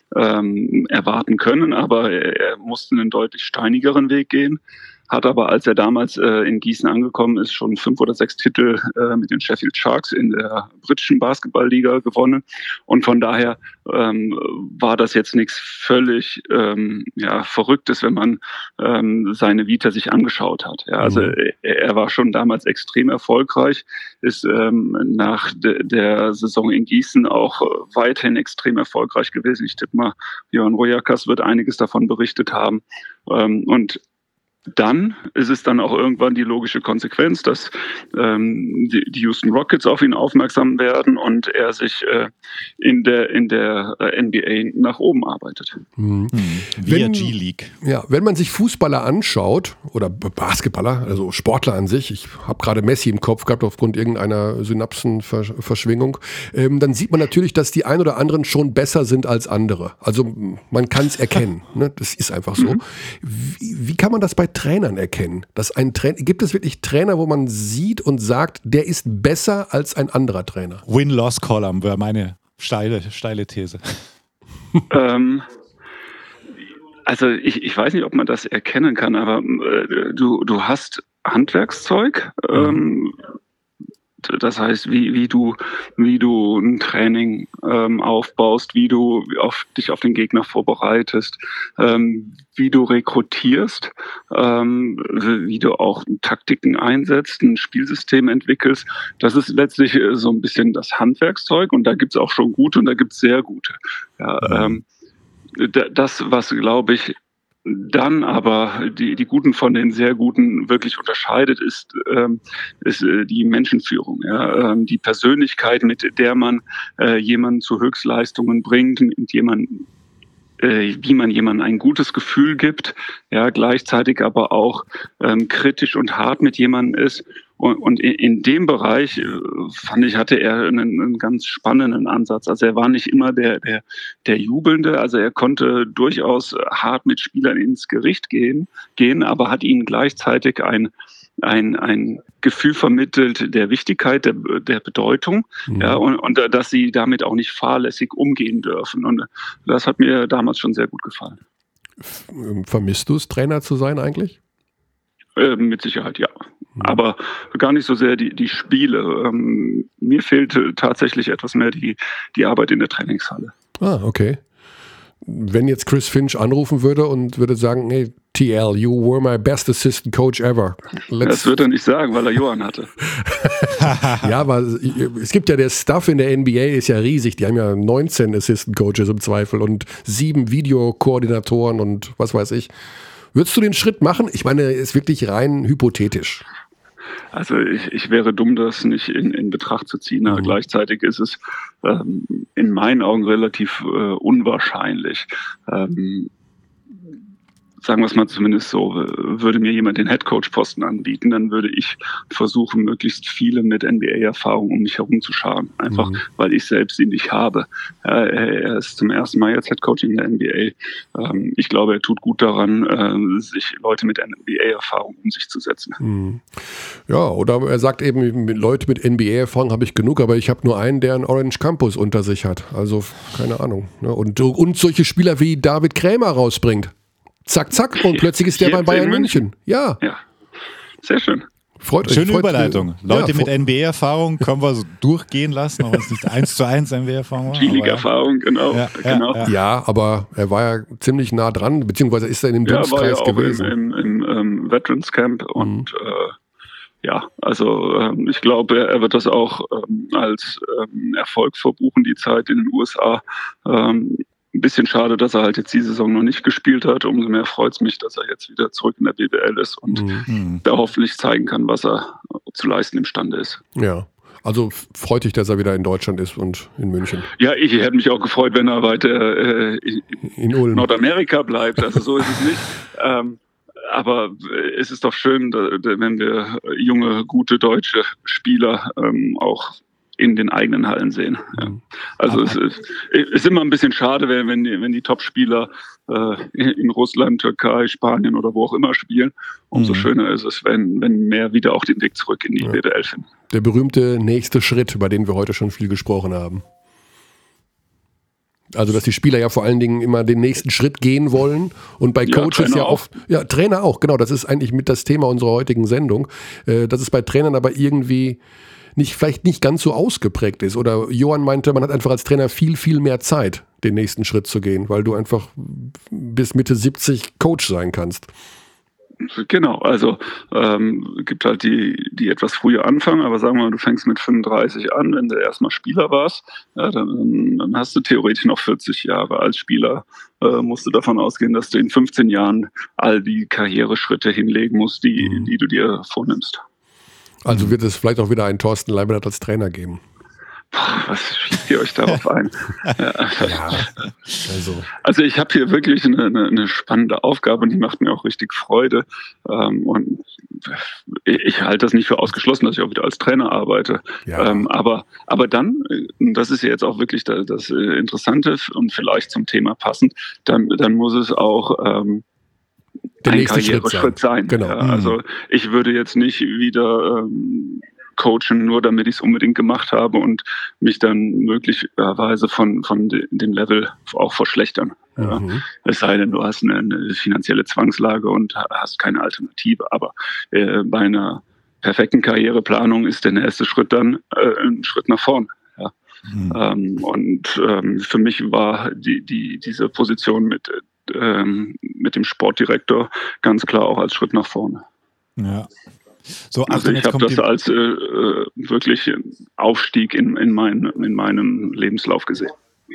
ähm, erwarten können, aber er, er musste einen deutlich steinigeren Weg gehen. Hat aber, als er damals äh, in Gießen angekommen ist, schon fünf oder sechs Titel äh, mit den Sheffield Sharks in der britischen Basketballliga gewonnen. Und von daher ähm, war das jetzt nichts völlig ähm, ja, Verrücktes, wenn man ähm, seine Vita sich angeschaut hat. Ja, also mhm. er, er war schon damals extrem erfolgreich, ist ähm, nach de, der Saison in Gießen auch weiterhin extrem erfolgreich gewesen. Ich tippe mal, Johan Rojakas wird einiges davon berichtet haben. Ähm, und Dann ist es dann auch irgendwann die logische Konsequenz, dass ähm, die, die Houston Rockets auf ihn aufmerksam werden und er sich äh, in der in der äh, N B A nach oben arbeitet. Mhm. Via G-League. Ja, wenn man sich Fußballer anschaut oder Basketballer, also Sportler an sich, ich habe gerade Messi im Kopf gehabt aufgrund irgendeiner Synapsenverschwingung, ähm, dann sieht man natürlich, dass die ein oder anderen schon besser sind als andere. Also man kann es erkennen, ne? Das ist einfach so. Mhm. Wie, wie kann man das bei Trainern erkennen? Dass ein Trainer, gibt es wirklich Trainer, wo man sieht und sagt, der ist besser als ein anderer Trainer? Win-Loss-Column wäre meine steile, steile These. ähm, also ich, ich weiß nicht, ob man das erkennen kann, aber äh, du, du hast Handwerkszeug, ähm, das heißt, wie, wie du, wie du ein Training ähm, aufbaust, wie du auf, dich auf den Gegner vorbereitest, ähm, wie du rekrutierst, ähm, wie du auch Taktiken einsetzt, ein Spielsystem entwickelst. Das ist letztlich so ein bisschen das Handwerkszeug und da gibt's auch schon gute und da gibt's sehr gute. Ja, ähm, das, was, glaube ich, dann aber die, die Guten von den sehr Guten wirklich unterscheidet, ist, ähm, ist äh, die Menschenführung. Ja? Ähm, die Persönlichkeit, mit der man äh, jemanden zu Höchstleistungen bringt, mit jemanden, äh, wie man jemandem ein gutes Gefühl gibt, ja, gleichzeitig aber auch ähm, kritisch und hart mit jemandem ist. Und, und in, in dem Bereich, äh, fand ich, hatte er einen, einen ganz spannenden Ansatz. Also er war nicht immer der, der, der Jubelnde, also er konnte durchaus hart mit Spielern ins Gericht gehen, gehen, aber hat ihnen gleichzeitig ein, ein, ein Gefühl vermittelt der Wichtigkeit, der, der Bedeutung, mhm. ja, und, und dass sie damit auch nicht fahrlässig umgehen dürfen. Und das hat mir damals schon sehr gut gefallen. Vermisst du es, Trainer zu sein eigentlich? Äh, mit Sicherheit, ja. Aber gar nicht so sehr die, die Spiele. Ähm, mir fehlt tatsächlich etwas mehr die, die Arbeit in der Trainingshalle. Ah, okay. Wenn jetzt Chris Finch anrufen würde und würde sagen, hey, T L, you were my best assistant coach ever. Let's das wird er nicht sagen, weil er Johann hatte. Ja, aber es gibt ja der Stuff in der N B A ist ja riesig. Die haben ja neunzehn Assistant Coaches im Zweifel und sieben Videokoordinatoren und was weiß ich. Würdest du den Schritt machen? Ich meine, ist wirklich rein hypothetisch. Also ich, ich wäre dumm, das nicht in, in Betracht zu ziehen. Aber mhm. gleichzeitig ist es ähm, in meinen Augen relativ äh, unwahrscheinlich. Ähm, sagen wir es mal zumindest so, würde mir jemand den Headcoach-Posten anbieten, dann würde ich versuchen, möglichst viele mit N B A-Erfahrung um mich herum zu scharen. Einfach, mhm. weil ich selbst ihn nicht habe. Er ist zum ersten Mal jetzt Headcoach in der N B A. Ich glaube, er tut gut daran, sich Leute mit N B A-Erfahrung um sich zu setzen. Mhm. Ja, oder er sagt eben, Leute mit N B A-Erfahrung habe ich genug, aber ich habe nur einen, der einen Orange Campus unter sich hat. Also, keine Ahnung. Und, und solche Spieler wie David Krämer rausbringt. Zack, zack, und plötzlich ist der bei Bayern München. München. Ja. Ja, sehr schön. Freut euch, Schöne freut, Überleitung. Leute ja, mit N B A-Erfahrung können wir so durchgehen lassen, auch wenn es nicht eins zu eins N B A-Erfahrung war. G-League-Erfahrung, genau. Ja, genau. ja, ja, aber er war ja ziemlich nah dran, beziehungsweise ist er in dem Ja, war ja Dunstkreis auch gewesen. im, im, im ähm, Veterans Camp und mhm. äh, ja, also ähm, ich glaube, er, er wird das auch ähm, als ähm, Erfolg verbuchen, die Zeit in den U S A. Ähm, Ein bisschen schade, dass er halt jetzt die Saison noch nicht gespielt hat. Umso mehr freut es mich, dass er jetzt wieder zurück in der B B L ist und mhm. da hoffentlich zeigen kann, was er zu leisten imstande ist. Ja, also freut dich, dass er wieder in Deutschland ist und in München. Ja, ich hätte mich auch gefreut, wenn er weiter äh, in, in Ulm. Nordamerika bleibt. Also so ist es nicht. Ähm, aber es ist doch schön, wenn wir junge, gute deutsche Spieler ähm, auch in den eigenen Hallen sehen. Ja. Also es ist, ist immer ein bisschen schade, wenn, wenn die, wenn die Top-Spieler äh, in Russland, Türkei, Spanien oder wo auch immer spielen. Umso mhm. schöner ist es, wenn, wenn mehr wieder auch den Weg zurück in die ja. B B L finden. Der berühmte nächste Schritt, über den wir heute schon viel gesprochen haben. Also, dass die Spieler ja vor allen Dingen immer den nächsten Schritt gehen wollen und bei Coaches ja, ja oft, ja, Trainer auch, genau, das ist eigentlich mit das Thema unserer heutigen Sendung, äh, dass es bei Trainern aber irgendwie nicht, vielleicht nicht ganz so ausgeprägt ist. Oder Johann meinte, man hat einfach als Trainer viel, viel mehr Zeit, den nächsten Schritt zu gehen, weil du einfach bis Mitte siebzig Coach sein kannst. Genau, also ähm, gibt halt die, die etwas früher anfangen, aber sagen wir mal, du fängst mit fünfunddreißig an, wenn du erstmal Spieler warst, ja, dann, dann hast du theoretisch noch vierzig Jahre als Spieler, äh, musst du davon ausgehen, dass du in fünfzehn Jahren all die Karriereschritte hinlegen musst, die, mhm. die du dir vornimmst. Also wird es vielleicht auch wieder einen Thorsten Leibniz als Trainer geben. Was schließt ihr euch darauf ein? Ja. Ja, also. also ich habe hier wirklich eine, eine, eine spannende Aufgabe und die macht mir auch richtig Freude. Ähm, und ich halte das nicht für ausgeschlossen, dass ich auch wieder als Trainer arbeite. Ja. Ähm, aber, aber dann, das ist ja jetzt auch wirklich das, das Interessante und vielleicht zum Thema passend, dann, dann muss es auch ähm, der ein nächste Karriereschritt Schritt sein. sein. Genau. Ja, also ich würde jetzt nicht wieder ähm, coachen, nur damit ich es unbedingt gemacht habe und mich dann möglicherweise von, von de, dem Level auch verschlechtern. Mhm. Ja. Es sei denn, du hast eine, eine finanzielle Zwangslage und hast keine Alternative. Aber äh, bei einer perfekten Karriereplanung ist der nächste Schritt dann äh, ein Schritt nach vorn. Ja. Mhm. Ähm, und ähm, für mich war die, die, diese Position mit ähm, mit dem Sportdirektor ganz klar auch als Schritt nach vorne. Ja. So, Achtung, also ich habe das als äh, wirklich Aufstieg in, in, mein, in meinem Lebenslauf gesehen.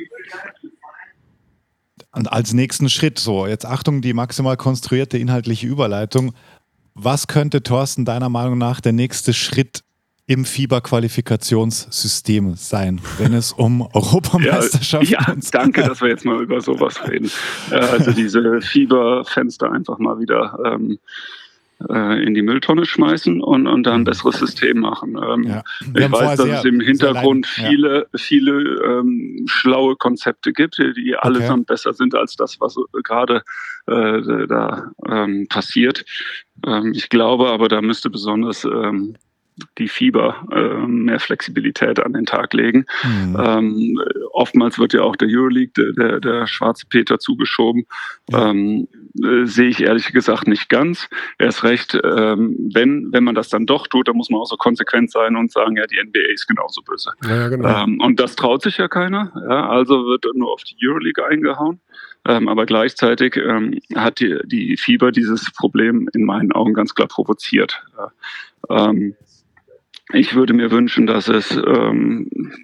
Und als nächsten Schritt, so, jetzt Achtung, die maximal konstruierte inhaltliche Überleitung. Was könnte, Thorsten, deiner Meinung nach der nächste Schritt im FIBA-Qualifikationssystem sein, wenn es um Europameisterschaften ja, ja, danke, dass wir jetzt mal über sowas reden. Also diese FIBA-Fenster einfach mal wieder ähm, äh, in die Mülltonne schmeißen und, und da ein besseres System machen. Ähm, ja. Ich weiß, dass sehr, es im Hintergrund leid, viele, ja. viele ähm, schlaue Konzepte gibt, die allesamt okay. besser sind als das, was gerade äh, da ähm, passiert. Ähm, ich glaube aber, da müsste besonders ähm, die FIBA äh, mehr Flexibilität an den Tag legen. Mhm. Ähm, oftmals wird ja auch der Euroleague, der, der, der schwarze Peter zugeschoben. Ja. Ähm, äh, sehe ich ehrlich gesagt nicht ganz. Erst recht, ähm, wenn, wenn man das dann doch tut, dann muss man auch so konsequent sein und sagen, ja, die N B A ist genauso böse. Ja, genau. ähm, und das traut sich ja keiner. Ja, also wird nur auf die Euroleague eingehauen. Ähm, aber gleichzeitig ähm, hat die, die FIBA dieses Problem in meinen Augen ganz klar provoziert. Ja. Ähm, Ich würde mir wünschen, dass es ähm,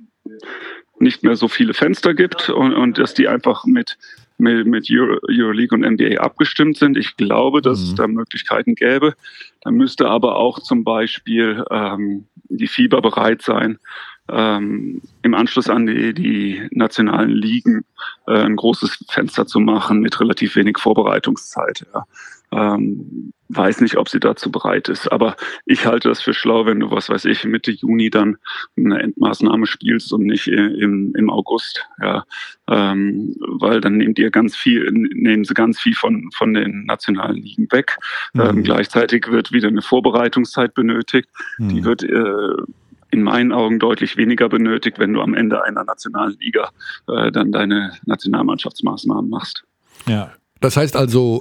nicht mehr so viele Fenster gibt und, und dass die einfach mit, mit, mit Euro, Euroleague und N B A abgestimmt sind. Ich glaube, dass mhm. es da Möglichkeiten gäbe. Da müsste aber auch zum Beispiel ähm, die FIBA bereit sein, ähm, im Anschluss an die, die nationalen Ligen äh, ein großes Fenster zu machen mit relativ wenig Vorbereitungszeit. Ja. Ähm, weiß nicht, ob sie dazu bereit ist. Aber ich halte das für schlau, wenn du, was weiß ich, Mitte Juni dann eine Endmaßnahme spielst und nicht im, im August. Ja. Ähm, weil dann nehmt ihr ganz viel, nehmen sie ganz viel von, von den nationalen Ligen weg. Mhm. Ähm, gleichzeitig wird wieder eine Vorbereitungszeit benötigt. Mhm. Die wird äh, in meinen Augen deutlich weniger benötigt, wenn du am Ende einer nationalen Liga äh, dann deine Nationalmannschaftsmaßnahmen machst. Ja. Das heißt also,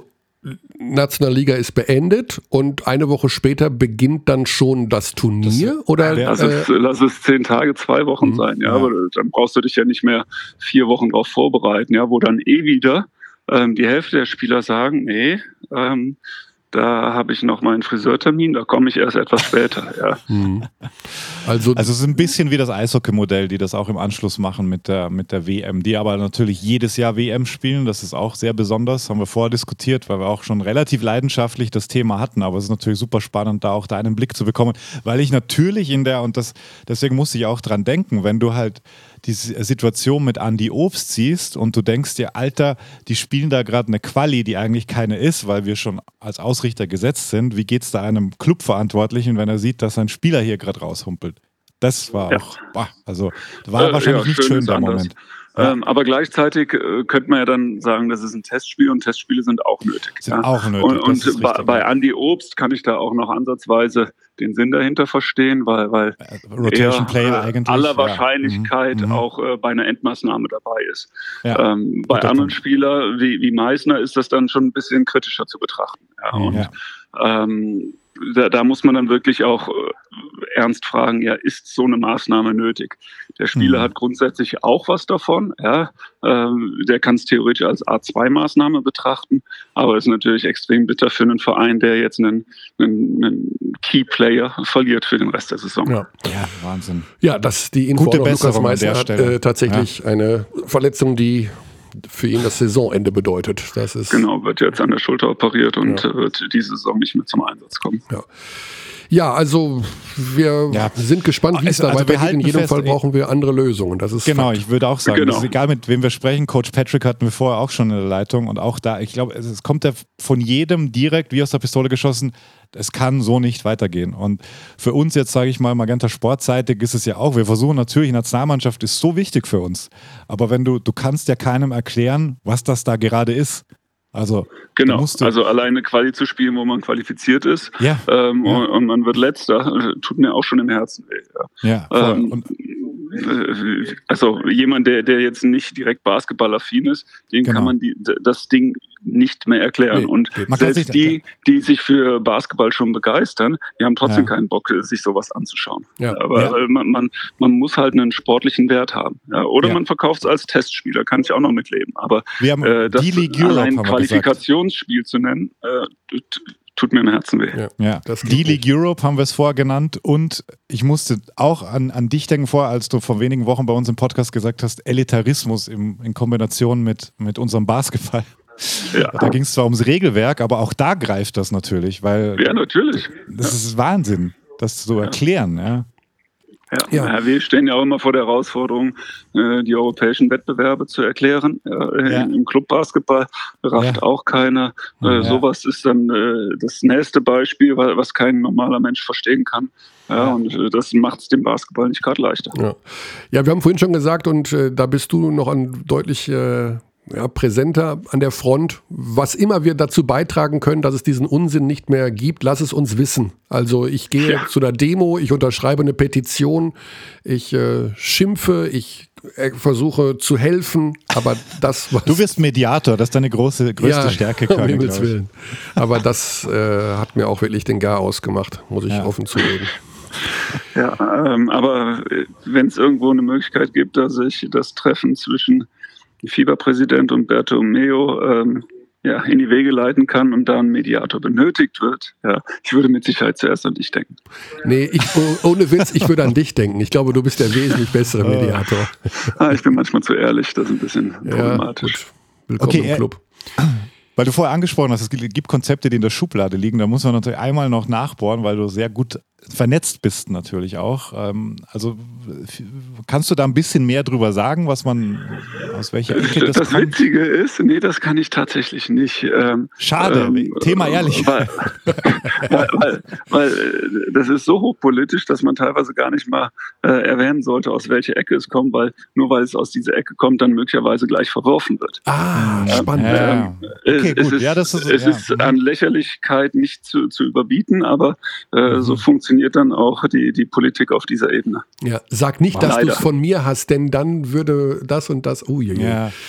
Nationalliga ist beendet und eine Woche später beginnt dann schon das Turnier? Das, oder, lass, äh, es, lass es zehn Tage, zwei Wochen mh, sein, ja, ja, aber dann brauchst du dich ja nicht mehr vier Wochen drauf vorbereiten, ja, wo dann eh wieder ähm, die Hälfte der Spieler sagen, nee, ähm, da habe ich noch meinen Friseurtermin, da komme ich erst etwas später. Ja. Hm. Also, also es ist ein bisschen wie das Eishockey-Modell, die das auch im Anschluss machen mit der, mit der W M, die aber natürlich jedes Jahr W M spielen. Das ist auch sehr besonders, haben wir vorher diskutiert, weil wir auch schon relativ leidenschaftlich das Thema hatten. Aber es ist natürlich super spannend, da auch deinen Blick zu bekommen, weil ich natürlich in der, und das deswegen musste ich auch dran denken, wenn du halt die Situation mit Andi Obst siehst und du denkst dir, Alter, die spielen da gerade eine Quali, die eigentlich keine ist, weil wir schon als Ausrichter gesetzt sind. Wie geht es da einem Clubverantwortlichen, wenn er sieht, dass ein Spieler hier gerade raushumpelt? Das war ja. auch, boah, also war äh, wahrscheinlich ja, nicht schön, der Moment. Ja. Ähm, aber gleichzeitig äh, könnte man ja dann sagen, das ist ein Testspiel und Testspiele sind auch nötig. Sind ja. auch nötig. Und, und bei, bei Andi Obst kann ich da auch noch ansatzweise den Sinn dahinter verstehen, weil, weil Rotation er Player eigentlich, aller ja. Wahrscheinlichkeit mhm. auch äh, bei einer Endmaßnahme dabei ist. Ja. Ähm, bei Guter anderen Punkt. Spielern wie, wie Meissner ist das dann schon ein bisschen kritischer zu betrachten. Ja. Und ja. ähm, Da, da muss man dann wirklich auch äh, ernst fragen, ja, ist so eine Maßnahme nötig? Der Spieler mhm. hat grundsätzlich auch was davon, ja, ähm, der kann es theoretisch als A zwei Maßnahme betrachten, aber ist natürlich extrem bitter für einen Verein, der jetzt einen, einen, einen Key-Player verliert für den Rest der Saison. Ja, ja Wahnsinn. Ja, dass die Info Gute von Lukas Meissner hat äh, tatsächlich ja. eine Verletzung, die für ihn das Saisonende bedeutet. Das ist genau, wird jetzt an der Schulter operiert und ja. wird diese Saison nicht mehr zum Einsatz kommen. Ja, ja also wir ja. sind gespannt, wie es da also weitergeht. In jedem fest, Fall brauchen wir andere Lösungen. Das ist genau, Fakt. Ich würde auch sagen, genau. das ist egal, mit wem wir sprechen. Coach Patrick hatten wir vorher auch schon in der Leitung und auch da, ich glaube, es, es kommt ja von jedem direkt wie aus der Pistole geschossen, es kann so nicht weitergehen. Und für uns jetzt, sage ich mal, Magenta sportseitig ist es ja auch, wir versuchen natürlich, Nationalmannschaft ist so wichtig für uns, aber wenn du, du kannst ja keinem erklären, was das da gerade ist. Also, genau, also alleine Quali zu spielen, wo man qualifiziert ist ja, ähm, ja. Und, und man wird Letzter, tut mir auch schon im Herzen weh. Ja, ja ähm, und also jemand, der, der jetzt nicht direkt basketballaffin ist, dem genau. kann man die, das Ding nicht mehr erklären. Nee, und selbst die, die sich für Basketball schon begeistern, die haben trotzdem ja. keinen Bock, sich sowas anzuschauen. Ja. Aber ja. Man, man, man muss halt einen sportlichen Wert haben. Ja. Oder ja. man verkauft es als Testspieler, kann ich auch noch mitleben. Aber wir haben äh, das allein Qualifikationsspiel zu nennen, äh, tut mir im Herzen weh. Ja, ja. D-League Europe haben wir es vorher genannt und ich musste auch an, an dich denken vorher, als du vor wenigen Wochen bei uns im Podcast gesagt hast, Elitarismus im, in Kombination mit, mit unserem Basketball. Ja. Da ging es zwar ums Regelwerk, aber auch da greift das natürlich, weil ja, natürlich. Das ja. ist Wahnsinn, das zu erklären, ja. Ja, ja. Wir stehen ja auch immer vor der Herausforderung, die europäischen Wettbewerbe zu erklären. Ja. Im Clubbasketball rafft ja. auch keiner. Ja. Sowas ist dann das nächste Beispiel, was kein normaler Mensch verstehen kann. Ja, ja. Und das macht es dem Basketball nicht gerade leichter. Ja. ja, wir haben vorhin schon gesagt, und äh, da bist du noch an deutlich äh Ja, präsenter an der Front. Was immer wir dazu beitragen können, dass es diesen Unsinn nicht mehr gibt, lass es uns wissen. Also ich gehe ja. zu der Demo, ich unterschreibe eine Petition, ich äh, schimpfe, ich äh, versuche zu helfen, aber das was Du wirst Mediator, das ist deine große, größte ja, Stärke, Körny, um Himmels Willen. Aber das äh, hat mir auch wirklich den Garaus gemacht, muss ich ja. offen zugeben. Ja, ähm, aber wenn es irgendwo eine Möglichkeit gibt, dass ich das Treffen zwischen FIBA-Präsident und Bertomeu ähm, ja, in die Wege leiten kann und da ein Mediator benötigt wird. Ja, ich würde mit Sicherheit zuerst an dich denken. Nee, ich, ohne Witz, ich würde an dich denken. Ich glaube, du bist der wesentlich bessere Mediator. Ah, ich bin manchmal zu ehrlich, das ist ein bisschen problematisch. Ja, gut. Willkommen okay, im Club. Weil du vorher angesprochen hast, es gibt Konzepte, die in der Schublade liegen. Da muss man natürlich einmal noch nachbohren, weil du sehr gut vernetzt bist natürlich auch. Also kannst du da ein bisschen mehr drüber sagen, was man, aus welcher Ecke das, das kommt? Das Witzige ist, nee, das kann ich tatsächlich nicht. Ähm, Schade, ähm, Thema ehrlich. Weil, weil, weil, weil das ist so hochpolitisch, dass man teilweise gar nicht mal äh, erwähnen sollte, aus welcher Ecke es kommt, weil nur weil es aus dieser Ecke kommt, dann möglicherweise gleich verworfen wird. Ah, spannend. Ja. Okay, es, gut. Es, ist, ja, das ist, es ja. ist an Lächerlichkeit nicht zu, zu überbieten, aber äh, mhm. so funktioniert dann auch die, die Politik auf dieser Ebene. Ja, sag nicht, dass du es von mir hast, denn dann würde das und das. Oh, je, je. Ja.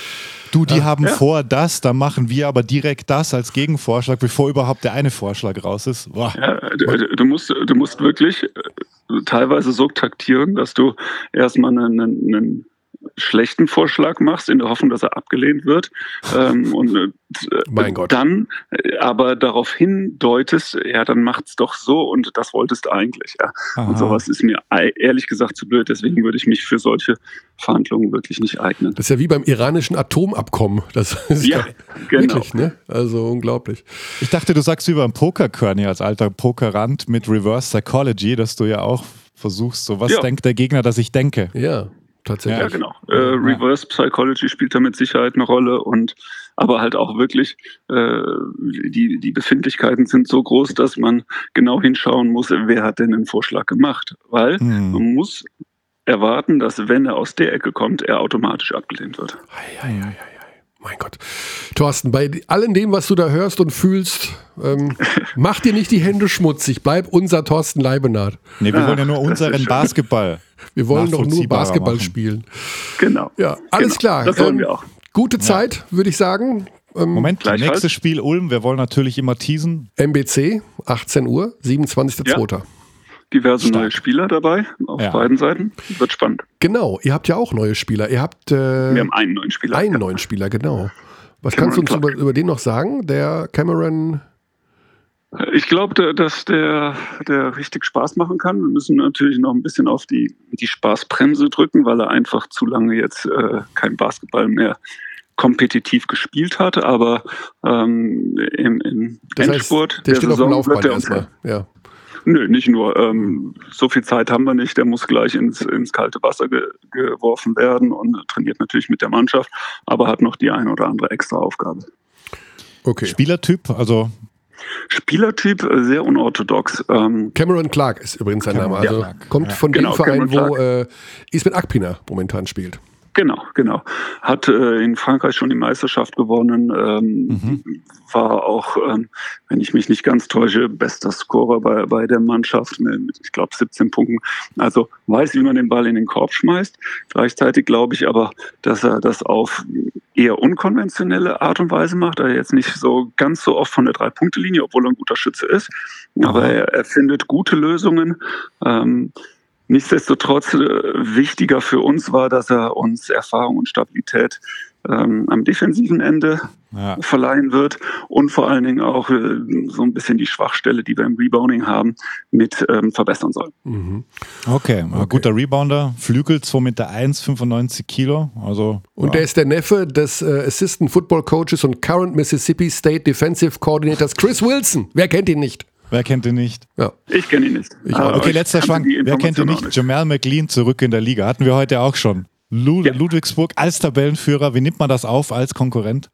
Du, die Ja. haben Ja. vor das, dann machen wir aber direkt das als Gegenvorschlag, bevor überhaupt der eine Vorschlag raus ist. Boah. Ja, du, du, musst, du musst wirklich äh, teilweise so taktieren, dass du erstmal einen, einen schlechten Vorschlag machst, in der Hoffnung, dass er abgelehnt wird. Ähm, und äh, Mein Gott. dann äh, aber darauf hindeutest, ja, dann macht's doch so und das wolltest du eigentlich. Ja. Aha. Und sowas ist mir ei- ehrlich gesagt zu blöd. Deswegen würde ich mich für solche Verhandlungen wirklich nicht eignen. Das ist ja wie beim iranischen Atomabkommen. Das ist ja, Ja, genau. wirklich, ne? Also unglaublich. Ich dachte, du sagst über einen Pokerkörny als alter Pokerant mit Reverse Psychology, dass du ja auch versuchst, so was Ja. denkt der Gegner, dass ich denke. Ja, tatsächlich. Ja, genau. Äh, Reverse Psychology spielt da mit Sicherheit eine Rolle und aber halt auch wirklich äh, die, die Befindlichkeiten sind so groß, dass man genau hinschauen muss, wer hat denn einen Vorschlag gemacht. Weil Hm. man muss erwarten, dass wenn er aus der Ecke kommt, er automatisch abgelehnt wird. Ei, ei, ei, ei, ei. Mein Gott. Thorsten, bei allem dem, was du da hörst und fühlst, ähm, mach dir nicht die Hände schmutzig. Bleib unser Thorsten Leibenhardt. Nee, wir Ah, wollen ja nur das ist unseren schön. Basketball. Wir wollen doch nur nachvollziehbarer Basketball machen. spielen. Genau. Ja, alles Genau. klar. Das wollen Ähm, wir auch. Gute Zeit, würde ich sagen. Ähm, Moment, Gleichfalls. nächstes Spiel Ulm. Wir wollen natürlich immer teasen. M B C, achtzehn Uhr, siebenundzwanzigster zweiter Diverse Stark. neue Spieler dabei auf Ja. beiden Seiten. Wird spannend. Genau, ihr habt ja auch neue Spieler. Ihr habt äh, Wir haben einen neuen Spieler. einen Ja. neuen Spieler, genau. Was Cameron kannst du uns über, Clark. über den noch sagen? Der Cameron. Ich glaube, dass der, der richtig Spaß machen kann. Wir müssen natürlich noch ein bisschen auf die, die Spaßbremse drücken, weil er einfach zu lange jetzt äh, kein Basketball mehr kompetitiv gespielt hat. Aber ähm, im, im Das Endspurt heißt, der steht auf dem Saison Laufband wird er uns erstmal. Ja. Nö, nicht nur. Ähm, so viel Zeit haben wir nicht. Der muss gleich ins, ins kalte Wasser ge geworfen werden und trainiert natürlich mit der Mannschaft, aber hat noch die eine oder andere extra Aufgabe. Okay. Spielertyp, also Spielertyp äh, sehr unorthodox. Ähm, Cameron Clark ist übrigens sein Name. Cameron Also Clark. kommt Ja. von Genau, dem Verein, Cameron wo äh, Ismet Akpina momentan spielt. Genau, genau. Hat äh, in Frankreich schon die Meisterschaft gewonnen, ähm, Mhm. war auch, ähm, wenn ich mich nicht ganz täusche, bester Scorer bei, bei der Mannschaft mit, ich glaube, siebzehn Punkten. Also weiß, wie man den Ball in den Korb schmeißt. Gleichzeitig glaube ich aber, dass er das auf eher unkonventionelle Art und Weise macht. Er jetzt nicht so ganz so oft von der Drei-Punkte-Linie, obwohl er ein guter Schütze ist. Aber er, er findet gute Lösungen. Ähm, Nichtsdestotrotz äh, wichtiger für uns war, dass er uns Erfahrung und Stabilität ähm, am defensiven Ende ja. verleihen wird und vor allen Dingen auch äh, so ein bisschen die Schwachstelle, die wir im Rebounding haben, mit ähm, verbessern soll. Mhm. Okay, okay. Guter Rebounder, Flügel zwei Meter eins, fünfundneunzig Kilo. Also, Und ja. der ist der Neffe des äh, Assistant Football Coaches und Current Mississippi State Defensive Coordinators Chris Wilson. Wer kennt ihn nicht? Wer kennt ihn nicht? Ja. Ich kenne ihn nicht. Ich auch Aber nicht. Okay, ich letzter kannte Schwank. die Wer kennt ihn Information nicht? auch Jamal McLean zurück in der Liga. Hatten wir heute auch schon. Lu Ja. Ludwigsburg als Tabellenführer. Wie nimmt man das auf als Konkurrent?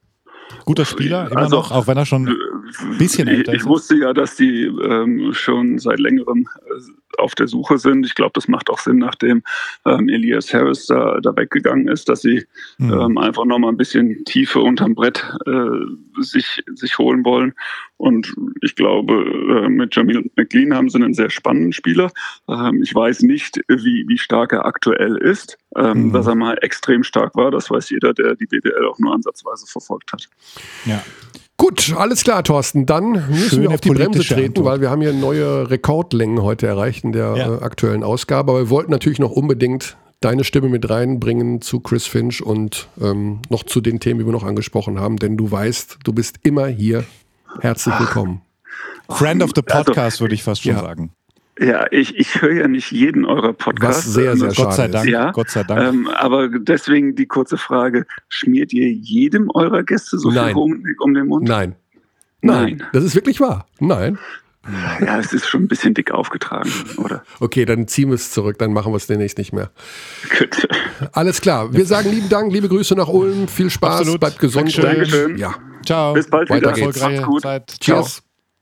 Guter Spieler, immer Also, noch, auch wenn er schon ein bisschen ich, älter ich ist. wusste ja, dass die ähm, schon seit längerem äh, auf der Suche sind. Ich glaube, das macht auch Sinn, nachdem ähm, Elias Harris da, da weggegangen ist, dass sie Mhm. ähm, einfach nochmal ein bisschen Tiefe unterm Brett äh, sich, sich holen wollen. Und ich glaube, äh, mit Jamil McLean haben sie einen sehr spannenden Spieler. Ähm, ich weiß nicht, wie, wie stark er aktuell ist. Ähm, Mhm. Dass er mal extrem stark war, das weiß jeder, der die B B L auch nur ansatzweise verfolgt hat. Ja. Gut, alles klar, Thorsten. Dann müssen Schöne wir auf die Bremse politische treten, Antwort. weil wir haben hier neue Rekordlängen heute erreicht in der Ja. äh, aktuellen Ausgabe. Aber wir wollten natürlich noch unbedingt deine Stimme mit reinbringen zu Chris Finch und ähm, noch zu den Themen, die wir noch angesprochen haben. Denn du weißt, du bist immer hier. Herzlich willkommen. Friend of the Also, Podcast, würde ich fast schon ja. sagen. Ja, ich, ich höre ja nicht jeden eurer Was Podcasts. sehr, sehr Ähm, Gott sei schade Dank. ist. Ja, Gott sei Dank. Ähm, aber deswegen die kurze Frage, schmiert ihr jedem eurer Gäste so Nein. viel Honig um den Mund? Nein. Nein. Nein. Das ist wirklich wahr. Nein. Ja, es ist schon ein bisschen dick aufgetragen, oder? Okay, dann ziehen wir es zurück, dann machen wir es demnächst nicht mehr. Gut. Alles klar. Wir sagen lieben Dank, liebe Grüße nach Ulm. Viel Spaß, Absolut. bleibt gesund. Dankeschön. Dankeschön. Ja. Ciao. Bis bald Weiter wieder. geht's. Erfolgreiche Macht's gut. Zeit. Cheers.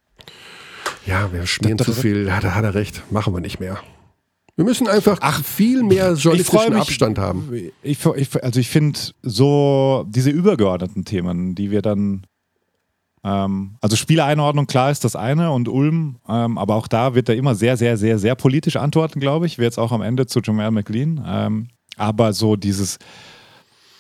Ja, wir schmieren zu viel. Ja, da hat er recht. Machen wir nicht mehr. Wir müssen einfach viel mehr Ich freue journalistischen mich. Abstand haben. Ich, ich, also ich finde so diese übergeordneten Themen, die wir dann, ähm, also Spieleinordnung, klar ist das eine und Ulm, ähm, aber auch da wird er immer sehr, sehr, sehr, sehr politisch antworten, glaube ich. Wie jetzt auch am Ende zu Jamal McLean. Ähm, aber so dieses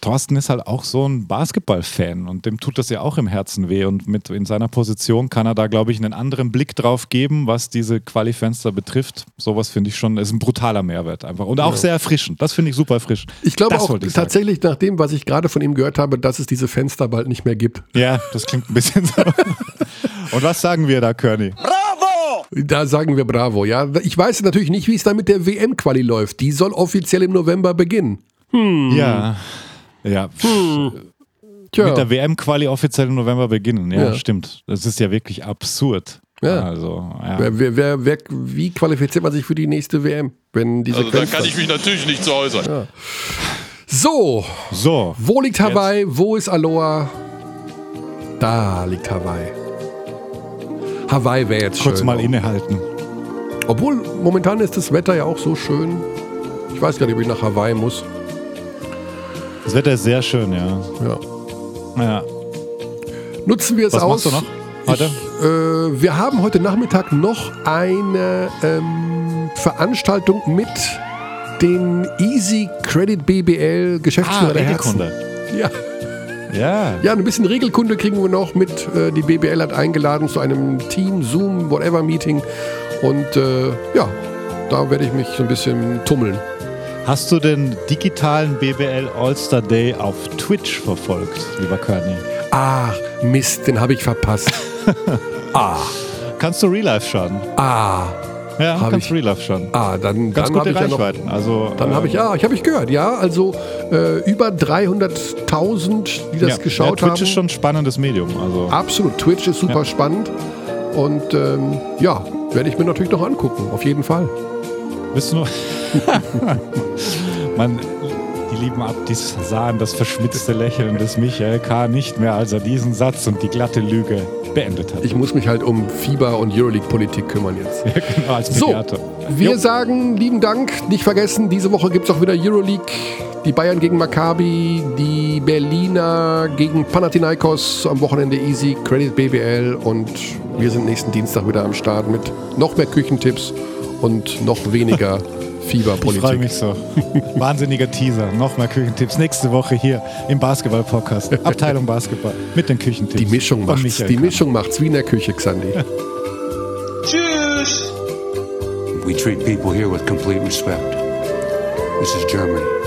Thorsten ist halt auch so ein Basketball-Fan und dem tut das ja auch im Herzen weh und mit in seiner Position kann er da, glaube ich, einen anderen Blick drauf geben, was diese Quali-Fenster betrifft. Sowas finde ich schon, ist ein brutaler Mehrwert einfach und auch ja. sehr erfrischend. Das finde ich super erfrischend. Ich glaube auch ich tatsächlich nach dem, was ich gerade von ihm gehört habe, dass es diese Fenster bald nicht mehr gibt. Ja, das klingt ein bisschen so. Und was sagen wir da, Körny? Bravo! Da sagen wir Bravo, ja. Ich weiß natürlich nicht, wie es da mit der W M-Quali läuft. Die soll offiziell im November beginnen. Hm. Ja. Ja, hm. mit der W M-Quali offiziell im November beginnen. Ja, ja, stimmt. Das ist ja wirklich absurd. Ja. Also, ja. Wer, wer, wer, wer, wie qualifiziert man sich für die nächste W M? Wenn diese also da kann ich mich natürlich nicht zu äußern. Ja. So. so, wo liegt Hawaii? Jetzt. Wo ist Aloha? Da liegt Hawaii. Hawaii wäre jetzt Kurz schön. mal innehalten. Obwohl, momentan ist das Wetter ja auch so schön. Ich weiß gar nicht, ob ich nach Hawaii muss. Das Wetter ist sehr schön, ja. Ja. ja. Nutzen wir es Was aus. Was machst du noch heute? Ich, äh, wir haben heute Nachmittag noch eine ähm, Veranstaltung mit den Easy Credit B B L Geschäftsführer ah, der Herzen. Ja. Ja. Ja, ein bisschen Regelkunde kriegen wir noch mit. Äh, die B B L hat eingeladen zu einem Team, Zoom, whatever Meeting. Und äh, ja, da werde ich mich so ein bisschen tummeln. Hast du den digitalen B B L All-Star Day auf Twitch verfolgt, lieber Körny? Ach, Mist, den habe ich verpasst. ah. Kannst du Real Life schauen? Ah. Ja, hab kannst ich. Real Life schauen. Ah, dann, Ganz dann habe ich ja noch. Also, dann habe ich, ja, ich habe ich gehört, ja. Also äh, über dreihunderttausend, die das ja, geschaut ja, Twitch haben. Twitch ist schon ein spannendes Medium. Also. Absolut, Twitch ist super ja. spannend. Und ähm, ja, werde ich mir natürlich noch angucken, auf jeden Fall. Bist du noch? Man, die lieben ab, die sahen das verschmitzte Lächeln des Michael K. nicht mehr, als er diesen Satz und die glatte Lüge beendet hat. Ich muss mich halt um FIBA und Euroleague-Politik kümmern jetzt. Ja, genau, als Mediator. So, wir jo. sagen lieben Dank. Nicht vergessen, diese Woche gibt es auch wieder Euroleague. Die Bayern gegen Maccabi, die Berliner gegen Panathinaikos, am Wochenende Easy, Credit B B L und wir sind nächsten Dienstag wieder am Start mit noch mehr Küchentipps und noch weniger FIBA-Politik. Ich freue mich so. Wahnsinniger Teaser. Noch mehr Küchentipps. Nächste Woche hier im Basketball-Podcast. Abteilung Basketball mit den Küchentipps. Die Mischung macht's. Die Mischung macht's wie in der Küche, Xandi. Tschüss. We treat people here with complete respect. This is Germany.